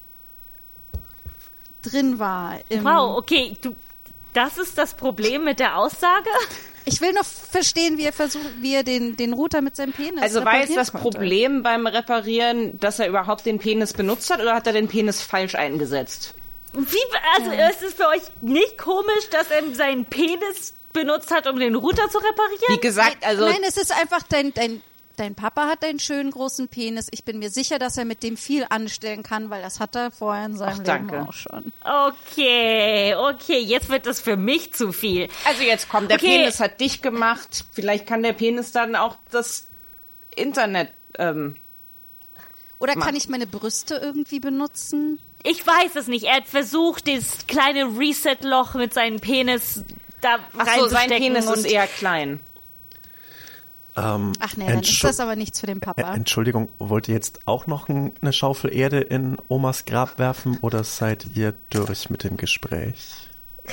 Speaker 4: drin war? Im
Speaker 2: Wow, okay, du. Das ist das Problem mit der Aussage?
Speaker 4: Ich will noch verstehen, wie er versucht, wie er den, den Router mit seinem Penis
Speaker 5: Also war jetzt
Speaker 4: reparieren
Speaker 5: das
Speaker 4: konnte.
Speaker 5: Problem beim Reparieren, dass er überhaupt den Penis benutzt hat oder hat er den Penis falsch eingesetzt?
Speaker 2: Wie, also ja. Ist es für euch nicht komisch, dass er seinen Penis benutzt hat, um den Router zu reparieren?
Speaker 5: Wie gesagt, also...
Speaker 4: Nein, es ist einfach dein, dein, dein Papa hat einen schönen großen Penis. Ich bin mir sicher, dass er mit dem viel anstellen kann, weil das hat er vorher in seinem
Speaker 5: Ach,
Speaker 4: Leben
Speaker 5: danke.
Speaker 4: auch schon.
Speaker 2: Okay, okay, jetzt wird das für mich zu viel.
Speaker 5: Also jetzt kommt, der
Speaker 2: Okay.
Speaker 5: Penis hat dich gemacht. Vielleicht kann der Penis dann auch das Internet... Ähm,
Speaker 4: Oder
Speaker 5: Mach.
Speaker 4: kann ich meine Brüste irgendwie benutzen?
Speaker 2: Ich weiß es nicht. Er hat versucht, das kleine Reset-Loch mit seinem Penis da
Speaker 5: ach so, sein
Speaker 2: reinzustecken.
Speaker 5: Penis
Speaker 2: und
Speaker 5: ist eher klein.
Speaker 1: Ähm,
Speaker 4: Ach nee, dann ist
Speaker 1: Entschu-
Speaker 4: das aber nichts für den
Speaker 1: Ä-
Speaker 4: Papa.
Speaker 1: Entschuldigung, wollt ihr jetzt auch noch ein, eine Schaufel Erde in Omas Grab werfen oder seid ihr durch mit dem Gespräch?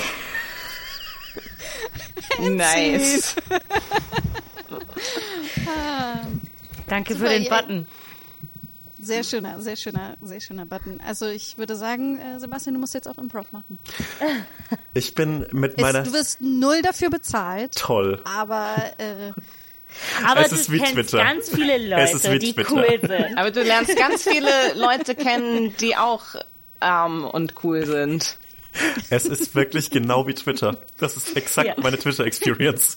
Speaker 5: Nice.
Speaker 2: Danke
Speaker 4: Super,
Speaker 2: für den
Speaker 4: ihr-
Speaker 2: Button.
Speaker 4: Sehr schöner, sehr schöner, sehr schöner Button. Also ich würde sagen, äh, Sebastian, du musst jetzt auch Improv machen.
Speaker 1: Ich bin mit
Speaker 4: Es,
Speaker 1: meiner...
Speaker 4: du wirst null dafür bezahlt,
Speaker 1: Toll.
Speaker 4: aber äh,
Speaker 2: Aber
Speaker 1: Es
Speaker 2: du
Speaker 1: ist wie
Speaker 2: kennst
Speaker 1: Twitter.
Speaker 2: ganz viele
Speaker 1: Es ist
Speaker 2: Leute,
Speaker 1: wie
Speaker 2: die
Speaker 1: Twitter.
Speaker 2: cool sind.
Speaker 5: Aber du lernst ganz viele Leute kennen, die auch arm und cool sind.
Speaker 1: Es ist wirklich genau wie Twitter. Das ist exakt
Speaker 2: Ja.
Speaker 1: meine Twitter-Experience.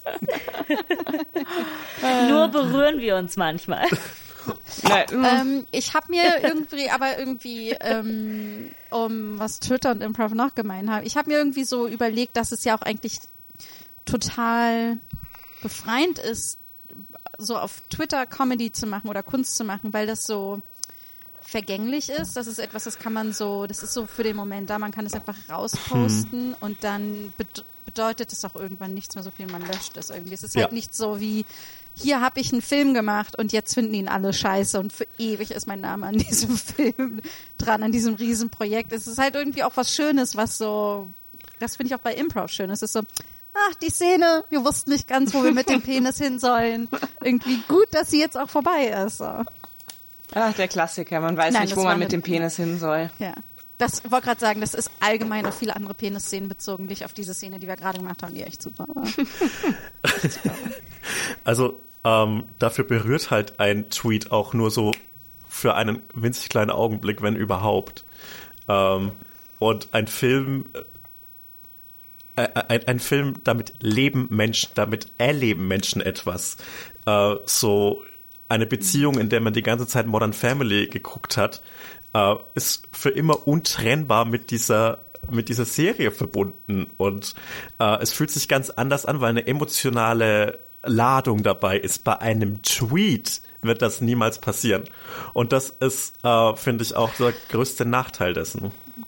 Speaker 2: Nur berühren wir uns manchmal.
Speaker 5: Nein, mm,
Speaker 4: ähm, ich habe mir irgendwie, aber irgendwie, ähm, um was Twitter und Improv noch gemein haben, ich habe mir irgendwie so überlegt, dass es ja auch eigentlich total befreiend ist, so auf Twitter Comedy zu machen oder Kunst zu machen, weil das so vergänglich ist. Das ist etwas, das kann man so, das ist so für den Moment da, man kann es einfach rausposten
Speaker 1: Hm.
Speaker 4: und dann bed- bedeutet es auch irgendwann nichts mehr so viel, man löscht es irgendwie. Es ist
Speaker 1: Ja.
Speaker 4: halt nicht so wie, hier habe ich einen Film gemacht und jetzt finden ihn alle scheiße und für ewig ist mein Name an diesem Film dran, an diesem Riesenprojekt. Es ist halt irgendwie auch was Schönes, was so, das finde ich auch bei Improv schön. Es ist so, ach, die Szene, wir wussten nicht ganz, wo wir mit dem Penis hin sollen. Irgendwie gut, dass sie jetzt auch vorbei ist. So.
Speaker 5: ach, der Klassiker. Man weiß
Speaker 4: Nein,
Speaker 5: nicht,
Speaker 4: das
Speaker 5: wo
Speaker 4: war
Speaker 5: man mit
Speaker 4: eine-
Speaker 5: dem Penis hin soll.
Speaker 4: Ja. Das ich wollte gerade sagen, das ist allgemein auf viele andere Penis-Szenen bezogen, nicht auf diese Szene, die wir gerade gemacht haben, die echt super war.
Speaker 1: Also ähm, dafür berührt halt ein Tweet auch nur so für einen winzig kleinen Augenblick, wenn überhaupt. Ähm, und ein Film, äh, ein, ein Film, damit leben Menschen, damit erleben Menschen etwas. Äh, so eine Beziehung, in der man die ganze Zeit Modern Family geguckt hat, äh, ist für immer untrennbar mit dieser mit dieser Serie verbunden und äh, es fühlt sich ganz anders an, weil eine emotionale Ladung dabei ist. Bei einem Tweet wird das niemals passieren. Und das ist, äh, finde ich, auch der größte Nachteil dessen.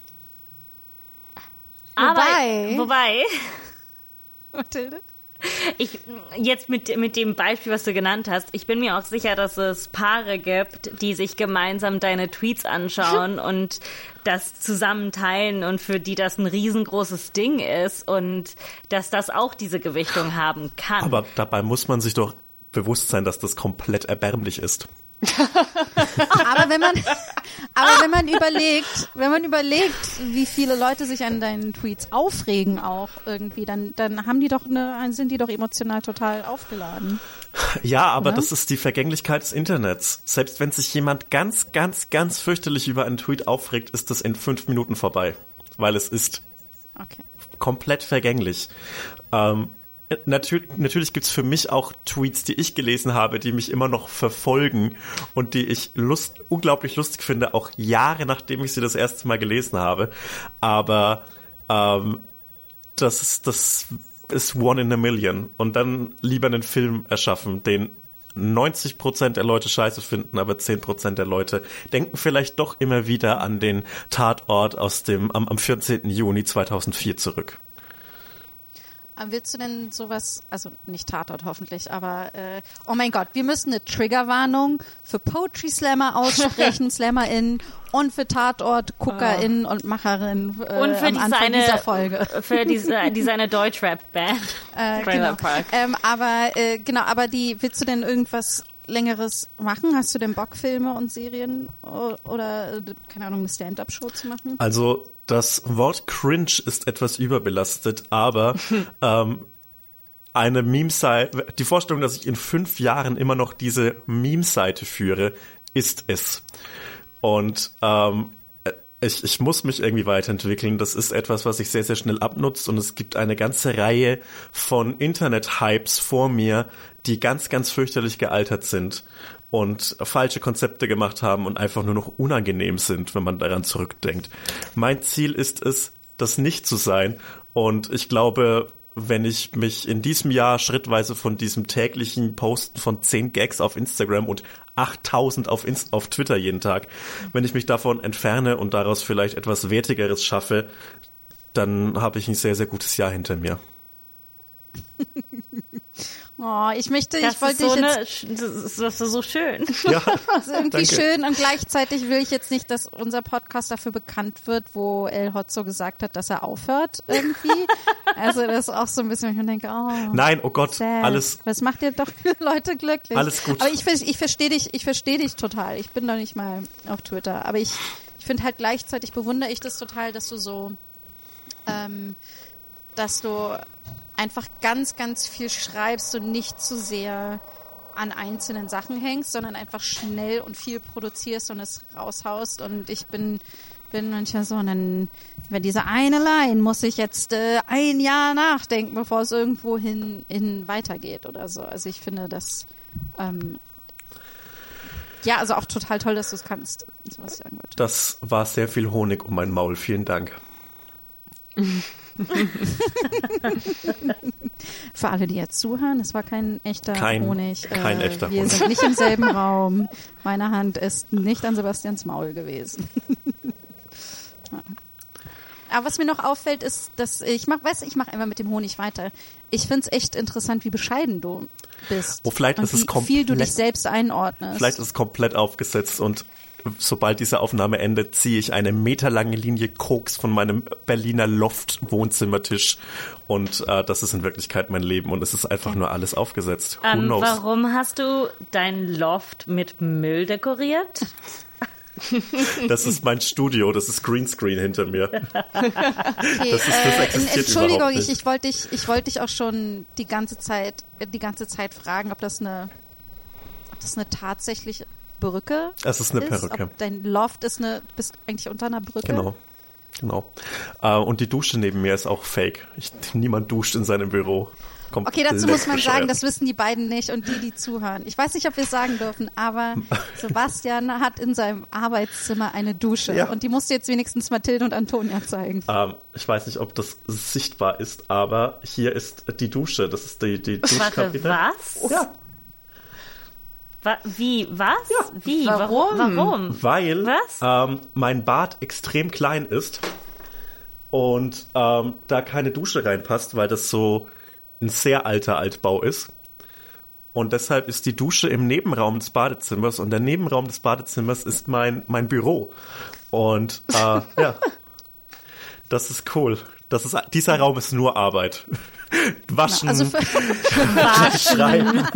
Speaker 2: Aber,
Speaker 4: Wobei-
Speaker 2: wobei,
Speaker 4: Mathilde?
Speaker 2: ich, jetzt mit, mit dem Beispiel, was du genannt hast, ich bin mir auch sicher, dass es Paare gibt, die sich gemeinsam deine Tweets anschauen und das zusammen teilen und für die das ein riesengroßes Ding ist und dass das auch diese Gewichtung haben kann.
Speaker 1: Aber dabei muss man sich doch bewusst sein, dass das komplett erbärmlich ist.
Speaker 4: Aber wenn man, aber wenn man überlegt, wenn man überlegt, wie viele Leute sich an deinen Tweets aufregen auch irgendwie, dann, dann haben die doch eine, sind die doch emotional total aufgeladen.
Speaker 1: Ja, aber
Speaker 4: Oder?
Speaker 1: das ist die Vergänglichkeit des Internets. Selbst wenn sich jemand ganz, ganz, ganz fürchterlich über einen Tweet aufregt, ist das in fünf Minuten vorbei. Weil es ist
Speaker 4: Okay.
Speaker 1: komplett vergänglich. Ähm, natürlich natürlich gibt's für mich auch Tweets, die ich gelesen habe, die mich immer noch verfolgen und die ich lust, unglaublich lustig finde, auch Jahre nachdem ich sie das erste Mal gelesen habe. Aber ähm, das ist, das ist one in a million. Und dann lieber einen Film erschaffen, den neunzig Prozent der Leute scheiße finden, aber zehn Prozent der Leute denken vielleicht doch immer wieder an den Tatort aus dem am, am vierzehnten Juni zweitausendvier zurück.
Speaker 4: Aber willst du denn sowas, also nicht Tatort hoffentlich, aber äh, oh mein Gott, wir müssen eine Triggerwarnung für Poetry Slammer aussprechen, SlammerInnen und für Tatort-GuckerInnen und MacherInnen äh,
Speaker 2: und für
Speaker 4: am
Speaker 2: die
Speaker 4: Anfang
Speaker 2: seine,
Speaker 4: dieser Folge.
Speaker 2: für diese, die seine Deutschrap-Band.
Speaker 4: Äh,
Speaker 5: Trailer
Speaker 4: genau.
Speaker 5: Park.
Speaker 4: Ähm, aber äh, genau, aber die, willst du denn irgendwas Längeres machen? Hast du denn Bock, Filme und Serien o- oder, äh, keine Ahnung, eine Stand-Up-Show zu machen?
Speaker 1: Also das Wort cringe ist etwas überbelastet, aber ähm, eine Meme-Seite, die Vorstellung, dass ich in fünf Jahren immer noch diese Meme-Seite führe, ist es. Und ähm, ich, ich muss mich irgendwie weiterentwickeln. Das ist etwas, was sich sehr, sehr schnell abnutzt und es gibt eine ganze Reihe von Internet-Hypes vor mir, die ganz, ganz fürchterlich gealtert sind und falsche Konzepte gemacht haben und einfach nur noch unangenehm sind, wenn man daran zurückdenkt. Mein Ziel ist es, das nicht zu sein und ich glaube, wenn ich mich in diesem Jahr schrittweise von diesem täglichen Posten von zehn Gags auf Instagram und achttausend auf, Inst- auf Twitter jeden Tag, wenn ich mich davon entferne und daraus vielleicht etwas Wertigeres schaffe, dann habe ich ein sehr, sehr gutes Jahr hinter mir.
Speaker 4: Oh, ich möchte,
Speaker 2: Das
Speaker 4: ich wollte
Speaker 2: ist so
Speaker 4: dich
Speaker 2: eine,
Speaker 4: jetzt,
Speaker 2: das ist, das ist so schön.
Speaker 1: Ja,
Speaker 4: das ist irgendwie
Speaker 1: danke.
Speaker 4: schön und gleichzeitig will ich jetzt nicht, dass unser Podcast dafür bekannt wird, wo El Hotzo gesagt hat, dass er aufhört irgendwie. Also das ist auch so ein bisschen, wo ich mir denke, oh.
Speaker 1: Nein, oh Gott,
Speaker 4: sad.
Speaker 1: alles,
Speaker 4: Das macht dir doch Leute glücklich.
Speaker 1: Alles gut.
Speaker 4: Aber ich, ver- ich verstehe dich, ich verstehe dich total. Ich bin doch nicht mal auf Twitter. Aber ich, ich finde halt gleichzeitig bewundere ich das total, dass du so, ähm, dass du einfach ganz, ganz viel schreibst und nicht zu sehr an einzelnen Sachen hängst, sondern einfach schnell und viel produzierst und es raushaust. Und ich bin, bin manchmal so, und dann, wenn diese eine Line muss ich jetzt äh, ein Jahr nachdenken, bevor es irgendwo hin, hin weitergeht oder so. Also ich finde das, ähm, ja, also auch total toll, dass du es kannst. Das ist, was ich sagen wollte.
Speaker 1: das war sehr viel Honig um mein Maul. Vielen Dank.
Speaker 4: Für alle, die jetzt zuhören, es war kein echter
Speaker 1: Kein-
Speaker 4: Honig.
Speaker 1: kein echter
Speaker 4: wir
Speaker 1: Honig.
Speaker 4: sind nicht im selben Raum. Meine Hand ist nicht an Sebastians Maul gewesen. Ja. Aber was mir noch auffällt, ist, dass ich mach, weiß, ich mache einfach mit dem Honig weiter. Ich finde es echt interessant, wie bescheiden du bist.
Speaker 1: Oh, vielleicht
Speaker 4: und
Speaker 1: ist es
Speaker 4: wie viel du
Speaker 1: komplett-
Speaker 4: dich selbst einordnest.
Speaker 1: Vielleicht ist es komplett aufgesetzt und sobald diese Aufnahme endet, ziehe ich eine meterlange Linie Koks von meinem Berliner Loft-Wohnzimmertisch und äh, das ist in Wirklichkeit mein Leben und es ist einfach nur alles aufgesetzt. Who
Speaker 2: Ähm,
Speaker 1: knows?
Speaker 2: warum hast du dein Loft mit Müll dekoriert?
Speaker 1: Das ist mein Studio, das ist Greenscreen hinter mir.
Speaker 4: Okay,
Speaker 1: das ist- das
Speaker 4: äh,
Speaker 1: existiert
Speaker 4: Entschuldigung,
Speaker 1: überhaupt
Speaker 4: ich,
Speaker 1: nicht.
Speaker 4: ich wollte dich, ich wollte dich auch schon die ganze Zeit, äh, die ganze Zeit fragen, ob das eine, ob das eine tatsächliche Brücke
Speaker 1: Es ist eine
Speaker 4: ist,
Speaker 1: Perücke.
Speaker 4: ob dein Loft ist eine, du bist eigentlich unter einer Brücke.
Speaker 1: Genau, genau. Äh, und die Dusche neben mir ist auch fake. Ich, niemand duscht in seinem Büro.
Speaker 4: Okay, dazu muss man sagen, das wissen die beiden nicht und die, die zuhören. Ich weiß nicht, ob wir es sagen dürfen, aber Sebastian hat in seinem Arbeitszimmer eine Dusche
Speaker 1: Ja.
Speaker 4: und die musst du jetzt wenigstens Mathilde und Antonia zeigen.
Speaker 1: Ähm, ich weiß nicht, ob das sichtbar ist, aber hier ist die Dusche. Das ist die, die
Speaker 2: Warte,
Speaker 1: Duschkabine.
Speaker 2: was?
Speaker 1: Ja,
Speaker 2: Wa wie, was?
Speaker 1: Ja.
Speaker 2: Wie?
Speaker 5: Warum?
Speaker 2: Warum?
Speaker 1: weil
Speaker 2: Was?
Speaker 1: Ähm, mein Bad extrem klein ist und ähm, da keine Dusche reinpasst, weil das so ein sehr alter Altbau ist. Und deshalb ist die Dusche im Nebenraum des Badezimmers und der Nebenraum des Badezimmers ist mein, mein Büro. Und äh, ja, das ist cool. Das ist, dieser Raum ist nur Arbeit. Waschen,
Speaker 4: Also für,
Speaker 1: schreiben.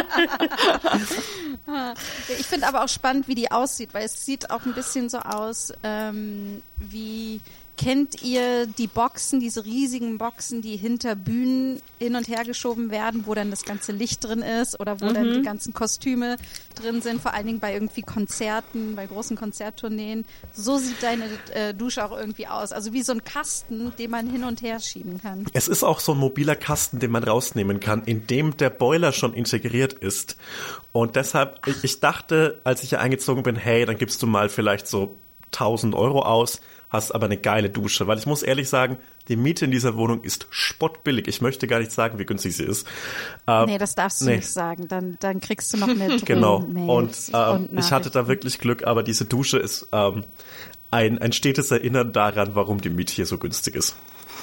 Speaker 4: ich finde aber auch spannend, wie die aussieht, weil es sieht auch ein bisschen so aus, ähm, wie kennt ihr die Boxen, diese riesigen Boxen, die hinter Bühnen hin und her geschoben werden, wo dann das ganze Licht drin ist oder wo dann die ganzen Kostüme drin sind, vor allen Dingen bei irgendwie Konzerten, bei großen Konzerttourneen. So sieht deine äh, Dusche auch irgendwie aus. Also wie so ein Kasten, den man hin und her schieben kann.
Speaker 1: Es ist auch so ein mobiler Kasten, den man rausnehmen kann, in dem der Boiler schon integriert ist. Und deshalb, ich, ich dachte, als ich hier eingezogen bin, hey, dann gibst du mal vielleicht so tausend Euro aus, hast aber eine geile Dusche. Weil ich muss ehrlich sagen, die Miete in dieser Wohnung ist spottbillig. Ich möchte gar nicht sagen, wie günstig sie ist. Ähm,
Speaker 4: Nee, das darfst du
Speaker 1: nee.
Speaker 4: nicht sagen. Dann, dann kriegst du noch eine
Speaker 1: Genau.
Speaker 4: Drohmails
Speaker 1: Und, ähm,
Speaker 4: und
Speaker 1: ich hatte da wirklich Glück, aber diese Dusche ist ähm, ein, ein stetes Erinnern daran, warum die Miete hier so günstig ist.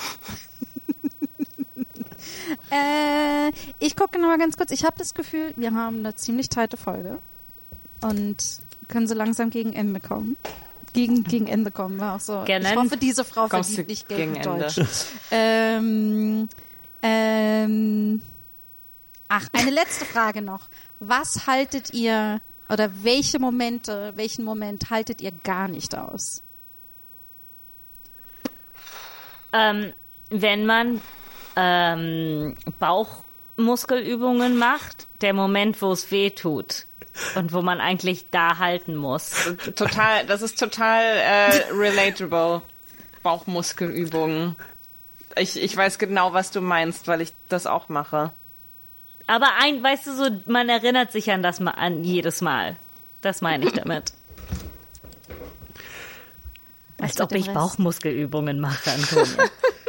Speaker 4: Äh, ich gucke noch mal ganz kurz. Ich habe das Gefühl, wir haben eine ziemlich teite Folge und können so langsam gegen Ende kommen. Gegen, gegen Ende kommen war auch so.
Speaker 2: Gerne.
Speaker 4: Ich hoffe, diese Frau
Speaker 5: Kommst
Speaker 4: verdient
Speaker 5: du
Speaker 4: nicht gegen
Speaker 5: gegen Ende.
Speaker 4: Deutsch. ähm, ähm, ach, eine letzte Frage noch. Was haltet ihr oder welche Momente, welchen Moment haltet ihr gar nicht aus?
Speaker 2: Ähm, wenn man ähm, Bauchmuskelübungen macht, der Moment, wo es weh tut. Und wo man eigentlich da halten muss.
Speaker 5: Total, das ist total äh, relatable. Bauchmuskelübungen. Ich, ich weiß genau, was du meinst, weil ich das auch mache.
Speaker 2: Aber ein, weißt du, so, man erinnert sich an das mal an jedes Mal. Das meine ich damit. Als ob ich Bauchmuskelübungen mache, Antonia.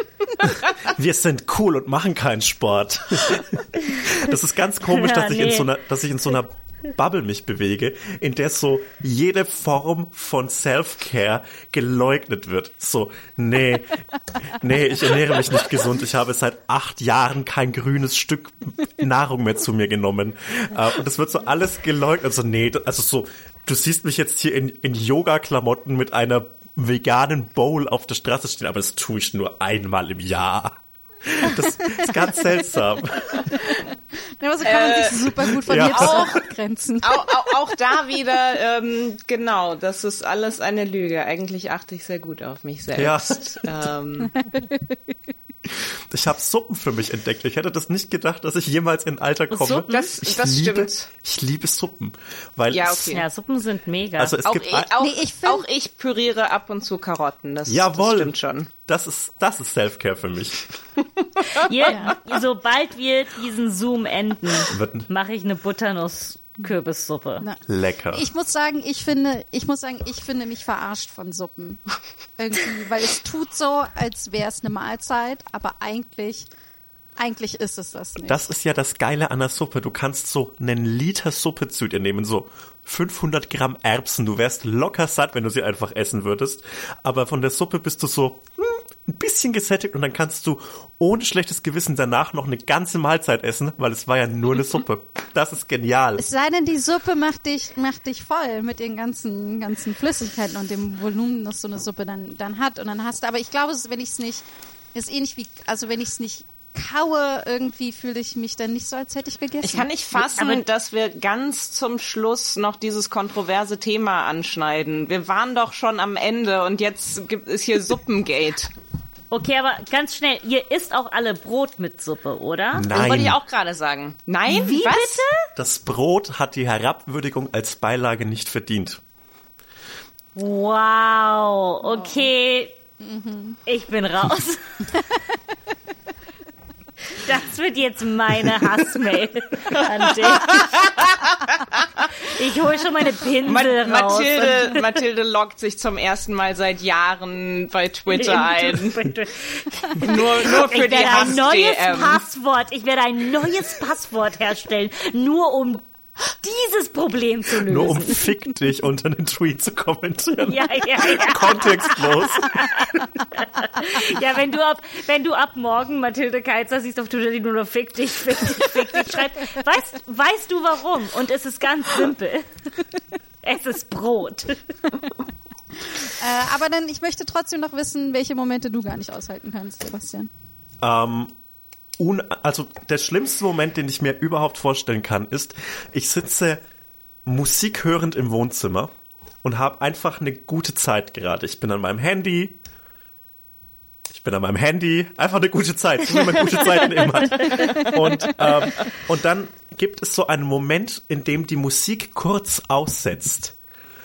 Speaker 1: Wir sind cool und machen keinen Sport. Das ist ganz komisch,
Speaker 2: Ja,
Speaker 1: dass ich
Speaker 2: nee.
Speaker 1: in so einer, dass ich in so einer Bubble mich bewege, in der so jede Form von Self-Care geleugnet wird. So, nee, nee, ich ernähre mich nicht gesund. Ich habe seit acht Jahren kein grünes Stück Nahrung mehr zu mir genommen. Und es wird so alles geleugnet. Also nee, also so, du siehst mich jetzt hier in, in Yoga-Klamotten mit einer veganen Bowl auf der Straße stehen, aber das tue ich nur einmal im Jahr. Das ist ganz seltsam.
Speaker 4: Ja, aber so kann man
Speaker 5: Äh,
Speaker 4: sich super gut von
Speaker 1: ja.
Speaker 4: Hipster abgrenzen.
Speaker 5: Auch, auch, auch da wieder, ähm, genau, das ist alles eine Lüge. Eigentlich achte ich sehr gut auf mich selbst. Ja. Ähm,
Speaker 1: Ich habe Suppen für mich entdeckt. Ich hätte das nicht gedacht, dass ich jemals in ein Alter komme.
Speaker 2: Suppen?
Speaker 5: Das-
Speaker 1: ich
Speaker 5: das
Speaker 1: liebe,
Speaker 5: stimmt.
Speaker 1: Ich liebe Suppen. Weil
Speaker 5: Ja,
Speaker 1: es,
Speaker 5: okay.
Speaker 2: Ja, Suppen sind mega.
Speaker 1: also es
Speaker 5: auch,
Speaker 1: gibt
Speaker 5: ich,
Speaker 1: ein,
Speaker 5: auch,
Speaker 4: Nee, ich find-
Speaker 5: auch ich püriere ab und zu Karotten. Das,
Speaker 1: Jawohl.
Speaker 5: das stimmt schon.
Speaker 1: Das ist, das ist Self-Care für mich.
Speaker 2: Hier, sobald wir diesen Zoom enden,
Speaker 1: Wird-
Speaker 2: mache ich eine Butternuss-Kürbissuppe.
Speaker 4: Na.
Speaker 1: Lecker.
Speaker 4: Ich muss sagen, ich finde, ich muss sagen, ich finde mich verarscht von Suppen. Irgendwie, weil es tut so, als wäre es eine Mahlzeit, aber eigentlich, eigentlich ist es das nicht.
Speaker 1: Das ist ja das Geile an der Suppe. Du kannst so einen Liter Suppe zu dir nehmen, so fünfhundert Gramm Erbsen. Du wärst locker satt, wenn du sie einfach essen würdest. Aber von der Suppe bist du so hm, ein bisschen gesättigt und dann kannst du ohne schlechtes Gewissen danach noch eine ganze Mahlzeit essen, weil es war ja nur eine Suppe. Das ist genial.
Speaker 4: Es sei denn, die Suppe macht dich, macht dich voll mit den ganzen, ganzen Flüssigkeiten und dem Volumen, das so eine Suppe dann, dann hat. Und dann hast du, aber ich glaube, es- wenn ich es nicht, ist ähnlich wie, also wenn ich es nicht kaue, irgendwie fühle ich mich dann nicht so, als hätte ich gegessen.
Speaker 5: Ich kann nicht fassen,
Speaker 2: Aber-
Speaker 5: dass wir ganz zum Schluss noch dieses kontroverse Thema anschneiden. Wir waren doch schon am Ende und jetzt gibt es hier Suppengate.
Speaker 2: Okay, aber ganz schnell, ihr isst auch alle Brot mit Suppe, oder?
Speaker 5: Das wollte ich
Speaker 1: Nein,
Speaker 5: auch gerade sagen. Nein?
Speaker 2: Wie
Speaker 5: Was?
Speaker 2: bitte?
Speaker 1: das Brot hat die Herabwürdigung als Beilage nicht verdient.
Speaker 2: Wow, okay. Ich bin raus. Das wird jetzt meine Hassmail an dich. Ich hole schon meine Pinsel
Speaker 5: Ma
Speaker 2: raus.
Speaker 5: Mathilde, Mathilde loggt sich zum ersten Mal seit Jahren bei Twitter ein. Nur, nur für
Speaker 2: Ich
Speaker 5: die
Speaker 2: werde ein neues
Speaker 5: Hass-D M.
Speaker 2: Passwort, ich werde ein neues Passwort herstellen, nur um dieses Problem zu lösen.
Speaker 1: Nur um Fick dich unter einen Tweet zu kommentieren.
Speaker 2: ja, ja, ja.
Speaker 1: Kontextlos.
Speaker 2: Ja, wenn du ab, wenn du ab morgen Mathilde Keizer siehst auf Twitter, die nur noch fick dich, fick dich, fick dich schreibt, weißt, weißt du warum? Und es ist ganz simpel. Es ist Brot.
Speaker 4: Äh, aber dann, ich möchte trotzdem noch wissen, welche Momente du gar nicht aushalten kannst, Sebastian.
Speaker 1: Ähm, un also der schlimmste Moment, den ich mir überhaupt vorstellen kann, ist, ich sitze Musik hörend im Wohnzimmer und habe einfach eine gute Zeit gerade. Ich bin an meinem Handy. Ich bin an meinem Handy. Einfach eine gute Zeit, so wie man gute Zeiten immer hat. Und, ähm, und dann gibt es so einen Moment, in dem die Musik kurz aussetzt.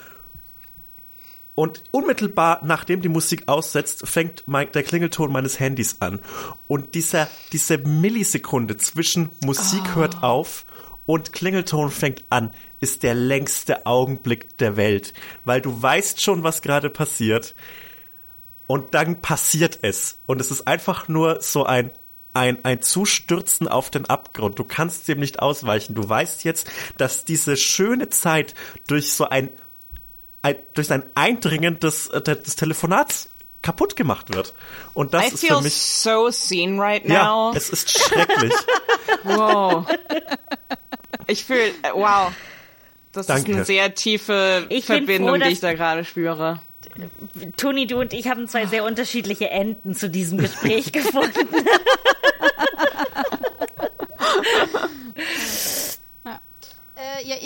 Speaker 1: Und unmittelbar nachdem die Musik aussetzt, fängt mein, der Klingelton meines Handys an. Und dieser, diese Millisekunde zwischen Musik
Speaker 5: Oh.
Speaker 1: hört auf und Klingelton fängt an, ist der längste Augenblick der Welt. Weil du weißt schon, was gerade passiert. Und dann passiert es. Und es ist einfach nur so ein, ein, ein Zustürzen auf den Abgrund. Du kannst dem nicht ausweichen. Du weißt jetzt, dass diese schöne Zeit durch so ein Ein, durch ein Eindringen des, äh, des Telefonats kaputt gemacht wird. Und das
Speaker 5: I
Speaker 1: ist
Speaker 5: feel
Speaker 1: für mich,
Speaker 5: so seen right
Speaker 1: ja,
Speaker 5: now.
Speaker 1: es ist schrecklich.
Speaker 5: Wow. Ich fühle, wow. Das
Speaker 1: Danke.
Speaker 5: ist eine sehr tiefe
Speaker 2: Ich bin
Speaker 5: Verbindung,
Speaker 2: froh,
Speaker 5: die
Speaker 2: dass-
Speaker 5: ich da gerade spüre.
Speaker 2: Toni, du und ich haben zwei sehr unterschiedliche Enden zu diesem Gespräch gefunden.
Speaker 4: Äh, ja,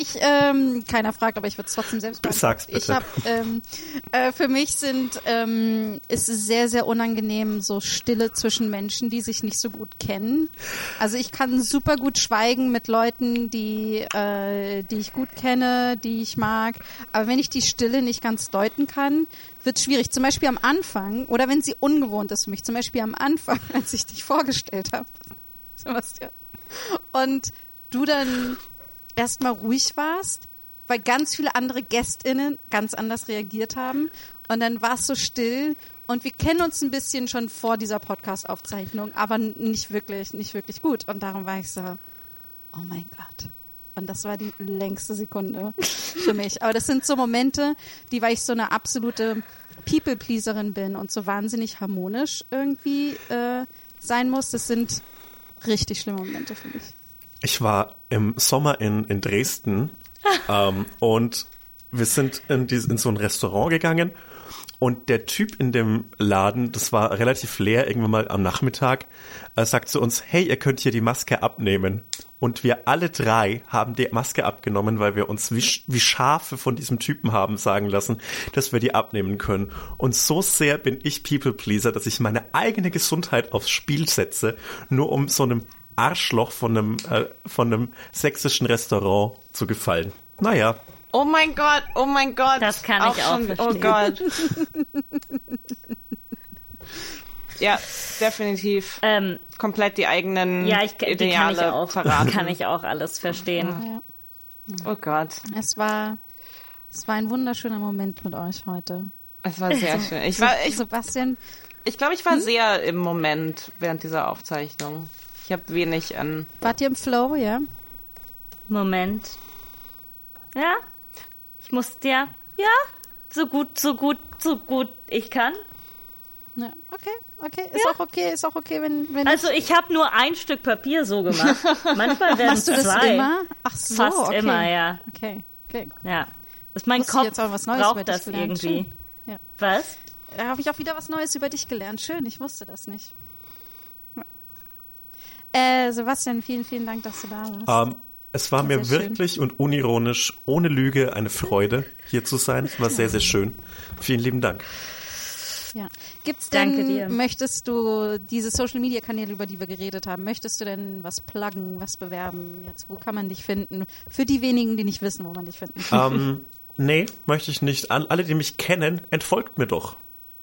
Speaker 4: ich, ähm, keiner fragt, aber ich würde es trotzdem selbst beantworten.
Speaker 1: Sag's bitte.
Speaker 4: Ich hab, ähm, äh, für mich sind, ähm, ist es sehr, sehr unangenehm, so Stille zwischen Menschen, die sich nicht so gut kennen. Also ich kann super gut schweigen mit Leuten, die, äh, die ich gut kenne, die ich mag. Aber wenn ich die Stille nicht ganz deuten kann, wird es schwierig. Zum Beispiel am Anfang, oder wenn sie ungewohnt ist für mich, zum Beispiel am Anfang, als ich dich vorgestellt habe, Sebastian, und du dann erstmal ruhig warst, weil ganz viele andere GästInnen ganz anders reagiert haben. Und dann war es so still. Und wir kennen uns ein bisschen schon vor dieser Podcast-Aufzeichnung, aber nicht wirklich, nicht wirklich gut. Und darum war ich so, oh mein Gott. Und das war die längste Sekunde für mich. Aber das sind so Momente, die, weil ich so eine absolute People-Pleaserin bin und so wahnsinnig harmonisch irgendwie äh, sein muss, das sind richtig schlimme Momente für mich.
Speaker 1: Ich war im Sommer in, in Dresden ähm, und wir sind in, die, in so ein Restaurant gegangen und der Typ in dem Laden, das war relativ leer, irgendwann mal am Nachmittag, äh, sagt zu uns, hey, ihr könnt hier die Maske abnehmen. Und wir alle drei haben die Maske abgenommen, weil wir uns wie, wie Schafe von diesem Typen haben sagen lassen, dass wir die abnehmen können. Und so sehr bin ich People-Pleaser, dass ich meine eigene Gesundheit aufs Spiel setze, nur um so einem Arschloch von einem, äh, von einem sächsischen Restaurant zu gefallen. Naja.
Speaker 5: Oh mein Gott, oh mein Gott.
Speaker 2: Das kann ich auch
Speaker 5: schon,
Speaker 2: verstehen.
Speaker 5: Oh Gott. Ja, definitiv.
Speaker 2: Ähm,
Speaker 5: Komplett die eigenen
Speaker 2: ja, ich, die
Speaker 5: Ideale
Speaker 2: kann ich auch,
Speaker 5: verraten.
Speaker 2: kann ich auch alles verstehen.
Speaker 4: Ja.
Speaker 5: Oh Gott.
Speaker 4: Es war, es war ein wunderschöner Moment mit euch heute.
Speaker 5: Es war sehr schön. Ich war, ich,
Speaker 4: Sebastian,
Speaker 5: ich glaube, ich war sehr im Moment während dieser Aufzeichnung. Ich habe wenig an.
Speaker 4: wart ihr im Flow, ja?
Speaker 2: Moment. Ja, ich muss dir, ja, so gut, so gut, so gut ich kann.
Speaker 4: Ja, okay, okay, ist
Speaker 2: Ja.
Speaker 4: auch okay, ist auch okay, wenn, wenn
Speaker 2: Also ich habe nur ein Stück Papier so gemacht. Manchmal werden
Speaker 4: machst du das
Speaker 2: zwei.
Speaker 4: immer? Ach so,
Speaker 2: Fast
Speaker 4: okay.
Speaker 2: immer, ja.
Speaker 4: Okay, okay.
Speaker 2: Ja. Das ist mein
Speaker 4: Musst du
Speaker 2: Kopf
Speaker 4: jetzt auch was Neues über
Speaker 2: braucht
Speaker 4: dich
Speaker 2: das
Speaker 4: gelernt.
Speaker 2: irgendwie.
Speaker 4: Schön. Ja.
Speaker 2: Was?
Speaker 4: Da habe ich auch wieder was Neues über dich gelernt. Schön, ich wusste das nicht. Ja. Äh, Sebastian, vielen, vielen Dank, dass du da warst.
Speaker 1: Ähm, es war mir
Speaker 4: Sehr schön.
Speaker 1: wirklich und unironisch, ohne Lüge, eine Freude, hier zu sein. Es war sehr, sehr schön. Vielen lieben Dank.
Speaker 4: Ja. Gibt's denn,
Speaker 2: Danke dir.
Speaker 4: möchtest du diese Social-Media-Kanäle, über die wir geredet haben, möchtest du denn was pluggen, was bewerben? Jetzt, wo kann man dich finden? Für die wenigen, die nicht wissen, wo man dich finden kann.
Speaker 1: Ähm, nee, möchte ich nicht. An alle, die mich kennen, entfolgt mir doch.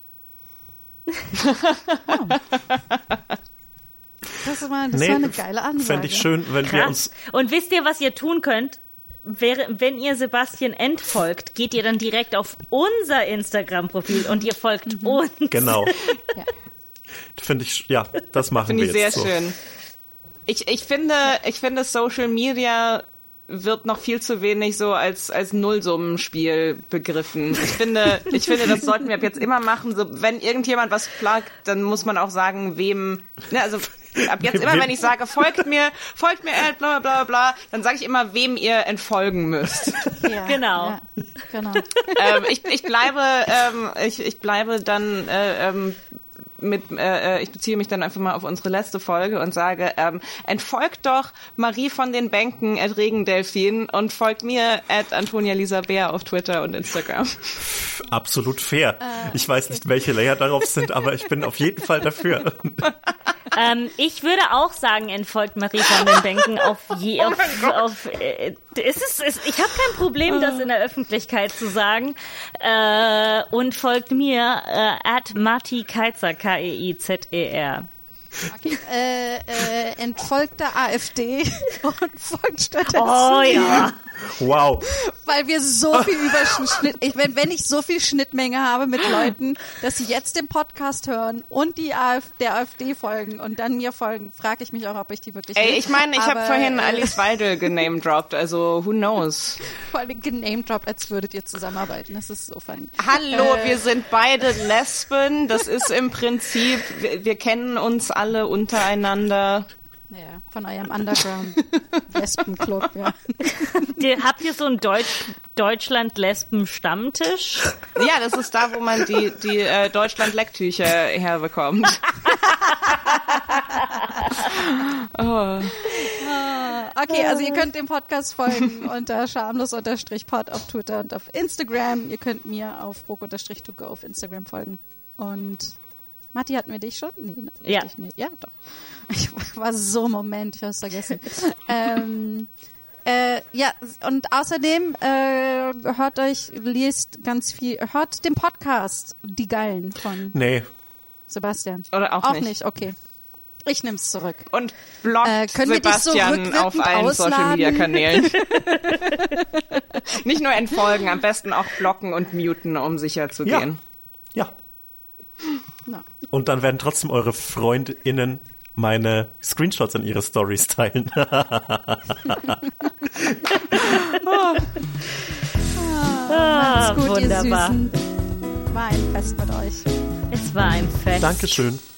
Speaker 4: Das, ist mal, das
Speaker 1: nee,
Speaker 4: war eine geile Ansage.
Speaker 1: Fände ich schön, wenn wir
Speaker 2: Krass.
Speaker 1: uns...
Speaker 2: Und wisst ihr, was ihr tun könnt? Wäre, wenn ihr Sebastian entfolgt, geht ihr dann direkt auf unser Instagram-Profil und ihr folgt uns.
Speaker 1: Genau.
Speaker 4: Ja.
Speaker 1: Finde ich, ja, das machen
Speaker 5: Finde
Speaker 1: wir
Speaker 5: ich sehr
Speaker 1: jetzt so.
Speaker 5: schön. Ich, ich finde, ich finde Social Media wird noch viel zu wenig so als, als Nullsummenspiel begriffen. Ich finde, ich finde, das sollten wir ab jetzt immer machen. So, wenn irgendjemand was plagt, dann muss man auch sagen, wem, ne, also, ab jetzt immer, wenn ich sage, folgt mir, folgt mir, äh, bla, bla, bla, dann sage ich immer, wem ihr entfolgen müsst.
Speaker 4: Ja,
Speaker 2: Genau.
Speaker 4: Ja, genau.
Speaker 5: ähm, ich, ich bleibe, ähm, ich, ich bleibe dann, äh, ähm, mit, äh, ich beziehe mich dann einfach mal auf unsere letzte Folge und sage, ähm, entfolgt doch Marie von den Bänken at Regendelfin und folgt mir at Antonia Lisa Bär auf Twitter und Instagram.
Speaker 1: Absolut fair. Ich weiß nicht, welche Layer darauf sind, aber ich bin auf jeden Fall dafür.
Speaker 2: Ähm, ich würde auch sagen, entfolgt Marie von den Bänken auf je, auf, auf äh, es ist, es, ich habe kein Problem, das in der Öffentlichkeit zu sagen, äh, und folgt mir äh, at Marti Keizer, K E I Z E R.
Speaker 4: Okay. Äh, äh, entfolgt der AfD und folgt stattdessen.
Speaker 2: Oh ja.
Speaker 1: Wow.
Speaker 4: Weil wir so viel Überschnitt, ich, wenn, wenn ich so viel Schnittmenge habe mit Leuten, dass sie jetzt den Podcast hören und die AfD, der AfD folgen und dann mir folgen, frage ich mich auch, ob ich die wirklich
Speaker 5: Ey,
Speaker 4: will.
Speaker 5: ich meine, ich habe
Speaker 4: Aber,
Speaker 5: vorhin
Speaker 4: äh,
Speaker 5: Alice Weidel genamedroppt, also who knows.
Speaker 4: Vor allem genamedroppt, als würdet ihr zusammenarbeiten. Das ist so funny.
Speaker 5: Hallo,
Speaker 4: Äh,
Speaker 5: wir sind beide Lesben, das ist im Prinzip, wir, wir kennen uns alle untereinander.
Speaker 4: Ja, von eurem Underground-Lesbenclub, ja.
Speaker 2: Die, habt ihr so einen Deutsch, Deutschland-Lesben-Stammtisch?
Speaker 5: Ja, das ist da, wo man die, die äh, Deutschland-Lecktücher herbekommt. Oh.
Speaker 4: Okay, also ihr könnt dem Podcast folgen unter schamlos-pod auf Twitter und auf Instagram. Ihr könnt mir auf brok-to-go auf Instagram folgen. Und Matti, hatten wir dich schon? Nee, ne,
Speaker 2: Ja.
Speaker 4: Nee. Ja, doch. Ich war so im Moment, ich hab's vergessen. ähm, äh, ja, und außerdem äh, hört euch, liest ganz viel, hört den Podcast Die Geilen von
Speaker 1: Nee.
Speaker 4: Sebastian.
Speaker 5: Oder auch nicht.
Speaker 4: nicht, okay. Ich nehm's zurück.
Speaker 5: Und blockt
Speaker 4: Äh, können wir dich so
Speaker 5: Sebastian
Speaker 4: rückwirkend
Speaker 5: auf allen
Speaker 4: ausladen?
Speaker 5: Social-Media-Kanälen. Nicht nur entfolgen, am besten auch blocken und muten, um sicher zu
Speaker 1: Ja.
Speaker 5: gehen.
Speaker 1: Ja.
Speaker 4: Na.
Speaker 1: Und dann werden trotzdem eure FreundInnen meine Screenshots in ihre Stories teilen.
Speaker 2: Ah,
Speaker 4: Gut,
Speaker 2: wunderbar.
Speaker 4: ihr Süßen. War ein Fest mit euch.
Speaker 2: Es war ein Fest.
Speaker 1: Dankeschön.